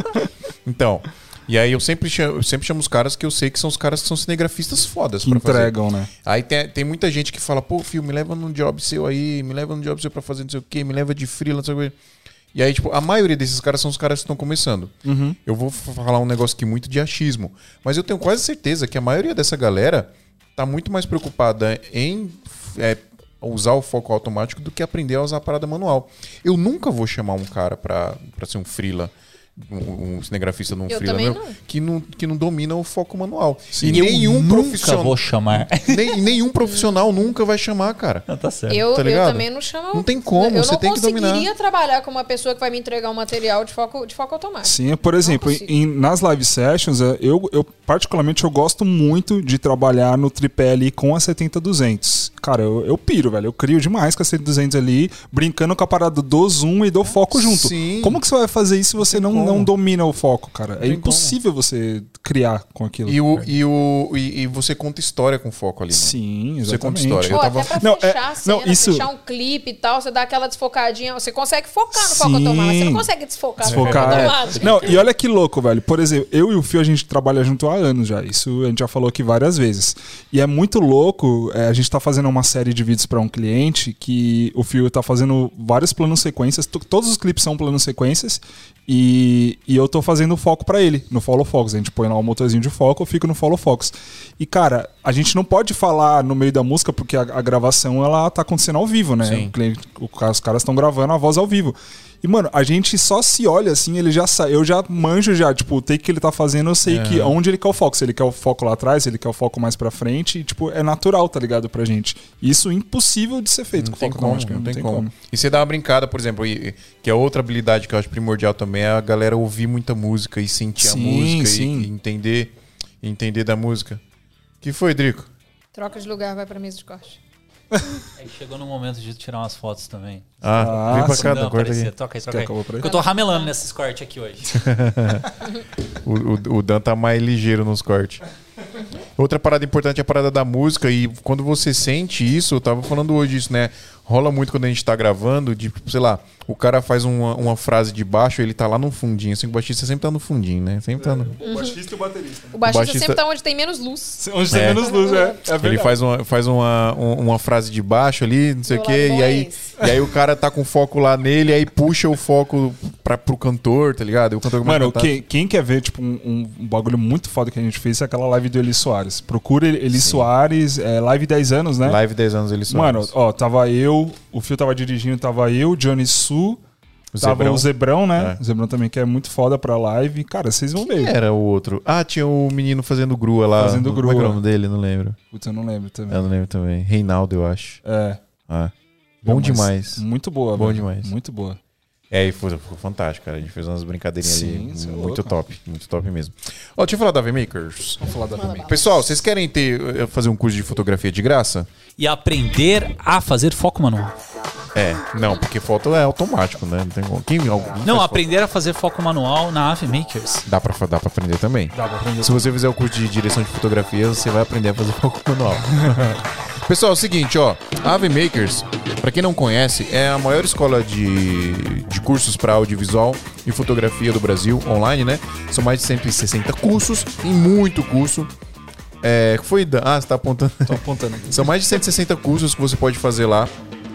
Então, e aí eu sempre chamo, eu sempre chamo os caras que eu sei que são os caras que são cinegrafistas fodas Que pra fazer. entregam, né? Aí tem, tem muita gente que fala, pô, filho, me leva num job seu aí, me leva num job seu pra fazer não sei o quê, me leva de freela, não sei o quê. E aí, tipo, a maioria desses caras são os caras que estão começando. Uhum. Eu vou falar um negócio aqui muito de achismo, mas eu tenho quase certeza que a maioria dessa galera tá muito mais preocupada em é, usar o foco automático do que aprender a usar a parada manual. Eu nunca vou chamar um cara pra, pra ser um freela, um, um cinegrafista num Eu freela também meu, não. que não, que não domina o foco manual. E E eu nenhum nunca profissional... vou chamar. Nem, nenhum profissional nunca vai chamar, cara. Não, tá certo. Eu, Tá eu ligado? também não chamo. Não tem como, eu você não tem que dominar. conseguiria trabalhar com uma pessoa que vai me entregar um material de foco, de foco automático. Sim, por exemplo, consigo. em- nas live sessions, é, eu, eu particularmente eu gosto muito de trabalhar no tripé ali com a setenta duzentos. Cara, eu, eu piro, velho. Eu crio demais com a setenta duzentos ali, brincando com a parada do zoom e do foco junto. Sim. Como que você vai fazer isso se você não, como. não domina o foco, cara? É tem impossível você criar com aquilo. E, o, e, o, e, e você conta história com foco ali, mano. Sim, Você conta exatamente. história. Eu Pô, tava- até pra Não, é- fechar a cena, não, isso- fechar um clipe e tal, você dá aquela desfocadinha, você consegue focar no foco Sim. automático, mas você não consegue desfocar, Desfocar, no foco é. automático. Não, e olha que louco, velho. Por exemplo, eu e o Fio, a gente trabalha junto há anos já. Isso a gente já falou aqui várias vezes. E é muito louco, é, a gente tá fazendo uma série de vídeos para um cliente que o Fio tá fazendo vários planos sequências. to- Todos os clipes são planos sequências. E, e eu tô fazendo foco para ele, no Follow Focus. A gente põe lá um motorzinho de foco, eu fico no Follow Focus. E, cara, a gente não pode falar no meio da música porque a, a gravação ela tá acontecendo ao vivo, né? Sim. O cliente, o, ca- os caras estão gravando a voz ao vivo. E, mano, a gente só se olha assim, ele já sai. Eu já manjo já, tipo, o take que ele tá fazendo, eu sei É. que onde ele quer o foco. Se ele quer o foco lá atrás, se ele quer o foco mais pra frente. E, tipo, é natural, tá ligado, pra gente. Isso é impossível de ser feito Não com tem foco como, automático. não tem como. E você dá uma brincada, por exemplo, e- que é outra habilidade que eu acho primordial também, é a galera ouvir muita música e sentir Sim, a música sim. E, e entender, e entender da música. Que foi, Drico? Troca de lugar, vai pra mesa de corte. Aí chegou no momento de tirar umas fotos também. Ah, Ah, vem pra sim, cá, Não, corta aparecer. aqui. Toca aí, Quer toca aí. que eu vou pra aí? Porque eu tô ramelando nesses cortes aqui hoje. O, o, o Dan tá mais ligeiro nos cortes. Outra parada importante é a parada da música. E quando você sente isso, eu tava falando hoje isso, né? Rola muito quando a gente tá gravando, de, sei lá, o cara faz uma, uma frase de baixo, ele tá lá no fundinho. Assim, o baixista sempre tá no fundinho, né? Sempre tá no... O baixista e o baterista. O baixista, baixista- sempre tá onde tem menos luz. Onde tem É. menos luz, é. É verdade. Ele faz, uma, faz uma, um- uma frase de baixo ali, não sei o Meu quê, lado e aí, dois. e aí o cara tá com foco lá nele, aí puxa o foco pra, pro cantor, tá ligado? E o cantor começa a Mano, cantar. quem, quem quer ver, tipo, um, um- um bagulho muito foda que a gente fez é aquela live do Eli Soares. Procura Eli Soares, é, live dez anos, né? Live dez anos ele só. Mano, ó, tava eu, o Fio tava dirigindo, tava eu, Johnny Su, O tava Zebrão. o Zebrão, né? É. O Zebrão também que é muito foda pra live. Cara, vocês vão ver. Era o outro. Ah, tinha o menino fazendo grua lá. Fazendo Como é que é o grua. nome dele? Não lembro. Putz, eu não lembro também. Eu não lembro também. Reinaldo, eu acho. É. Ah. Bom Mas demais. Muito boa, Bom velho. demais. Muito boa. É, e foi, ficou fantástico, cara. A gente fez umas brincadeirinhas Sim, ali. cê é Muito louco. top. Muito top mesmo. Ó, deixa eu falar da V-Makers. Vamos falar da Manda Vimeo. bala. Pessoal, vocês querem ter, eh, fazer um curso de fotografia de graça? E aprender a fazer foco manual. É, não, porque foto é automático, né? Não tem como. Quem, alguém faz Não, foto? aprender a fazer foco manual na Ave Makers. Dá pra, dá pra aprender também. Dá pra aprender. Se você fizer o curso de direção de fotografia, você vai aprender a fazer foco manual. Pessoal, é o seguinte, ó. A Ave Makers, pra quem não conhece, é a maior escola de, de cursos para audiovisual e fotografia do Brasil, online, né? São mais de cento e sessenta cursos, tem muito curso. É, foi... da- Ah, você tá apontando... Tô apontando aqui. São mais de cento e sessenta cursos que você pode fazer lá.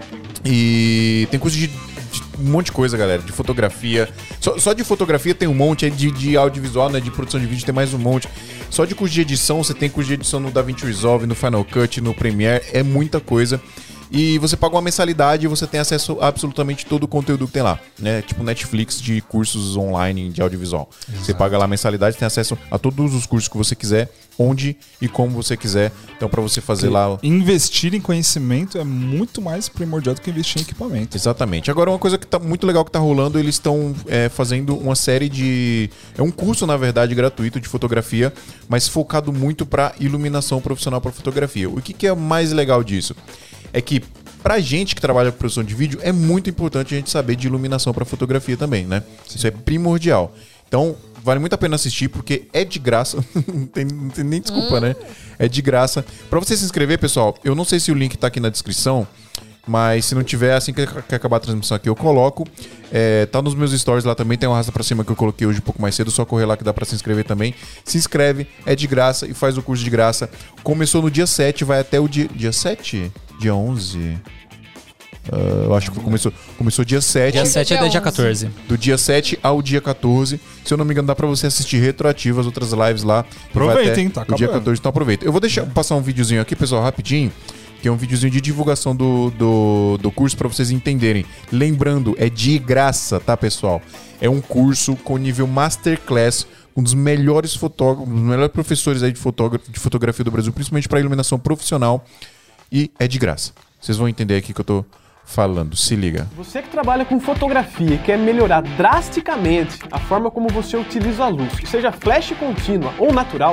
E tem curso de, de um monte de coisa, galera. De fotografia. Só, só de fotografia tem um monte. Aí de, de audiovisual, né? De produção de vídeo tem mais um monte. Só de curso de edição, você tem curso de edição no DaVinci Resolve, no Final Cut, no Premiere. É muita coisa. E você paga uma mensalidade e você tem acesso a absolutamente todo o conteúdo que tem lá, né? Tipo Netflix de cursos online de audiovisual. Você paga lá a mensalidade, tem acesso a todos os cursos que você quiser, onde e como você quiser. Então, pra você fazer lá... Investir em conhecimento é muito mais primordial do que investir em equipamento. Exatamente. Agora, uma coisa que tá muito legal que tá rolando, eles estão é, fazendo uma série de... É um curso, na verdade, gratuito de fotografia, mas focado muito pra iluminação profissional pra fotografia. O que, que é mais legal disso? É que pra gente que trabalha com produção de vídeo, é muito importante a gente saber de iluminação pra fotografia também, né? Isso é primordial. Então, vale muito a pena assistir, porque é de graça. não, tem, não tem nem desculpa, né? É de graça. Pra você se inscrever, pessoal, eu não sei se o link tá aqui na descrição, mas se não tiver, assim que, que acabar a transmissão aqui, eu coloco. É, tá nos meus stories lá também, tem um arrasta pra cima que eu coloquei hoje um pouco mais cedo, só correr lá que dá pra se inscrever também. Se inscreve, é de graça e faz o curso de graça. Começou no dia sete, vai até o dia... Dia sete? Dia onze? Ah, eu acho que começou, começou dia sete. Dia sete é até dia onze. quatorze. Do dia sete ao dia quatorze. Se eu não me engano, dá pra você assistir retroativo as outras lives lá. que vai Aproveita, até hein? Tá o dia acabando. quatorze, então aproveita. Eu vou deixar passar um videozinho aqui, pessoal, rapidinho. Que é um videozinho de divulgação do, do, do curso pra vocês entenderem. Lembrando, é de graça, tá, pessoal? É um curso com nível Masterclass, um dos melhores fotógrafos, um dos melhores professores aí de, fotógrafo, de fotografia do Brasil, principalmente para iluminação profissional. E é de graça. Vocês vão entender aqui que eu tô falando. Se liga. Você que trabalha com fotografia e quer melhorar drasticamente a forma como você utiliza a luz, seja flash contínua ou natural,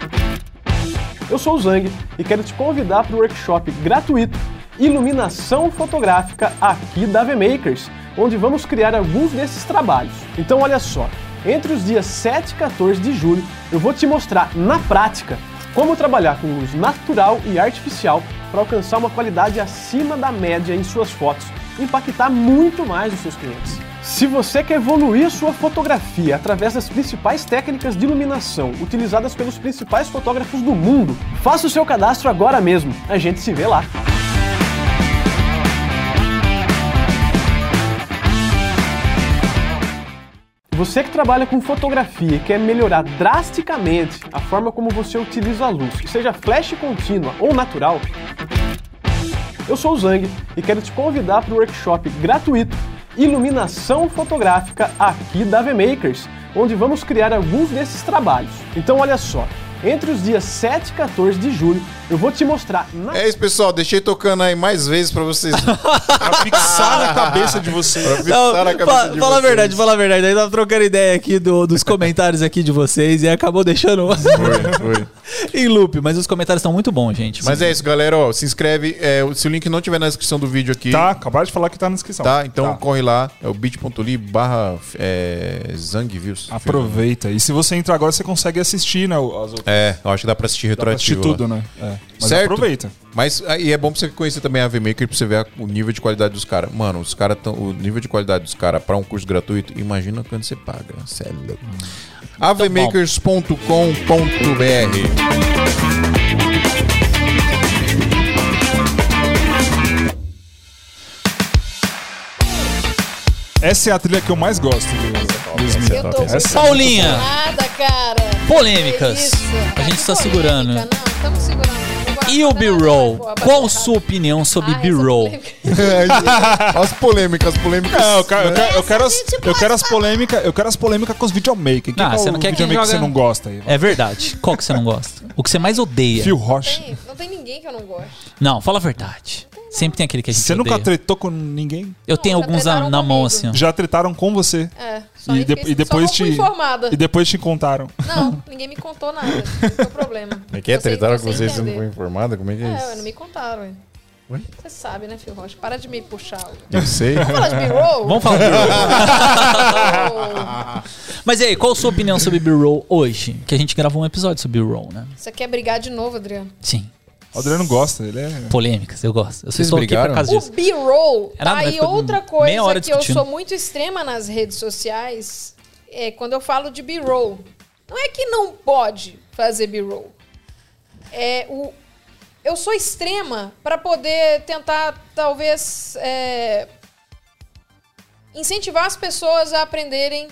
eu sou o Zang e quero te convidar para o workshop gratuito Iluminação Fotográfica aqui da V-Makers, onde vamos criar alguns desses trabalhos. Então olha só, entre os dias sete e quatorze de julho eu vou te mostrar na prática como trabalhar com luz natural e artificial para alcançar uma qualidade acima da média em suas fotos e impactar muito mais os seus clientes. Se você quer evoluir a sua fotografia através das principais técnicas de iluminação utilizadas pelos principais fotógrafos do mundo, faça o seu cadastro agora mesmo. A gente se vê lá. Você que trabalha com fotografia e quer melhorar drasticamente a forma como você utiliza a luz, seja flash contínua ou natural, eu sou o Zang e quero te convidar para o workshop gratuito iluminação fotográfica aqui da V-Makers, onde vamos criar alguns desses trabalhos. Então olha só, entre os dias sete e quatorze de julho, eu vou te mostrar... Na... É isso, pessoal. Deixei tocando aí mais vezes pra vocês. Pra fixar na cabeça de vocês. Pra fixar Não, na cabeça fa- de fala a vocês. verdade, fala a verdade. Aí tava trocando ideia aqui do- dos comentários aqui de vocês e acabou deixando Foi, foi. em loop. Mas os comentários estão muito bons, gente. Mas é isso, galera. Ó, se inscreve. É, se o link não tiver na descrição do vídeo aqui, Tá, acabaram de falar que tá na descrição. tá? Então Tá. corre lá. É o bit.ly barra é, Zangviews. Aproveita. E se você entrar agora, você consegue assistir, né, as outras. É, eu acho que dá pra assistir Dá pra assistir retroativo. tudo, lá. né? É. Mas Certo. aproveita. Mas e é bom pra você conhecer também a V-Maker, pra você ver a- o nível de qualidade dos caras. Mano, os caras tão. O nível de qualidade dos caras pra um curso gratuito, imagina quando você paga. Cê é louco. a v makers ponto com ponto b r. Essa é a trilha que eu mais gosto do, do Smith. Eu tô Essa- Paulinha, nada, cara. polêmicas. Que isso? A gente tá Polêmica? segurando. Não, estamos segurando. Não gosto E o nada, B-roll? pô, Qual abaixar. sua opinião sobre Ah, essa B-roll? polêmica. As polêmicas, as polêmicas. Não, eu quero, eu quero, eu quero as, Essa a gente eu quero as pode polêmicas, eu quero as polêmicas com os videomakers. Ah, Qual você é não o quer quem videomaker que joga- você não gosta aí? É verdade. Qual que você não gosta? O que você mais odeia? Phil Rocha. Tem- não tem ninguém que eu não gosto. Não, fala a verdade. Sempre tem aquele que a gente Você nunca odeia. tretou com ninguém? Eu tenho já alguns na, tretaram na mão comigo. assim, ó. Já tretaram com você? É, só E, aí de- fiquei- e depois só não fui te informada. e depois te contaram. Não, ninguém me contou nada. Não tem problema. Como é que é? Eu sei- Tretaram eu com sei vocês, você não entender. foi informada? Como é que é É, isso? não me contaram. ué. Ué? Você sabe, né, Phil Rocha? Para de me puxar. Eu sei. Vamos falar de B-roll? Vamos falar de B-roll. Oh, Mas e aí, qual a sua opinião sobre B-roll hoje? Que a gente gravou um episódio sobre B-roll, né? Você quer brigar de novo, Adriano? Sim. O Adriano gosta, ele é... Polêmicas, eu gosto. Eu Vocês estou aqui por brigaram? causa O disso. B-roll, É nada, tá vai aí ficar outra meia coisa hora que eu discutindo. sou muito extrema nas redes sociais, é quando eu falo de B-roll. Não é que não pode fazer B-roll. É o... Eu sou extrema para poder tentar, talvez, é, incentivar as pessoas a aprenderem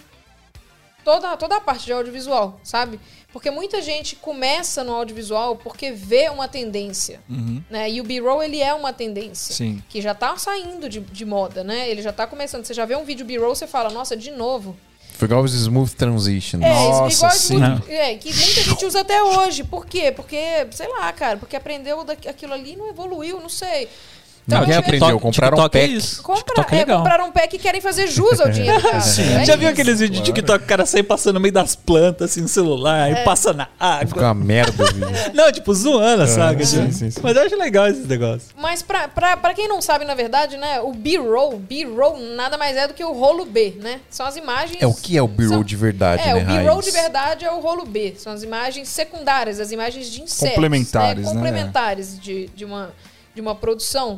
toda, toda a parte de audiovisual, sabe? Porque muita gente começa no audiovisual porque vê uma tendência, né? E o B-roll, ele é uma tendência. Sim. Que já tá saindo de, de moda, né? Ele já tá começando. Você já vê um vídeo B-roll, você fala, nossa, de novo. Foi igual os Smooth Transitions. É, Nossa, igual sim. muito- é, que muita gente usa até hoje. Por quê? Porque, sei lá, cara, porque aprendeu daqui- aquilo ali e não evoluiu, não sei. Não, quem é- aprendeu? Compraram TikTok é pack. isso. Compra, TikTok é é, legal. compraram um pack e querem fazer jus ao dinheiro, cara. É Já viu isso. aqueles vídeos de TikTok, o cara sai passando no meio das plantas, assim, no celular, É. e passa na Fica água. uma merda o vídeo. Não, tipo, zoando, saca? sim, Tipo, sim, sim. Mas eu acho legal esses negócios. Mas pra, pra, pra quem não sabe, na verdade, né, o B-roll, B-roll nada mais é do que o rolo B, né? São as imagens... É o que é o B-roll são- de verdade, É, né, o B-roll Raiz? de verdade é o rolo B. São as imagens secundárias, as imagens de insetos. Complementares, né? Complementares de, de, uma, de uma produção.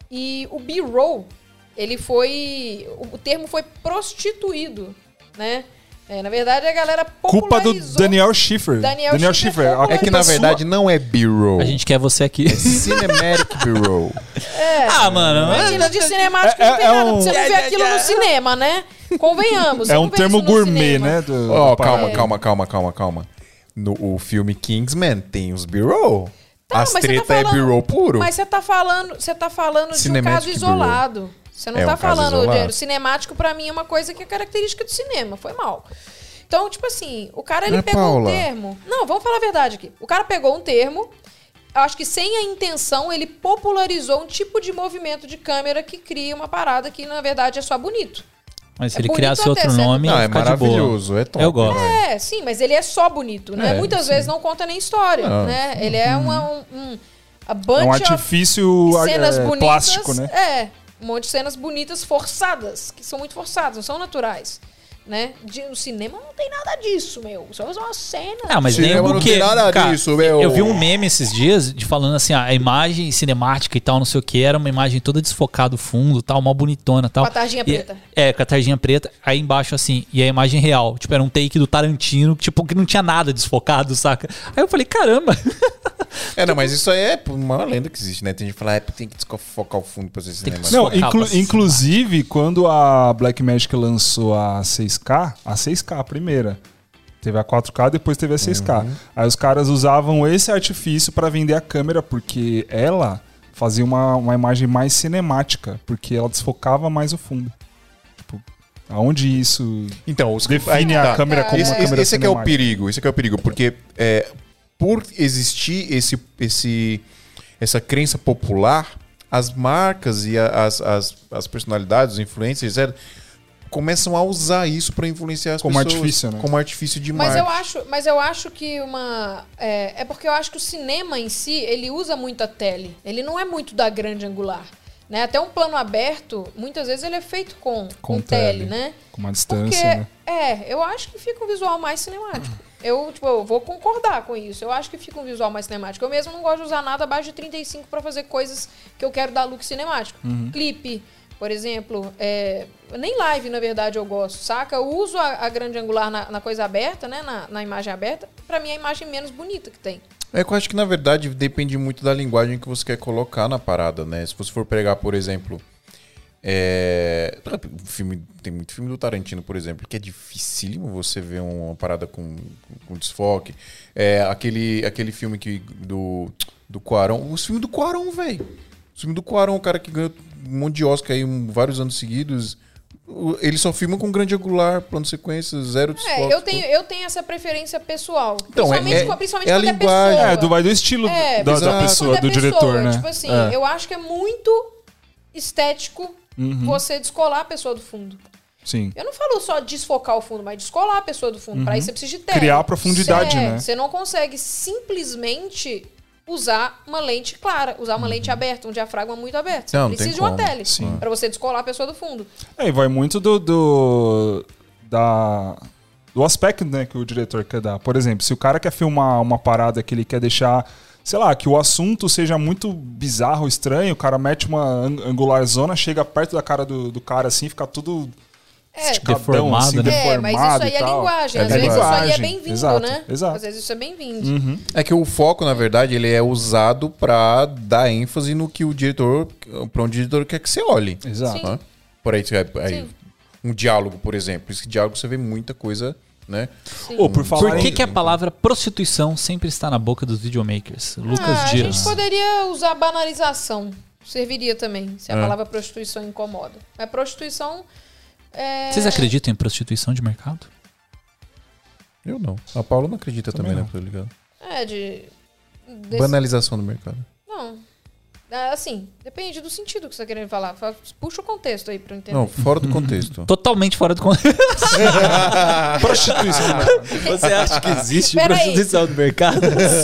E o B-roll, ele foi... O, o termo foi prostituído, né? É, na verdade, a galera Culpa do popularizou- Daniel Schiffer. Daniel Schiffer a popularizou- É que culpa na sua. verdade não é B-roll. A gente quer você aqui. É Cinematic B-roll. Ah, mano. Imagina, de cinemático É- não tem é nada, um- porque você não vê aquilo no cinema, né? Convenhamos. você É não um vê termo isso no gourmet, cinema. né? do- Ó, da calma, parada. calma, calma, calma, calma. No o filme Kingsman tem os B-roll. Tá, As mas você treta tá é falando- B-roll puro. Mas você tá falando, você tá falando de um Cinematic caso isolado. Você não É tá um caso falando isolado. de cinemático, pra mim é uma coisa que é característica do cinema, foi mal. Então, tipo assim, o cara ele Né, pegou Paula? um termo. Não, vamos falar a verdade aqui. O cara pegou um termo, eu acho que sem a intenção, ele popularizou um tipo de movimento de câmera que cria uma parada que, na verdade, é só bonito. Mas se É ele bonito criasse até, outro certo? nome, Não, ia é ficar de boa. maravilhoso, é top. Eu gosto. né? É, sim, mas ele é só bonito, né? É, Muitas sim. vezes não conta nem história, Ah, né? Ele é uma, um, um a bunch É um of artifício cenas é, bonitas, plástico, né? É, um monte de cenas bonitas forçadas, que são muito forçadas, não são naturais, né? De, no cinema não tem nada disso, meu. Só uma cena. Ah, mas nem Cinema o não que. tem nada Cara, disso, meu. Eu vi um meme esses dias de falando assim, ah, a imagem cinemática e tal, não sei o que, era uma imagem toda desfocada do fundo, tal, uma bonitona, tal. Com a tarjinha E- preta. É, com a tarjinha preta. Aí embaixo assim, e a imagem real, tipo, era um take do Tarantino, tipo, que não tinha nada desfocado, saca? Aí eu falei, caramba. É, não, mas isso aí é uma lenda que existe, né? Tem gente que fala, é, tem que desfocar o fundo pra ser cinema. que Não, Desfocava inclu- assim. inclusive, quando a Blackmagic lançou a seis K, a seis K a primeira, teve a quatro K, depois teve a seis K. Uhum. Aí os caras usavam esse artifício pra vender a câmera, porque ela fazia uma, uma imagem mais cinemática, porque ela desfocava mais o fundo. Aonde isso Então, os define aí a tá. câmera como esse, uma câmera esse, esse é que é o cinemática? perigo, esse é que é o perigo, porque é, por existir esse, esse, essa crença popular, as marcas e a- as, as, as personalidades, os influencers, etcétera, começam a usar isso para influenciar as Como pessoas. artifício, né? Como artifício de Mas marketing. eu acho, mas eu acho que uma é, é porque eu acho que o cinema em si ele usa muito a tele. Ele não é muito da grande angular, né? Até um plano aberto, muitas vezes ele é feito com, com, Com tele, tele, né? com uma Porque distância, né? é, eu acho que fica um visual mais cinemático. Eu, tipo, eu vou concordar com isso. Eu acho que fica um visual mais cinemático. Eu mesmo não gosto de usar nada abaixo de trinta e cinco para fazer coisas que eu quero dar look cinemático. Uhum. Clipe, por exemplo, é, nem live, na verdade, eu gosto, saca? Eu uso a, a grande angular na, na coisa aberta, né? Na, na imagem aberta, pra mim é a imagem menos bonita que tem. É que eu acho que, na verdade, depende muito da linguagem que você quer colocar na parada, né? Se você for pegar, por exemplo... É... o filme, tem muito filme do Tarantino, por exemplo, que é dificílimo você ver uma parada com, com desfoque. É, aquele, aquele filme que, do, do Cuarón... Os filmes do Cuarón, velho. Os filmes do Cuarón, o cara que ganhou um monte de Oscar aí um, vários anos seguidos... Ele só filma com grande angular, plano de sequência, zero desfoque. É, eu tenho, eu tenho essa preferência pessoal. Então, é- principalmente é- com- principalmente é a quando linguagem. é pessoa. É, do, vai do estilo É, da, da exato. pessoa, quando é do pessoa, diretor, né? Tipo assim, É. eu acho que é muito estético Uhum. você descolar a pessoa do fundo. Sim. Eu não falo só desfocar o fundo, mas descolar a pessoa do fundo. Pra isso você precisa de tela. Criar profundidade, É, né? Você não consegue simplesmente usar uma lente clara, usar uma lente aberta, um diafragma muito aberto. Você Não, não precisa tem de uma como. tele Sim. pra você descolar a pessoa do fundo. É, e vai muito do, do, da, do aspecto, né, que o diretor quer dar. Por exemplo, se o cara quer filmar uma parada que ele quer deixar, sei lá, que o assunto seja muito bizarro, estranho, o cara mete uma ang- angular zona, chega perto da cara do, do cara assim, fica tudo É, esticadão, Deformado, assim, né? É, mas isso deformado aí e é tal. linguagem. É Às vezes isso aí é linguagem. bem-vindo, Exato, né? exato. Às vezes isso é bem-vindo. Uhum. É que o foco, na verdade, ele é usado pra dar ênfase no que o diretor, pra onde o diretor quer que você olhe. Exato. Sim. Né? Por aí, aí, Sim. um diálogo, por exemplo. Esse diálogo você vê muita coisa, né? Ô, por falar Por que, em- que a palavra prostituição sempre está na boca dos videomakers? Lucas Ah, a Dias. gente poderia usar banalização. Serviria também, se a É. palavra prostituição incomoda. Mas prostituição é... Vocês acreditam em prostituição de mercado? Eu não. A Paula não acredita também, Também né? Tô ligado. É, de... desse- Banalização do mercado. Não. É, assim, depende do sentido que você tá querendo falar. Fa- Puxa o contexto aí pra eu entender. Não, fora do contexto. Totalmente fora do contexto. Prostituição. né? Você acha que existe Pera aí. prostituição no mercado?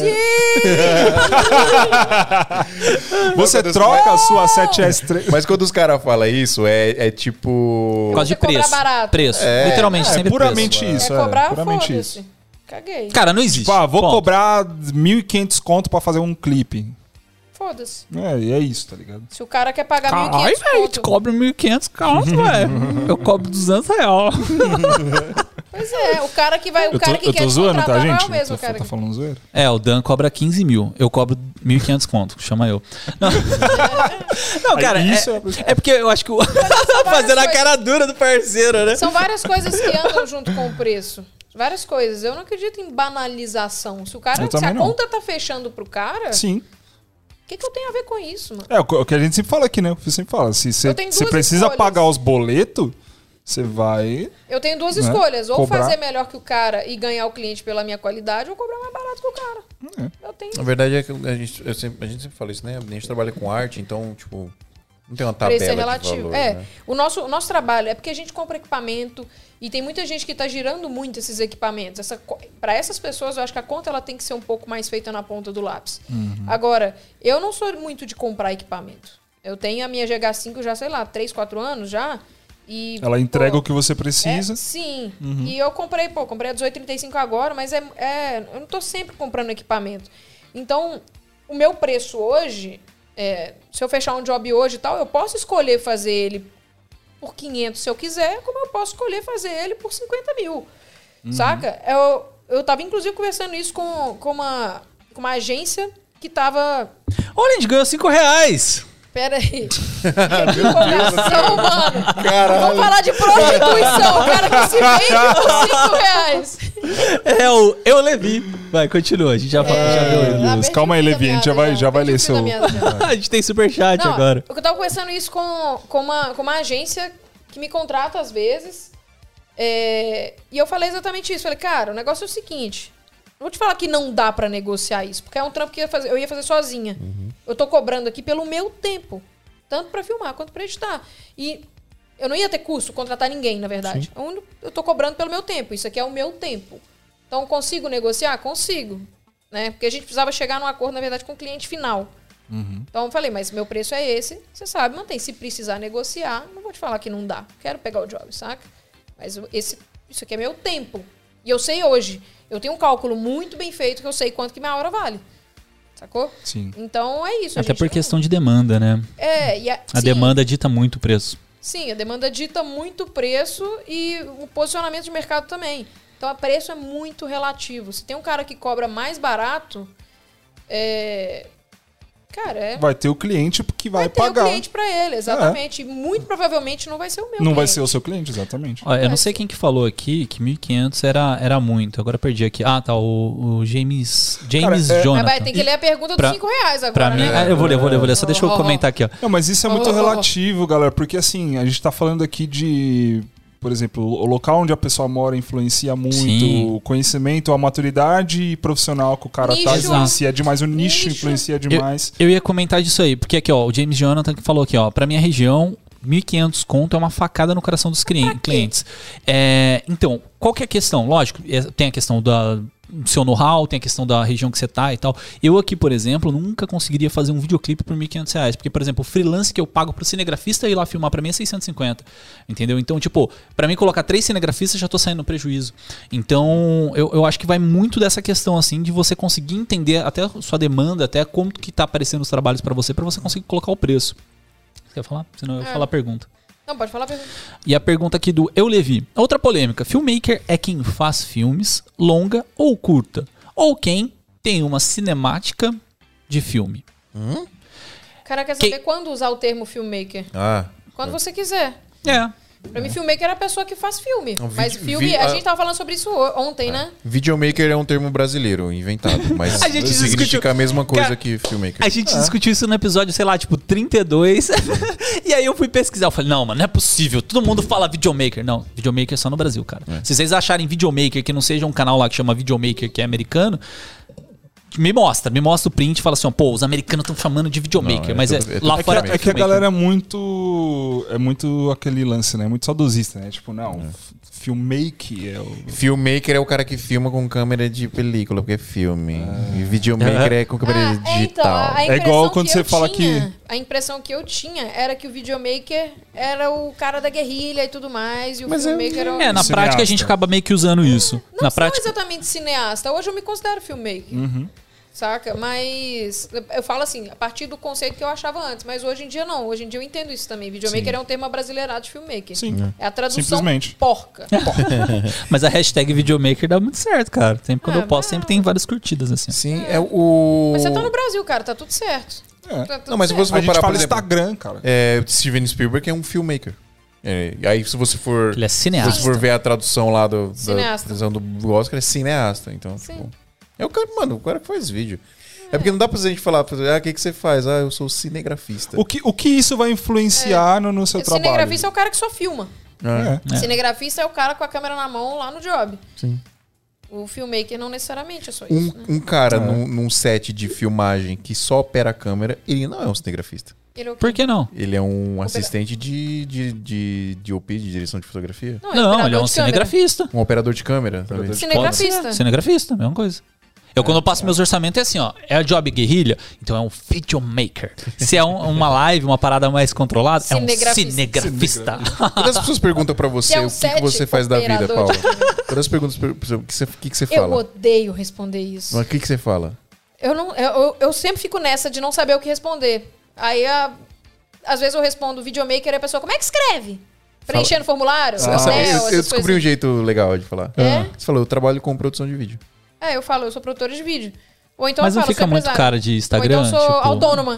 Você Não, troca a sua sete S três. Mas quando os caras falam isso, é, é tipo... Por causa de Você cobrar preço. barato. Preço. É. Literalmente, É sempre puramente preço. isso. Quer é, cobrar, puramente foda-se. isso. Caguei. Cara, não existe. Tipo, ah, vou Ponto. cobrar mil e quinhentos conto pra fazer um clipe. Foda-se. É, e é isso, tá ligado? Se o cara quer pagar mil e Caralho, quinhentos velho, conto... tu cobra mil e quinhentos conto, velho. Eu cobro duzentos reais. Pois é, o cara que vai... O Eu tô, cara que eu quer tô te zoando, tá, contratar não gente? é o mesmo Eu tô, cara tô que... falando zoeira. É, o Dan cobra quinze mil. Eu cobro mil e quinhentos conto. Chama eu. Não, Não, cara, Aí é, isso é- é porque eu acho que o... Fazendo a coisas. cara dura do parceiro, né? São várias coisas que andam junto com o preço. Várias coisas. Eu não acredito em banalização. Se o cara, Eu se a também não. conta tá fechando pro cara, Sim. o que, que eu tenho a ver com isso, mano? É o que- o que a gente sempre fala aqui, né? O que sempre fala. Se você Eu tenho você duas precisa escolhas. pagar os boletos, você vai. Eu tenho duas Né? escolhas. Ou Cobrar. fazer melhor que o cara e ganhar o cliente pela minha qualidade, ou cobrar mais barato que o cara. É. Eu tenho. Na verdade, é que a gente, eu sempre, a gente sempre fala isso, né? A gente trabalha com arte, então, tipo... Não tem uma tabela Preço é de relativo. valor, é, né? o, nosso, o nosso trabalho é porque a gente compra equipamento e tem muita gente que tá girando muito esses equipamentos. Essa, para essas pessoas, eu acho que a conta ela tem que ser um pouco mais feita na ponta do lápis. Uhum. Agora, eu não sou muito de comprar equipamento. Eu tenho a minha G H cinco já, sei lá, três, quatro anos já. E, Ela entrega pô, o que você precisa. É, sim. Uhum. E eu comprei, pô, comprei a dezoito trinta e cinco agora, mas é, é, eu não tô sempre comprando equipamento. Então, o meu preço hoje, é, se eu fechar um job hoje e tal, eu posso escolher fazer ele por quinhentos se eu quiser, como eu posso escolher fazer ele por cinquenta mil. Saca? Eu, eu tava, inclusive, conversando isso com, com, uma, com uma agência que tava... Olha, a gente ganhou cinco reais. Pera aí. Que empolgação, mano. Caralho. Vamos falar de prostituição. O cara que se vende por cinco reais. É o Eu Levi. Vai, continua. A gente já, fala, já viu. É, Deus. perdi Calma aí, o fio da Levi, a gente já meada vai- já vai perdi ler o fio da seu- meada já. A gente tem superchat Não, agora. eu tava conversando isso com, com, uma, com uma agência que me contrata às vezes É, e eu falei exatamente isso. Falei, cara, o negócio é o seguinte. Não vou te falar que não dá pra negociar isso, porque é um trampo que eu ia fazer, eu ia fazer sozinha. Uhum. Eu tô cobrando aqui pelo meu tempo. Tanto pra filmar quanto pra editar. E eu não ia ter custo contratar ninguém, na verdade. Sim. Eu tô cobrando pelo meu tempo. Isso aqui é o meu tempo. Então, consigo negociar? Consigo. Né? Porque a gente precisava chegar num acordo, na verdade, com o cliente final. Uhum. Então, eu falei, mas meu preço é esse. Você sabe, mantém. Se precisar negociar, não vou te falar que não dá. Quero pegar o job, saca? Mas esse, isso aqui é meu tempo. E eu sei hoje. Eu tenho um cálculo muito bem feito que eu sei quanto que minha hora vale. Sacou? Sim. Então, é isso. Até por não... questão de demanda, né? É. E a a sim, demanda dita muito o preço. Sim, a demanda dita muito o preço e o posicionamento de mercado também. Então, o preço é muito relativo. Se tem um cara que cobra mais barato, é... cara, é... vai ter o cliente que vai, vai ter pagar. o cliente pra ele, exatamente. É. E muito provavelmente não vai ser o meu Não cliente. vai ser o seu cliente, exatamente. Olha, eu não sei quem que falou aqui que mil e quinhentos era, era muito. Agora perdi aqui. Ah, tá. O, o James, James Cara, é... Jonathan. Mas vai ter que ler a pergunta dos cinco reais agora, pra mim, né? ah, eu vou ler, eu vou ler, eu vou ler. Só deixa eu oh, comentar aqui, ó. Não, mas isso é muito oh, oh, relativo, galera. Porque assim, a gente tá falando aqui de... Por exemplo, o local onde a pessoa mora influencia muito. Sim. O conhecimento, a maturidade profissional que o cara nicho. tá influencia demais. O nicho, nicho. influencia demais. Eu, eu ia comentar disso aí. Porque aqui, ó, o James Jonathan que falou aqui, ó. Pra minha região, mil e quinhentos conto é uma facada no coração dos clientes. É, então, qual que é a questão? Lógico, tem a questão da... seu know-how, tem a questão da região que você tá e tal. Eu aqui, por exemplo, nunca conseguiria fazer um videoclipe por mil e quinhentos reais. Porque, por exemplo, o freelance que eu pago pro cinegrafista ir lá filmar pra mim é seiscentos e cinquenta. Entendeu? Então, tipo, pra mim colocar três cinegrafistas já tô saindo no prejuízo. Então, eu, eu acho que vai muito dessa questão, assim, de você conseguir entender até a sua demanda, até como que tá aparecendo os trabalhos pra você, pra você conseguir colocar o preço. Você quer falar? Senão eu vou é. falar a pergunta. Não, pode falar a pergunta. E a pergunta aqui do Eu Levi. Outra polêmica. Filmmaker é quem faz filmes, longa ou curta? Ou quem tem uma cinemática de filme? Hum? O cara quer saber que... quando usar o termo filmmaker. Ah. Quando você quiser. É. Pra mim, filmmaker é a pessoa que faz filme. Não, mas vídeo- filme, vi- a ah. gente tava falando sobre isso ontem, né? Videomaker é um termo brasileiro, inventado. Mas A gente significa discutiu- a mesma coisa Cara, que filmmaker. A gente discutiu isso no episódio, sei lá, tipo, trinta e dois. E aí eu fui pesquisar. Eu falei, não, mano, não é possível. Todo mundo fala videomaker. Não, videomaker é só no Brasil, cara. É. Se vocês acharem videomaker que não seja um canal lá que chama videomaker, que é americano, me mostra. Me mostra o print e fala assim, ó, pô, os americanos estão chamando de videomaker. Não, é mas é, tudo- é tudo lá é fora que- é É que a filmmaker. galera é muito. É muito aquele lance, né? Muito saudosista, né? Tipo, não, f- filmmaker é o. Filmmaker é o cara que filma com câmera de película, porque é filme. E videomaker é com câmera Ah, é, então, digital. a, a É igual impressão quando que você eu fala tinha- que- A impressão que eu tinha era que o videomaker era o cara da guerrilha e tudo mais, e o Mas é- filmmaker era o... É, na Cineasta. prática a gente acaba meio que usando isso. Não na sou prática. exatamente cineasta. Hoje eu me considero filmmaker. Uhum. Saca? Mas eu falo assim, a partir do conceito que eu achava antes. Mas hoje em dia não. Hoje em dia eu entendo isso também. Videomaker Sim. é um termo abrasileirado de filmmaker. Sim. É a tradução Simplesmente. porca. Mas a hashtag videomaker dá muito certo, cara. Sempre quando Ah, eu posto, mas- sempre tem várias curtidas, assim. Sim, é o... Mas você tá no Brasil, cara. Tá tudo certo. É. Tá tudo Não, mas se certo. você A for gente parar, por fala exemplo... Instagram, cara. É, Steven Spielberg é um filmmaker. É, e aí, se você for... Ele é Se cineasta. você for ver a tradução lá do, da Cineasta. tradução do Oscar, é cineasta. Então, Sim. tipo, é o cara, mano, o cara que faz vídeo. É porque não dá pra gente falar, ah, o que, que você faz? Ah, eu sou cinegrafista. O que, o que isso vai influenciar no, no seu trabalho? Cinegrafista é o cara que só filma. Ah, É. É. Cinegrafista é o cara com a câmera na mão lá no job. Sim. O filmmaker não necessariamente é só isso, né? Um, um cara É. num, num set de filmagem que só opera a câmera, ele não é um cinegrafista. Ele é o quê? Por que não? Ele é um assistente de, de, de, de O P, de direção de fotografia. Não, Não, operador ele é um de câmera. cinegrafista. Um operador de câmera. Operador talvez. de- Cinegrafista. Cinegrafista, mesma coisa. Eu, quando eu passo meus orçamentos, é assim, ó. É a job guerrilha, então é um videomaker. Se é um- uma live, uma parada mais controlada, é um Cinegrafista. cinegrafista. Quando as pessoas perguntam pra você Que é um o que, que set você faz da vida, operador Paula. de câmera. Quando as perguntas, per- per- o que você, o que, que você Eu fala? odeio responder isso. Mas o que, que você fala? Eu, não, eu, eu, eu sempre fico nessa de não saber o que responder. Aí, a- às vezes eu respondo videomaker e a pessoa, como é que escreve? Preenchendo formulário? Ah, Hotel, sabe, eu, essas eu descobri um coisas. jeito legal de falar. É? Você falou, eu trabalho com produção de vídeo. É, eu falo, eu sou produtora de vídeo. Ou então Mas eu não falo, fica sou muito empresária. cara de Instagram, Ou então eu sou tipo- autônoma.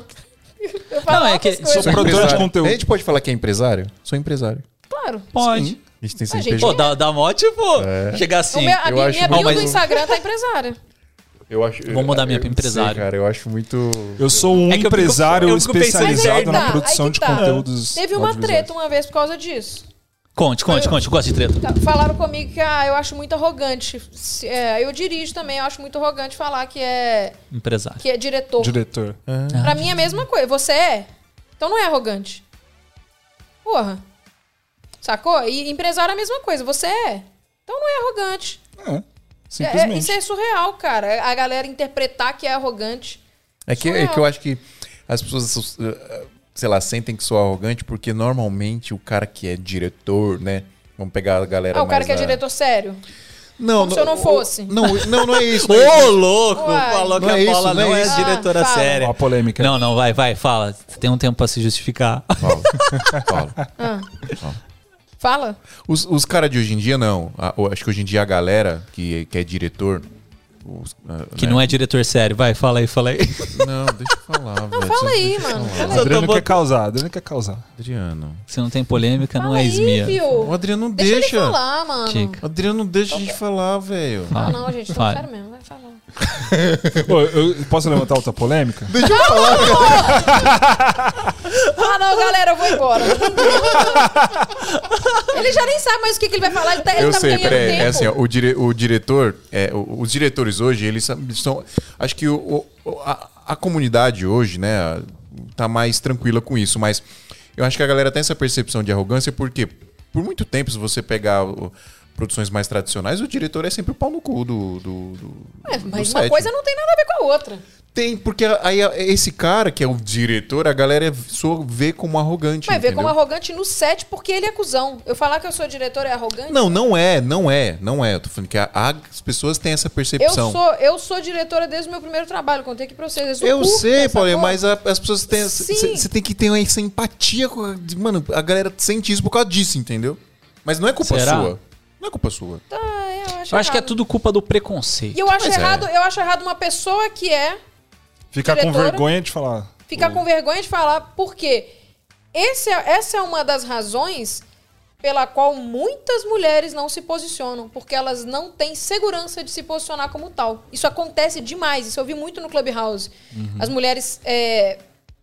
Eu falo Não, é altas que coisas. sou produtora de Empresário. conteúdo. A gente pode falar que é empresário? Sou empresário. Claro. Pode. Sim. A gente tem Ah, C N P gente, J. Pô, dá, dá mó, tipo, chegar O assim. meu, a eu minha, acho minha muito- bio Mas do o- Instagram tá empresária. Eu acho, Vamos mudar minha pra eu não sei, empresário. cara, eu acho muito... Eu sou um É que eu fico- empresário eu fico pensando- Mas aí especializado que na tá, produção aí de que tá. conteúdos. Teve uma audiovisuais. treta uma vez por causa disso. Conte, conte, Eu- conte. Eu gosto de treta. Tá, falaram comigo que ah, eu acho muito arrogante. Se- é, eu dirijo também, eu acho muito arrogante falar que é, Empresário. que é diretor. Diretor. Pra mim é a mesma coisa. Você é? Então não é arrogante. Porra. Sacou? E empresário é a mesma coisa. Você é? Então não é arrogante. É, É, simplesmente. isso é surreal, cara. A galera interpretar que é arrogante. É que, é que eu acho que as pessoas, uh, sei lá, sentem que sou arrogante porque normalmente o cara que é diretor, né? Vamos pegar a galera Ah, o cara mais que é da- diretor sério. Não, Como se eu não fosse. Não, não, não é isso. Não é Ô, isso. louco! Uai. Falou Não que é a isso, Paula não é não é isso. diretora Ah, fala. séria. Ó, a polêmica. Não, não, vai, vai, fala. Você tem um tempo pra se justificar. Fala, fala. Ah. Fala. Os, os caras de hoje em dia, não. A- eu acho que hoje em dia a galera que, que é diretor... os, ah, Que né? não é diretor sério. Vai, fala aí, fala aí. Não, deixa eu falar, velho. Fala aí, Deixa eu mano. falar. Fala O aí. Adriano tô quer causar, Adriano quer causar. Adriano. Se não tem polêmica, não Fala é aí, esmia. viu? O Adriano não Deixa, deixa. ele falar, mano. Chica. O Adriano não deixa a gente falar, velho. Ah, não, gente. Tô Fala. sério mesmo. Vai falar. Ô, eu posso levantar outra polêmica? Deixa eu falar, cara. Ah, não, galera, eu vou embora. Ele já nem sabe mais o que, que ele vai falar. Ele tá, ele Eu tá sei, ganhando peraí. tempo. É assim, ó, o, dire, o diretor, é, o- os diretores hoje, eles são. eles são- acho que o, o- a, a comunidade hoje, né, tá mais tranquila com isso, mas eu acho que a galera tem essa percepção de arrogância porque, por muito tempo, se você pegar o- produções mais tradicionais, o diretor é sempre o pau no cu do. do, do É, do mas uma set. coisa não tem nada a ver com a outra. Tem, porque aí esse cara, que é o diretor, a galera só vê como arrogante. Vai ver entendeu? como arrogante no set porque ele é cuzão. Eu falar que eu sou diretor é arrogante? Não, não é, não é, não é. Eu tô falando que a- a- as pessoas têm essa Eu percepção. sou, eu sou diretora desde o meu primeiro trabalho. Contei aqui pra vocês. desde o Eu curta, sei, sacou? Paulinho, mas a- as pessoas têm. Sim. Você tem que ter essa empatia com a. Mano, a galera sente isso por causa disso, entendeu? Mas não é culpa Será? sua. Não é culpa sua. Tá, eu acho Eu acho que é errado. tudo culpa do preconceito. E eu acho Mas é. errado, eu acho errado uma pessoa que é Ficar com Diretora. vergonha de falar. ficar com vergonha de falar, porque esse é- essa é uma das razões pela qual muitas mulheres não se posicionam, porque elas não têm segurança de se posicionar como tal. Isso acontece demais, isso eu vi muito no Clubhouse. As mulheres é,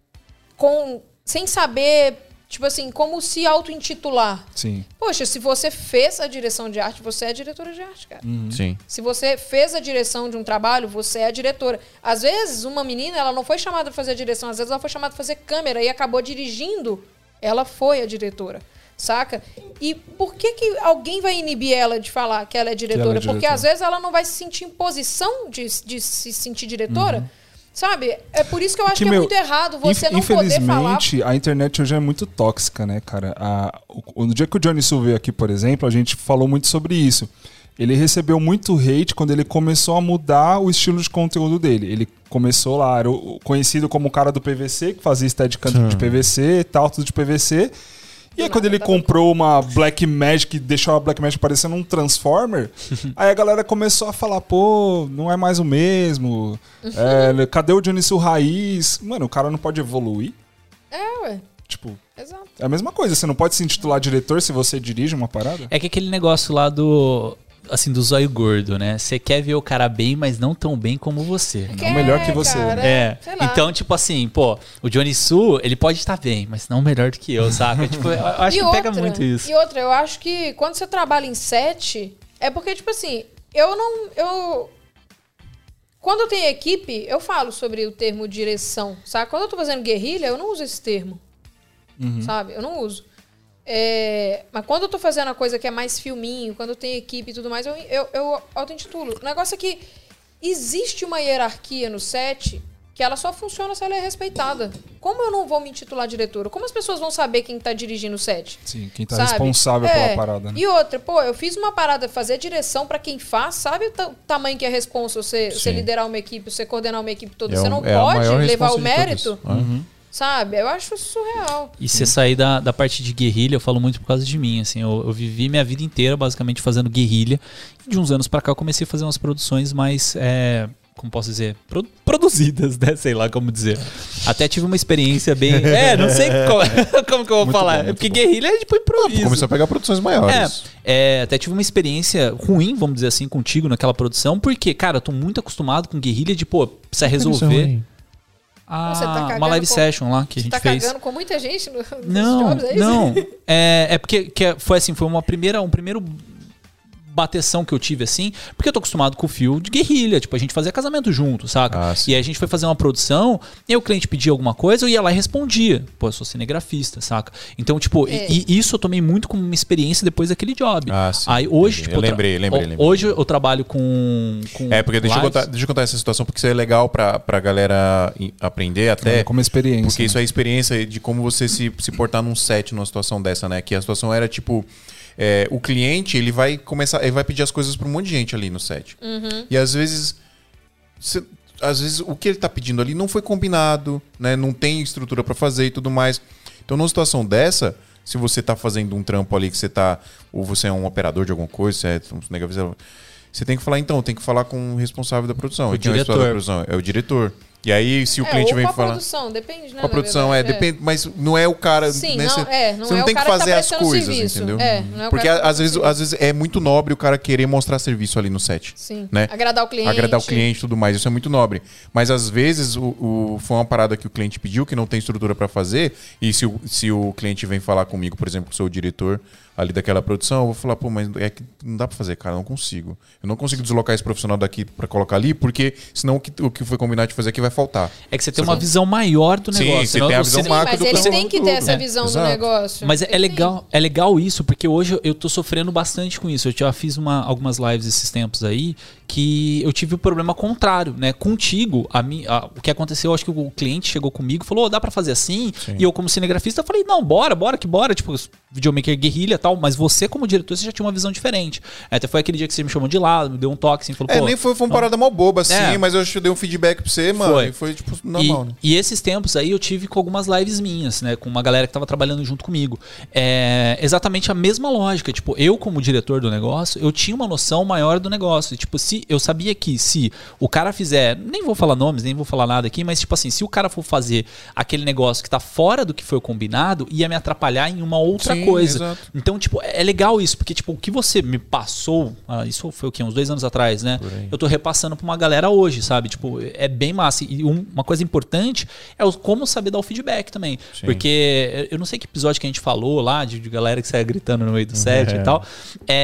com, sem saber, tipo assim, como se auto-intitular. Sim. Poxa, se você fez a direção de arte, você é diretora de arte, cara. Sim. Se você fez a direção de um trabalho, você é a diretora. Às vezes, uma menina, ela não foi chamada para fazer a direção, às vezes ela foi chamada para fazer câmera e acabou dirigindo. Ela foi a diretora, saca? E por que que alguém vai inibir ela de falar que ela é diretora? ela é Porque diretora. às vezes ela não vai se sentir em posição de, de se sentir diretora, sabe? É por isso que eu acho que, Que, é meu, muito errado você Inf- não poder falar. Infelizmente, a internet hoje é muito tóxica, né, cara? A- o, no dia que o Johnny Su veio aqui, por exemplo, a gente falou muito sobre isso. Ele recebeu muito hate quando ele começou a mudar o estilo de conteúdo dele. Ele começou lá, era o- conhecido como o cara do P V C, que fazia steadicam de P V C e tal, tudo de P V C. E aí quando ele comprou uma Black Magic, deixou a Black Magic parecendo um Transformer, aí a galera começou a falar, pô, não é mais o mesmo. É, cadê o Johnny Su raiz? Mano, o cara não pode evoluir. É, ué. Tipo, Exato. é a mesma coisa. Você não pode se intitular diretor se você dirige uma parada? É que aquele negócio lá do. Assim, do zóio gordo, né? Você quer ver o cara bem, mas não tão bem como você. Não melhor que você, cara, É, sei lá. então, tipo assim, pô, o Johnny Su, ele pode estar bem, mas não melhor do que eu, saca? Tipo, eu acho E que outra, pega muito isso. E outra, eu acho que quando você trabalha em set, é porque, tipo assim, eu não. Eu. Quando eu tenho equipe, eu falo sobre o termo direção, sabe? Quando eu tô fazendo guerrilha, eu não uso esse termo. Sabe? Eu não uso. É, mas quando eu tô fazendo a coisa que é mais filminho, quando eu tenho equipe e tudo mais, eu, eu, eu auto-intitulo. O negócio é que existe uma hierarquia no set que ela só funciona se ela é respeitada. Como eu não vou me intitular diretora? Como as pessoas vão saber quem tá dirigindo o set? Sim, quem tá Sabe? responsável É. pela parada, né? E outra, pô, eu fiz uma parada fazer direção pra quem faz, sabe o ta- tamanho que é responsa você, você Sim. liderar uma equipe, você coordenar uma equipe toda. É você um- não é a pode maior levar o responsa de mérito, todas. Uhum. sabe? Eu acho isso surreal. E você sair da, da parte de guerrilha, eu falo muito por causa de mim, assim, eu, eu vivi minha vida inteira basicamente fazendo guerrilha, e de uns anos pra cá eu comecei a fazer umas produções mais, é, como posso dizer, Pro- produzidas, né, sei lá como dizer. Até tive uma experiência bem, é, não sei como, como que eu vou Muito falar, bom, é muito porque bom. guerrilha é tipo improviso. Começou a pegar produções maiores. É, é, até tive uma experiência ruim, vamos dizer assim, contigo naquela produção, porque, cara, eu tô muito acostumado com guerrilha de, pô, precisa resolver. a, Você tá cagando uma live com- session lá que a Você gente tá fez. cagando com muita gente no, nos Não, jobs, é isso? não. É, é porque que é- foi assim, foi uma primeira, um primeiro bateção que eu tive assim, porque eu tô acostumado com o fio de guerrilha, tipo, a gente fazia casamento junto, saca? Ah, sim. E aí a gente foi fazer uma produção, e aí o cliente pedia alguma coisa, eu ia lá e respondia. Pô, eu sou cinegrafista, saca? Então, tipo, É. e, e isso eu tomei muito como uma experiência depois daquele job. Ah, sim. Aí hoje, Entendi. tipo, Eu tra- lembrei, lembrei, ho- lembrei. Hoje eu trabalho com, com É, porque deixa eu, lives. contar, deixa eu contar essa situação, porque isso é legal pra, pra galera i- aprender até. É, como experiência. Porque isso é experiência de como você se, se portar num set numa situação dessa, né? Que a situação era tipo. é, o cliente, ele vai começar. Ele vai pedir as coisas pra um monte de gente ali no set. E às vezes. cê- às vezes o que ele tá pedindo ali não foi combinado, né? Não tem estrutura pra fazer e tudo mais. Então, numa situação dessa, se você tá fazendo um trampo ali que você tá. Ou você é um operador de alguma coisa, você é um cinegrafista, você tem que falar, então, tem que falar com o responsável da produção. O E quem é o responsável da diretor. produção? É o diretor. E aí, se o É, cliente ou vem com a falar. produção, depende, né? Com a na produção, é, verdade, depende, mas não é o cara. Sim, né, não, cê- é, não você é não o tem que cara que tá fazer as prestando coisas, serviço. entendeu? É, não é o Porque cara que tá às vezes, prestando às vezes é muito nobre o cara querer mostrar serviço ali no set. Sim. Né? Agradar o cliente. Agradar o cliente e tudo mais, isso é muito nobre. Mas às vezes o, o- foi uma parada que o cliente pediu, que não tem estrutura pra fazer, e se o, se o cliente vem falar comigo, por exemplo, que sou o diretor ali daquela produção, eu vou falar, pô, mas é que não dá pra fazer, cara, eu não consigo. Eu não consigo deslocar esse profissional daqui pra colocar ali, porque senão o que, o que foi combinado de fazer aqui vai faltar. É que você tem uma visão maior do Sim, negócio. você senão tem a o visão cine- macro Mas do ele programa tem que ter todo. essa É, visão do exato. negócio. Mas é, Ele tem. legal, é legal isso, porque hoje eu tô sofrendo bastante com isso. Eu já fiz uma, algumas lives esses tempos aí que eu tive o problema contrário, né? Contigo, a mi, a- o que aconteceu, eu acho que o cliente chegou comigo e falou, "Ô, dá pra fazer assim?" E eu, como cinegrafista, falei, não, bora, bora, que bora. Tipo, videomaker guerrilha e tal. Mas você, como diretor, você já tinha uma visão diferente. Até foi aquele dia que você me chamou de lado, me deu um toque, assim, falou, É, pô... nem foi, foi uma vamos- parada mal boba, assim, É. mas eu acho que eu dei um feedback pra você, mano, Foi. e foi, tipo, normal, e, né? e esses tempos aí eu tive com algumas lives minhas, né? Com uma galera que tava trabalhando junto comigo. É exatamente a mesma lógica. Tipo, eu, como diretor do negócio, eu tinha uma noção maior do negócio. Tipo, se eu sabia que se o cara fizer. Nem vou falar nomes, nem vou falar nada aqui, mas, tipo assim, se o cara for fazer aquele negócio que tá fora do que foi combinado, ia me atrapalhar em uma outra Sim, coisa. exato. Então, tipo, é legal isso, porque, tipo, o que você me passou, ah, isso foi o quê? Uns dois anos atrás, né? Eu tô repassando pra uma galera hoje, sabe? Tipo, é bem massa. E um- uma coisa importante é o, como saber dar o feedback também. Sim. Porque eu não sei que episódio que a gente falou lá, de, de galera que saia gritando no meio do set e tal.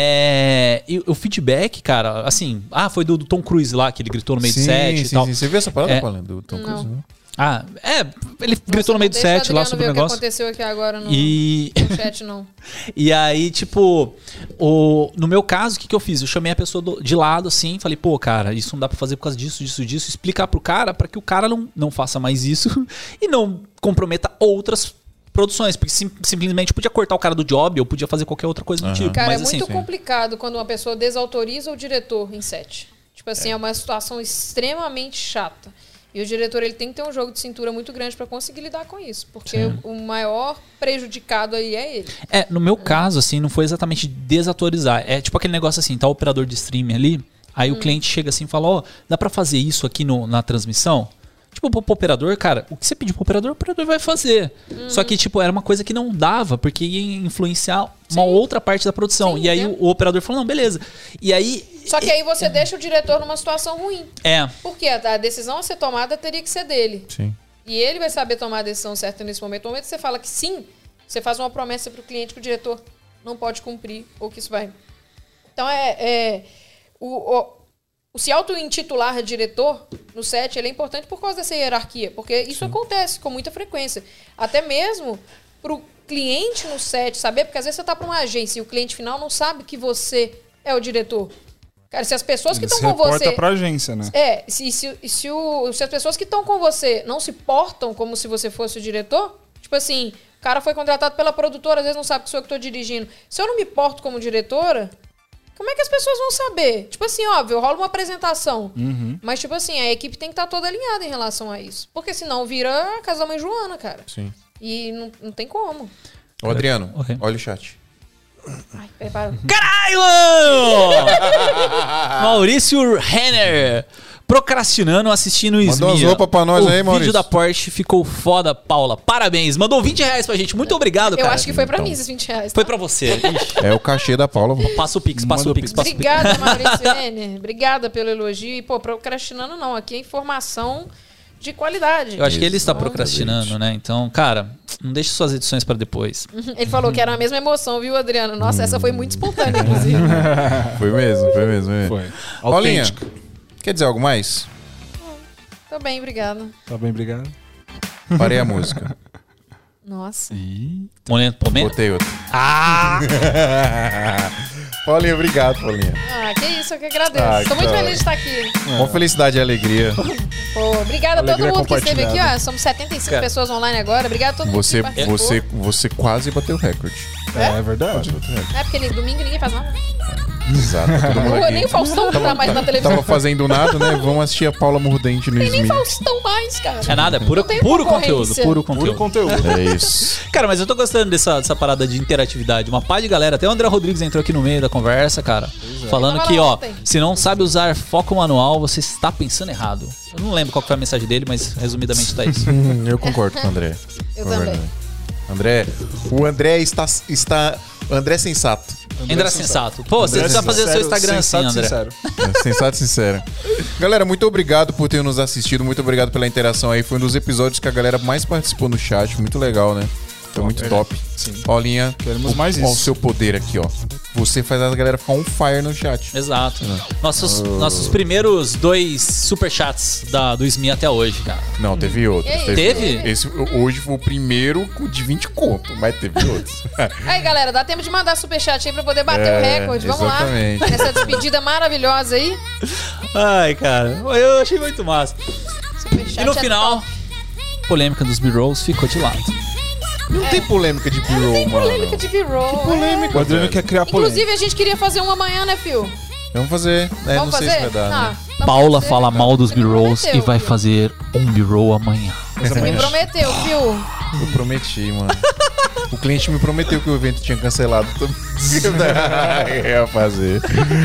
É, e o feedback, cara, assim, ah, foi do, do Tom Cruise lá, que ele gritou no meio do set e tal. Sim. Você viu essa parada, É. Paulo, do Tom Cruise? Não. Né? Ah, é, ele Nossa, gritou no meio do não deixa set o lá Adriano sobre o ver negócio. O que aconteceu aqui agora no, E. no chat, não. E aí, tipo, o, no meu caso, o que, que eu fiz? Eu chamei a pessoa do- de lado, assim, falei, pô, cara, isso não dá pra fazer por causa disso, disso, disso. Explicar pro cara pra que o cara não, não faça mais isso e não comprometa outras produções. Porque sim- simplesmente podia cortar o cara do job ou podia fazer qualquer outra coisa do tipo. Cara, Mas é assim, muito complicado quando uma pessoa desautoriza o diretor em set. Tipo assim, é, uma situação extremamente chata. E o diretor ele tem que ter um jogo de cintura muito grande pra conseguir lidar com isso. Porque o maior prejudicado aí é ele. É, no meu caso, assim, não foi exatamente desautorizar. É tipo aquele negócio assim, tá o operador de streaming ali, aí Hum. o cliente chega assim e fala, ó, dá pra fazer isso aqui no- na transmissão? Tipo, pro, pro operador, cara, o que você pedir pro operador, o operador vai fazer. Uhum. Só que, tipo, era uma coisa que não dava, porque ia influenciar uma outra parte da produção. Sim, e aí entendo. o, o operador falou, não, beleza. E aí... Só que aí você deixa o diretor numa situação ruim. É, Porque a a decisão a ser tomada teria que ser dele. Sim. E ele vai saber tomar a decisão certa nesse momento. No momento que você fala que sim, você faz uma promessa pro cliente que o diretor não pode cumprir, ou que isso vai... Então, é... é o, o, o se auto-intitular diretor no set, ele é importante por causa dessa hierarquia. Porque isso acontece com muita frequência. Até mesmo pro cliente no set saber, porque às vezes você tá pra uma agência e o cliente final não sabe que você é o diretor. Cara, se as pessoas que Ele estão se com reporta você... pra agência, né? É, se, se, se, o, se as pessoas que estão com você não se portam como se você fosse o diretor, tipo assim, o cara foi contratado pela produtora, às vezes não sabe que sou eu que tô dirigindo. Se eu não me porto como diretora, como é que as pessoas vão saber? Tipo assim, óbvio, rola uma apresentação. Mas, tipo assim, a equipe tem que estar toda alinhada em relação a isso. Porque senão vira a casa da mãe Joana, cara. Sim. E não, não tem como. Ô, Adriano, Ok. olha o chat. Ai, prepara. Caralho! Maurício Renner. Procrastinando, assistindo o Mandou Esmia. umas roupas pra nós o aí, vídeo Maurício. da Porsche ficou foda, Paula. Parabéns. Mandou vinte reais pra gente. Muito obrigado, Eu cara. acho que foi pra mim esses vinte reais. Foi tá? pra você. Ixi, É o cachê da Paula. passa o Pix, passa Manda o o Pix, passa o Pix. Obrigada, Maurício Renner. Obrigada pelo elogio. E, pô, procrastinando não. Aqui é informação de qualidade. Eu acho que ele está Exatamente. procrastinando, né? Então, cara, não deixe suas edições pra depois. Ele falou que era a mesma emoção, viu, Adriano? Nossa, essa foi muito espontânea, inclusive. Foi mesmo, foi mesmo. Foi. Paulinha, Autêntico. quer dizer algo mais? Tô bem, obrigada. Tá bem, obrigado. Parei a música. Nossa. Momento, momento. Botei outra. Ah! Paulinha, obrigado, Paulinha. Ah, que isso, eu que agradeço. Ah, Tô muito cara. feliz de estar aqui. Com felicidade e alegria. Pô, obrigada a todo Alegria mundo que esteve aqui, compartilhada. ó. Somos setenta e cinco Cara. pessoas online agora. Obrigado a todo mundo Você, que participou. você, você quase bateu o recorde. É, é verdade. É porque nem- domingo ninguém faz nada. Exato, tá todo mundo Pô, aqui. nem o Faustão tá mais na televisão. Tava fazendo nada, né? Vamos assistir a Paula Mordente no Tem nem Smith. Faustão mais, cara. É nada, é puro, Não tem puro concorrência. conteúdo, puro Puro conteúdo. conteúdo. É isso. Cara, mas eu tô gostando dessa, dessa parada de interatividade. Uma pá de galera. Até o André Rodrigues entrou aqui no meio da conversa, cara. Falando Tava que, lá ó, ontem. se não sabe usar foco manual, você está pensando errado. Eu não lembro qual que foi a mensagem dele, mas resumidamente tá isso. Hum, eu concordo com o André. Eu É também. verdade. André, o André está, está André sensato. André Sensato. Pô, você precisa fazer o seu Instagram assim, André. Sincero. É, sensato e sincero. Galera, muito obrigado por ter nos assistido. Muito obrigado pela interação aí. Foi um dos episódios que a galera mais participou no chat. Muito legal, né? Foi muito é. top. Sim. Paulinha, Queremos o, mais ó, o isso. seu poder aqui, ó. Você faz a galera ficar on fire no chat. Exato. Nossos, nossos primeiros dois superchats da, do S M I até hoje, cara. Não, teve outros. Que isso? Teve? Esse, hoje foi o primeiro de vinte conto, mas teve outros. Aí, galera, dá tempo de mandar superchat aí pra poder bater É, o recorde. Vamos exatamente. lá. Nessa despedida maravilhosa aí. Ai, cara. Eu achei muito massa. Superchat E no é final, top. polêmica dos B-Rolls ficou de lado. Não tem polêmica de B-roll, Tem mano. polêmica de B-roll. polêmica. O Adriano velho. quer criar polêmica. Inclusive, a gente queria fazer um amanhã, né, Fio? Vamos fazer. É, Vamos não sei fazer? se vai dar, Ah, né? tá Paula bom, fala você- mal dos você me B-Rolls prometeu, e vai Fio. fazer um B-Roll amanhã. Você me prometeu, Fio. Eu prometi, mano. O cliente me prometeu que o evento tinha cancelado. Eu ia fazer.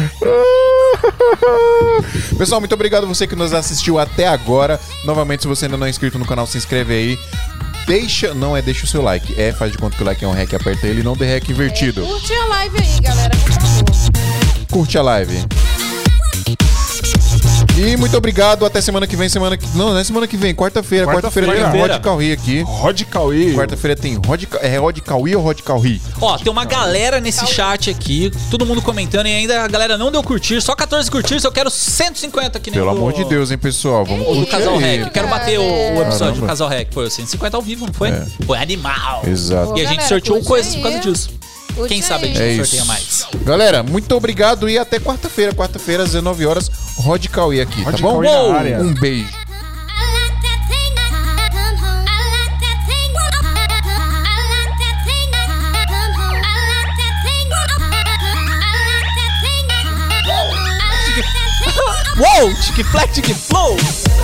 Pessoal, muito obrigado a você que nos assistiu até agora. Novamente, se você ainda não é inscrito no canal, se inscreve aí. Deixa, não é deixa o seu like, é faz de conta que o like é um rec, aperta ele e não dê rec invertido. Curte a live aí, galera, por favor. Curte a live. E muito obrigado, até semana que vem, semana que... Não, não é semana que vem, quarta-feira. Quarta-feira tem Quarta-feira. Rod Calri aqui. Rod Cauê. Quarta-feira tem Rod... É Rod Calri ou Rod Calri? Ó, tem uma galera nesse chat aqui, todo mundo comentando e ainda a galera não deu curtir, só quatorze curtirs, eu quero cento e cinquenta aqui Pelo amor de Deus, hein, pessoal? Vamos O do curtir Casal aí. Rec. Eu quero bater o, o episódio Caramba. do Casal Rec. Foi cento e cinquenta ao vivo, não foi? É. Foi animal. Exato. E a gente Galera, sorteou curte coisas aí. por causa disso. Curte Quem sabe a aí. gente É não isso. sorteia mais. Galera, muito obrigado e até quarta-feira. Quarta-feira, às dezenove horas, Rod Cauê aqui, Rod tá bom? Cauê na área. Um beijo. Uou! Tic flex, tic flow!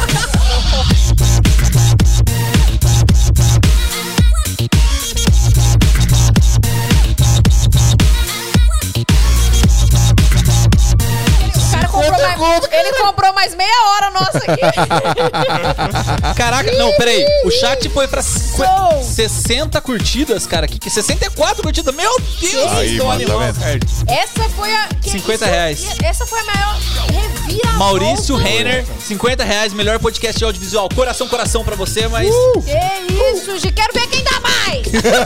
O cara comprou mais, ele comprou mais meia hora nossa aqui. Caraca, não, peraí. O chat foi pra Show. sessenta curtidas, cara. Que, que sessenta e quatro curtidas. Meu Deus, Aí, tô mano, tá animal. vendo? Essa foi a... que cinquenta isso? reais. Essa foi a maior reviravolta. Maurício Renner, cinquenta reais, melhor podcast de audiovisual. Coração, coração pra você, mas. Que isso, Gi. Quero ver quem dá mais.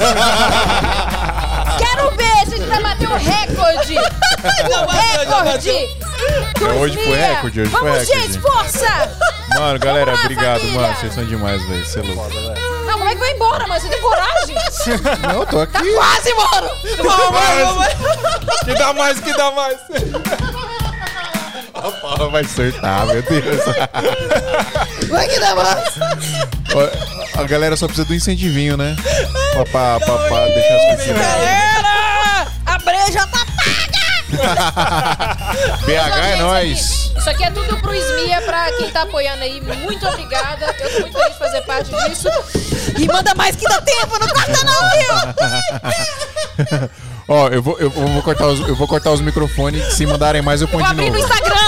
Quero ver se a gente vai bater o recorde. Não O bateu, não recorde. É, hoje foi Mia. recorde, hoje foi Vamos, recorde. gente, força. Mano, galera, Vamos lá, obrigado, família. mano. Vocês são demais, velho. Você é louco. Não, como é que vai embora, mano? Você tem coragem? Não, eu tô aqui. Quase, mano. Que dá mais, que dá mais. A Paula vai surtar, meu Deus. Vai que dá mais. Ó, a galera só precisa do incentivinho, né? Pra, pra, pra, pra deixar as coisas. Galera, a breja tá B H é Gente, nóis. Isso aqui, isso aqui é tudo pro S M I, é pra quem tá apoiando aí. Muito obrigada. Eu tô muito feliz de fazer parte disso. E manda mais que dá tempo, não corta não, viu? Ó, eu vou, eu, vou cortar os, eu vou cortar os microfones. Se mandarem mais, eu Vou ponho de abrir no novo. Instagram.